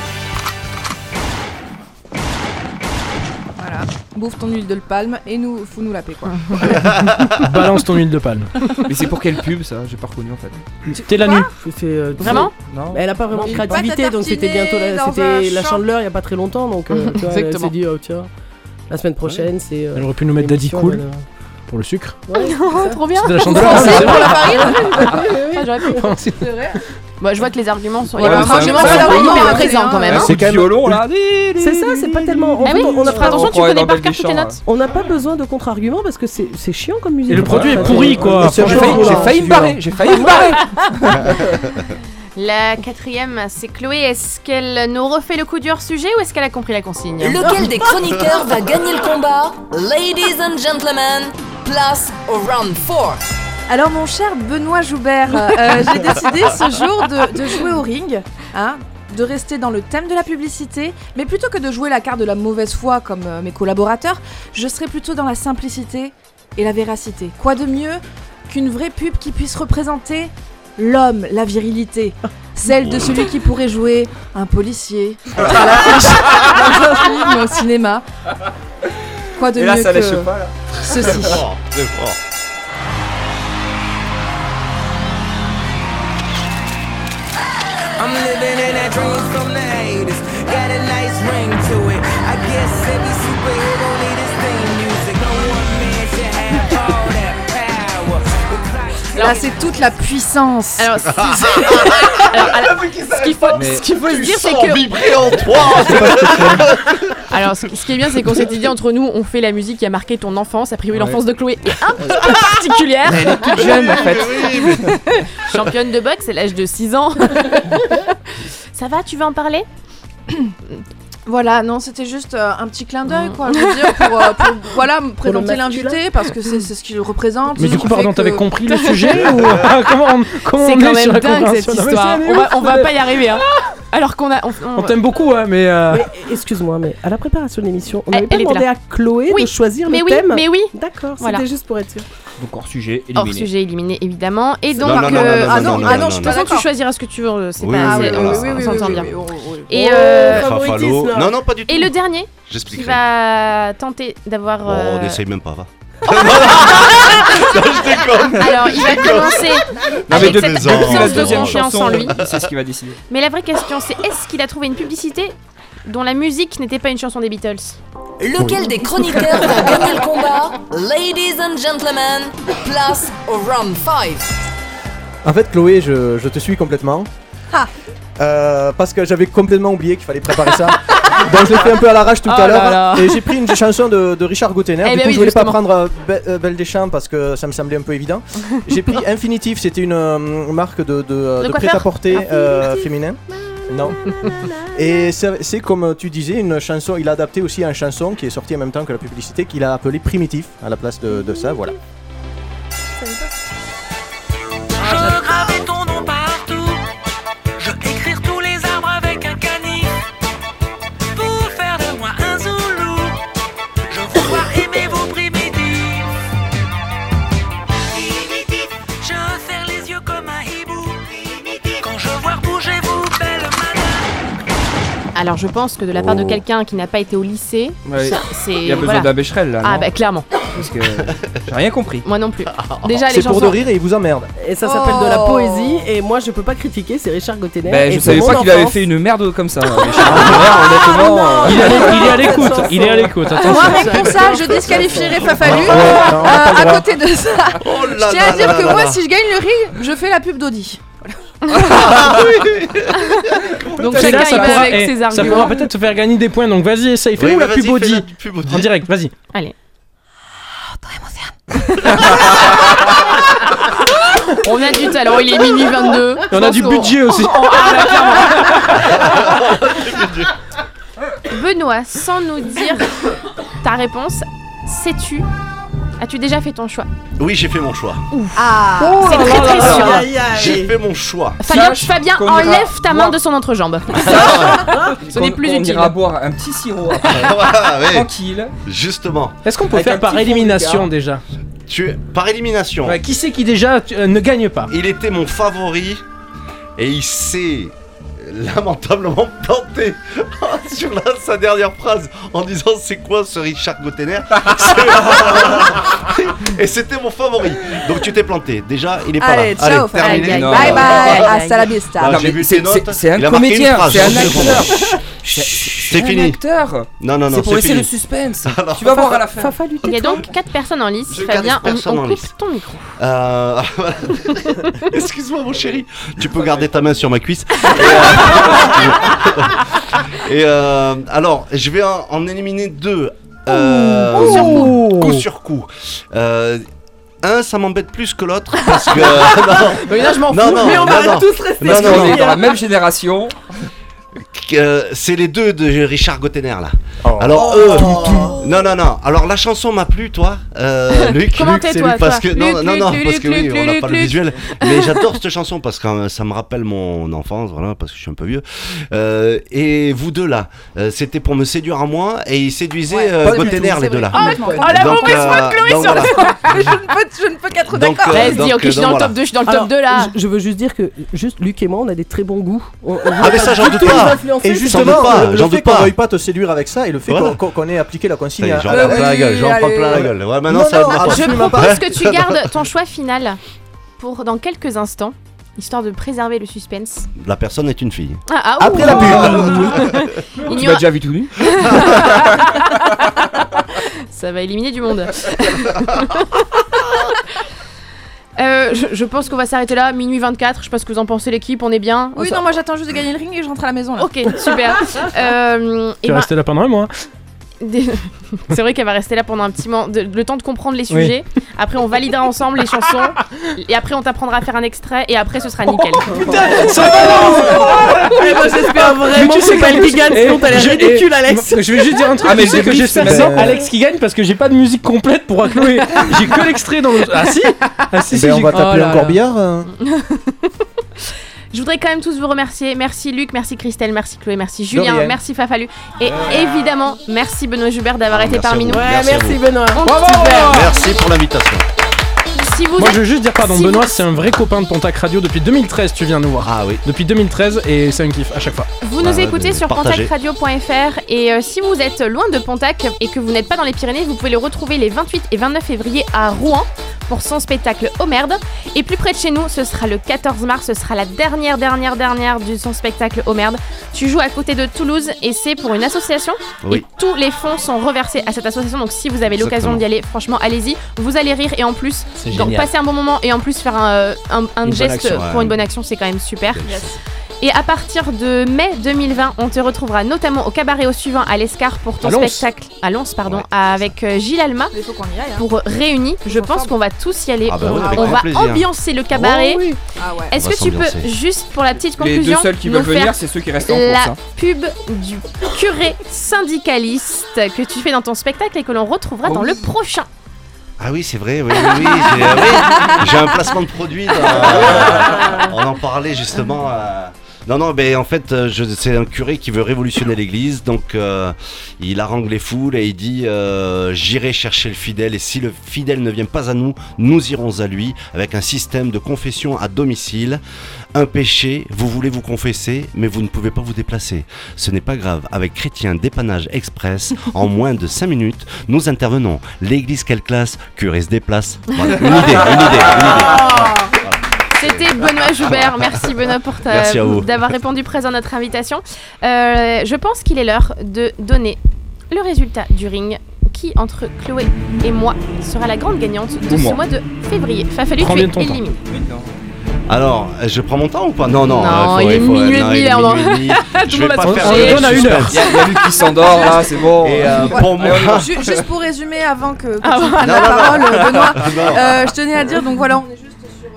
Voilà. Bouffe ton huile de palme et fous-nous la paix, quoi. Balance ton huile de palme. Mais c'est pour quelle pub ça? J'ai pas reconnu en fait. T'es la nuit. Vraiment? Non. Mais elle a pas vraiment de Une créativité, pâte à donc c'était bientôt tartiner c'était dans la un Chandeleur il y a pas très longtemps, donc tu vois, elle Exactement. s'est dit oh tiens, la semaine prochaine c'est. Elle aurait pu nous mettre Daddy l'émission, Cool elle, pour le sucre. Oh, trop bien. C'est de la chandeleur. Français c'est pour vrai. la farine. Ah, j'aurais pu. Français. C'est vrai. Bah, je vois que les arguments sont. Ouais, les arguments sont présents quand même. C'est quand violon là. C'est ça, c'est pas tellement. On a fait attention, tu connais par cœur toutes les notes. On n'a pas besoin de contre-arguments parce que c'est chiant comme musique. Et le produit est pourri quoi. J'ai failli me barrer. La quatrième, c'est Chloé. Est-ce qu'elle nous refait le coup dur hors sujet ou est-ce qu'elle a compris la consigne? Lequel des chroniqueurs va gagner le combat? Ladies and gentlemen, place au round 4. Alors mon cher Benoît Joubert, j'ai décidé ce jour de jouer au ring, hein, de rester dans le thème de la publicité, mais plutôt que de jouer la carte de la mauvaise foi comme mes collaborateurs, je serai plutôt dans la simplicité et la véracité. Quoi de mieux qu'une vraie pub qui puisse représenter l'homme, la virilité, celle de celui qui pourrait jouer un policier à l'affiche dans un film au cinéma. Quoi de mieux que pas, là. Ceci. C'est fort. I'm living in that dream from the haters. Got a nice ring to it. I guess every superhero need his theme music. No one man should have all that power. Là, c'est toute la puissance. Alors, ce qu'il faut se dire, c'est que. Vibrer en toi. Alors, ce qui est bien, c'est qu'on s'était dit entre nous, on fait la musique qui a marqué ton enfance. A priori, l'enfance de Chloé est un petit peu particulière. Elle est toute jeune en fait. Championne de boxe, à l'âge de 6 ans. Ça va, tu veux en parler? Voilà, non, c'était juste un petit clin d'œil, quoi, je veux dire, pour voilà, me présenter l'invité, parce que c'est ce qu'il représente. Mais du coup, pardon, t'avais compris le sujet ou comment c'est on quand est sur même la dingue cette histoire. On va pas y arriver, hein. Alors qu'on a... On t'aime beaucoup, hein, mais... Excuse-moi, mais à la préparation de l'émission, on avait pas demandé à Chloé de choisir le thème. Mais oui. D'accord, voilà. C'était juste pour être sûr. Donc hors sujet éliminé. Hors sujet éliminé, évidemment. Et donc... non, de toute façon, tu choisiras ce que tu veux. C'est pas... On s'entend bien. Et... Non, pas du tout. Et le dernier, j'expliquerai. Qui va tenter d'avoir... on n'essaye même pas, va. Non, je déconne. Alors, il va commencer avec cette absence de confiance en lui. C'est ce qui va décider. Mais la vraie question, c'est est-ce qu'il a trouvé une publicité dont la musique n'était pas une chanson des Beatles? Lequel des chroniqueurs va gagner le combat? Ladies and gentlemen, place au round 5. En fait, Chloé, je te suis complètement. Parce que j'avais complètement oublié qu'il fallait préparer ça. Donc je l'ai fait un peu à l'arrache tout à l'heure. Et j'ai pris une chanson de Richard Gottener. Du coup, je voulais pas prendre Belle des Champs parce que ça me semblait un peu évident. J'ai pris Infinitive, c'était une marque de prêt-à-porter féminin. Non. Et c'est comme tu disais, une chanson, il a adapté aussi une chanson qui est sortie en même temps que la publicité, qu'il a appelée Primitif à la place de ça, voilà. Je gravais ton nom partout. Je écrire tous les arbres avec un canif. Pour faire de moi un zoulou. Je veux voir aimer vos primitifs. Je serre les yeux comme un hibou. Quand je vois bouger vous, belle madame. Alors je pense que de la part de quelqu'un qui n'a pas été au lycée, c'est... Il y a besoin d'un Becherel là. Ah bah clairement. Parce que j'ai rien compris. Moi non plus. Déjà les c'est chansons... pour de rire et il vous emmerde. Et ça s'appelle de la poésie et moi je peux pas critiquer, c'est Richard Gottener. Bah, je savais pas qu'il avait fait une merde comme ça. Honnêtement, il est à l'écoute. Il est à l'écoute. Moi rien que pour ça, je disqualifierais Fafalu. À côté de ça, je tiens à dire que moi si je gagne le ring, je fais la pub d'Audi. Donc chacun il va avec ses arguments. Ça pourra peut-être te faire gagner des points. Donc vas-y, essaye. Fais-nous la pub Audi. En direct, vas-y. Allez. On a du talent, il est minuit 22. Et on a du budget aussi. Benoît, sans nous dire ta réponse, as-tu déjà fait ton choix? Oui, j'ai fait mon choix. C'est très très sûr. J'ai fait mon choix. Fabien, enlève ta main de son entrejambe. Ce n'est plus utile. On ira boire un petit sirop après. Tranquille. Justement. Est-ce qu'on peut faire par élimination déjà? Par élimination. Ouais, qui c'est qui déjà ne gagne pas? Il était mon favori et il s'est lamentablement planté sur sa dernière phrase en disant c'est quoi ce Richard Gottener. Et c'était mon favori. Donc tu t'es planté. Déjà, il est pas là. Allez, ciao, terminé. bye bye, hasta la vista. J'ai vu tes notes. C'est un comédien, c'est un acteur. C'est fini. Acteur. Non, c'est pour laisser le suspense. Alors, tu vas voir à la fin. Il y a donc 4 personnes en lice. Fabien, on coupe ton micro. Excuse-moi mon chéri. Tu peux garder ta main sur ma cuisse. Et alors, je vais en éliminer 2. Coup sur coup. Un, ça m'embête plus que l'autre parce que. Mais là, je m'en fous. Mais on va tous rester. On est dans la même génération. C'est les 2 de Richard Gottener là. Alors non. Alors la chanson m'a plu, toi, Luc. Commentez-toi. Parce que parce que oui, on n'a pas le visuel. Mais j'adore cette chanson parce que ça me rappelle mon enfance, voilà, parce que je suis un peu vieux. Et vous deux là, c'était pour me séduire à moi et ils séduisaient Gottener les deux là. La mauvaise foi de Chloé sur je ne peux qu'être d'accord. Vas-y, ok, je suis dans le top 2, je suis dans le top 2 là. Je veux juste dire que Luc et moi, on a des très bons goûts. Mais ça, j'en doute pas. Et justement, le fait qu'on veuille pas te séduire avec ça et le fait qu'on ait appliqué la consigne. J'en prends plein la gueule. Ouais, maintenant ça va être Je propose que tu gardes ton choix final pour dans quelques instants, histoire de préserver le suspense. La personne est une fille. Après la pub. Tu m'as déjà vu tout nu. Ça va éliminer du monde. Je pense qu'on va s'arrêter là, minuit 24. Je sais pas ce que vous en pensez, l'équipe, on est bien. Oui, non, moi j'attends juste de gagner le ring et je rentre à la maison là. Ok, super. Tu es resté là pendant un mois. C'est vrai qu'elle va rester là pendant un petit moment, le temps de comprendre les sujets. Oui. Après, on validera ensemble les chansons. Et après, on t'apprendra à faire un extrait. Et après, ce sera nickel. Putain, ça va. Moi, j'espère vraiment que c'est pas elle qui gagne. Sinon, t'as l'air ridicule, Alex. Je vais juste dire un truc. C'est que j'espère maintenant Alex qui gagne parce que j'ai pas de musique complète pour Chloé. J'ai que l'extrait dans le. Ah si. On va t'appeler encore Billard. Je voudrais quand même tous vous remercier. Merci Luc, merci Christelle, merci Chloé, merci Julien, merci Fafalu. Et évidemment, merci Benoît Joubert d'avoir été parmi nous. Merci Benoît. Merci pour l'invitation. Moi je veux juste dire Benoît c'est un vrai copain de Pontac Radio depuis 2013, tu viens nous voir. Ah oui. Depuis 2013 et c'est un kiff à chaque fois. Vous nous écoutez sur pontacradio.fr et si vous êtes loin de Pontac et que vous n'êtes pas dans les Pyrénées, vous pouvez le retrouver les 28 et 29 février à Rouen pour son spectacle Oh Merde. Et plus près de chez nous, ce sera le 14 mars, ce sera la dernière de son spectacle Oh Merde. Tu joues à côté de Toulouse et c'est pour une association. Oui. Et tous les fonds sont reversés à cette association, donc si vous avez l'occasion d'y aller, franchement allez-y, vous allez rire et en plus passer un bon moment et en plus faire un geste pour une bonne action, c'est quand même super. Yes. Et à partir de mai 2020, on te retrouvera notamment au Cabaret au Suivant à l'Escar pour ton spectacle à Lons, avec Gilles Alma pour Réunis. Je pense qu'on va tous y aller. On va ambiancer le cabaret. Oh, oui. Est-ce que tu peux juste pour la petite conclusion, les deux seuls qui veulent venir, c'est ceux qui restent en course. La pub du curé syndicaliste que tu fais dans ton spectacle et que l'on retrouvera dans le prochain. Ah oui, c'est vrai, oui. J'ai un placement de produit. On en parlait justement. Non, mais en fait, c'est un curé qui veut révolutionner l'église, donc il harangue les foules et il dit j'irai chercher le fidèle et si le fidèle ne vient pas à nous, nous irons à lui avec un système de confession à domicile. Un péché, vous voulez vous confesser, mais vous ne pouvez pas vous déplacer. Ce n'est pas grave, avec Chrétien Dépannage Express, en moins de 5 minutes, nous intervenons. L'église quelle classe, curé se déplace. Voilà, une idée. C'était Benoît Joubert. Merci Benoît pour d'avoir répondu présent à notre invitation. Je pense qu'il est l'heure de donner le résultat du ring qui, entre Chloé et moi, sera la grande gagnante de ce mois de février. Fallu que tu es éliminé. Alors, je prends mon temps ou pas? Non, il est minuit et demi là. Je vais pas faire on donne à 1 heure. Il y a lui qui s'endort là, c'est bon. Et pour moi... Juste pour résumer avant que tu prennes la parole, Benoît, je tenais à dire, donc voilà, on est juste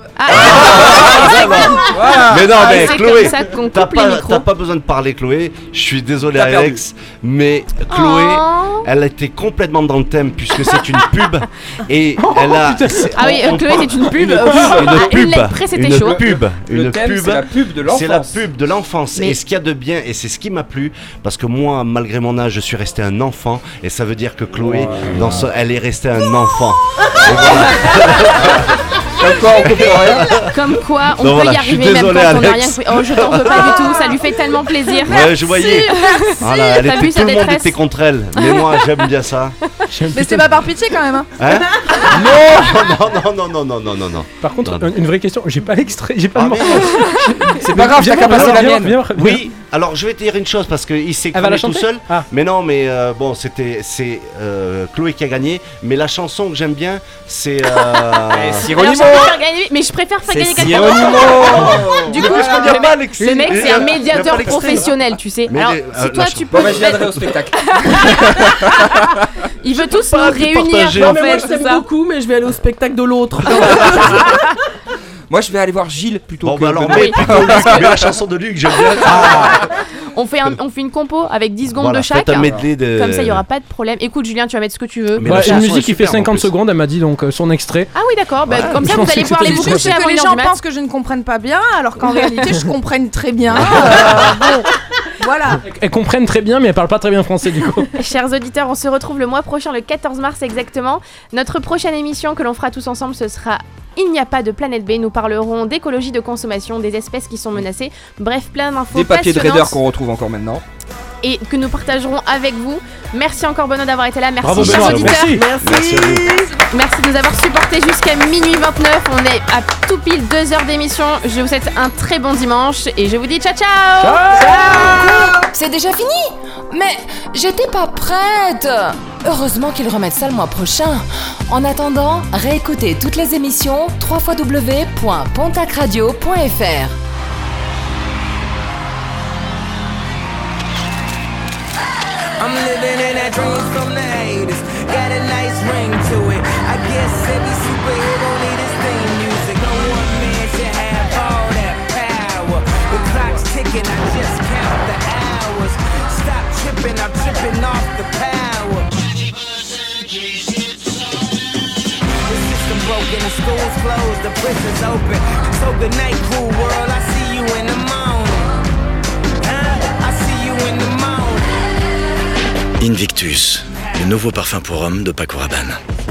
mais non, mais Chloé, t'as pas besoin de parler, Chloé. Je suis désolé, Alex, mais Chloé, elle était complètement dans le thème puisque c'est une pub et elle a. Chloé, c'est une pub. Une pub. C'est la pub de l'enfance. C'est la pub de l'enfance. Et ce qu'il y a de bien, et c'est ce qui m'a plu, parce que moi, malgré mon âge, je suis resté un enfant, et ça veut dire que Chloé, elle est restée un enfant. Comme quoi, on peut y arriver même quand on n'a rien fait. Oh, je t'en veux pas du tout, ça lui fait tellement plaisir. Ouais, je voyais. Voilà, tout le monde était contre elle, mais moi j'aime bien ça. Mais c'est pas par pitié quand même. Hein? Non. Par contre, une vraie question, j'ai pas l'extrait, j'ai pas le morceau. C'est pas grave, t'as qu'à passer la mienne. Oui, alors je vais te dire une chose parce qu'il s'est cramé tout seul. Mais non, mais bon, c'est Chloé qui a gagné. Mais la chanson que j'aime bien, c'est Sironimo. Mais je préfère faire gagner quelqu'un. Du coup, le mec, c'est un médiateur professionnel, tu sais. Alors, si toi, tu peux. Bon, je viendrai au spectacle. Il veut tous nous réunir. Non, mais moi, je t'aime beaucoup, mais je vais aller au spectacle de l'autre. Moi, je vais aller voir Gilles plutôt. Bon, bah alors, mais la chanson de Luc, j'aime bien. On fait une compo avec 10 secondes de chaque. Un medley de... Comme ça, il n'y aura pas de problème. Écoute, Julien, tu vas mettre ce que tu veux. Une musique qui fait 50 secondes, elle m'a dit donc son extrait. Ah oui, d'accord. Comme ça, vous allez pouvoir les boucler avant les 1h gens du mat. pensent que je ne comprenne pas bien, alors qu'en réalité, je comprenne très bien. Voilà. Elles comprennent très bien, mais elles parlent pas très bien français du coup. Chers auditeurs, on se retrouve le mois prochain, le 14 mars exactement. Notre prochaine émission que l'on fera tous ensemble, ce sera Il n'y a pas de planète B. Nous parlerons d'écologie de consommation, des espèces qui sont menacées. Bref, plein d'infos. Des papiers de Raider qu'on retrouve encore maintenant. Et que nous partagerons avec vous. Merci encore Benoît d'avoir été là. Merci bravo, chers Benoît, auditeurs. Merci. Merci de nous avoir supportés jusqu'à minuit 29. On est à tout pile 2 heures d'émission. Je vous souhaite un très bon dimanche et je vous dis ciao. C'est déjà fini? Mais j'étais pas prête. Heureusement qu'ils remettent ça le mois prochain. En attendant, réécoutez toutes les émissions www.pontacradio.fr. I'm living in that dream from the 80s. Got a nice ring to it. I guess every superhero need his theme music. No one man should have all that power. The clock's ticking, I just count the hours. Stop tripping, I'm tripping off the power. The system broken, the school's closed, the prison's open. So good night, cool world, I see you in the morning. I see you in the morning. Invictus, le nouveau parfum pour homme de Paco Rabanne.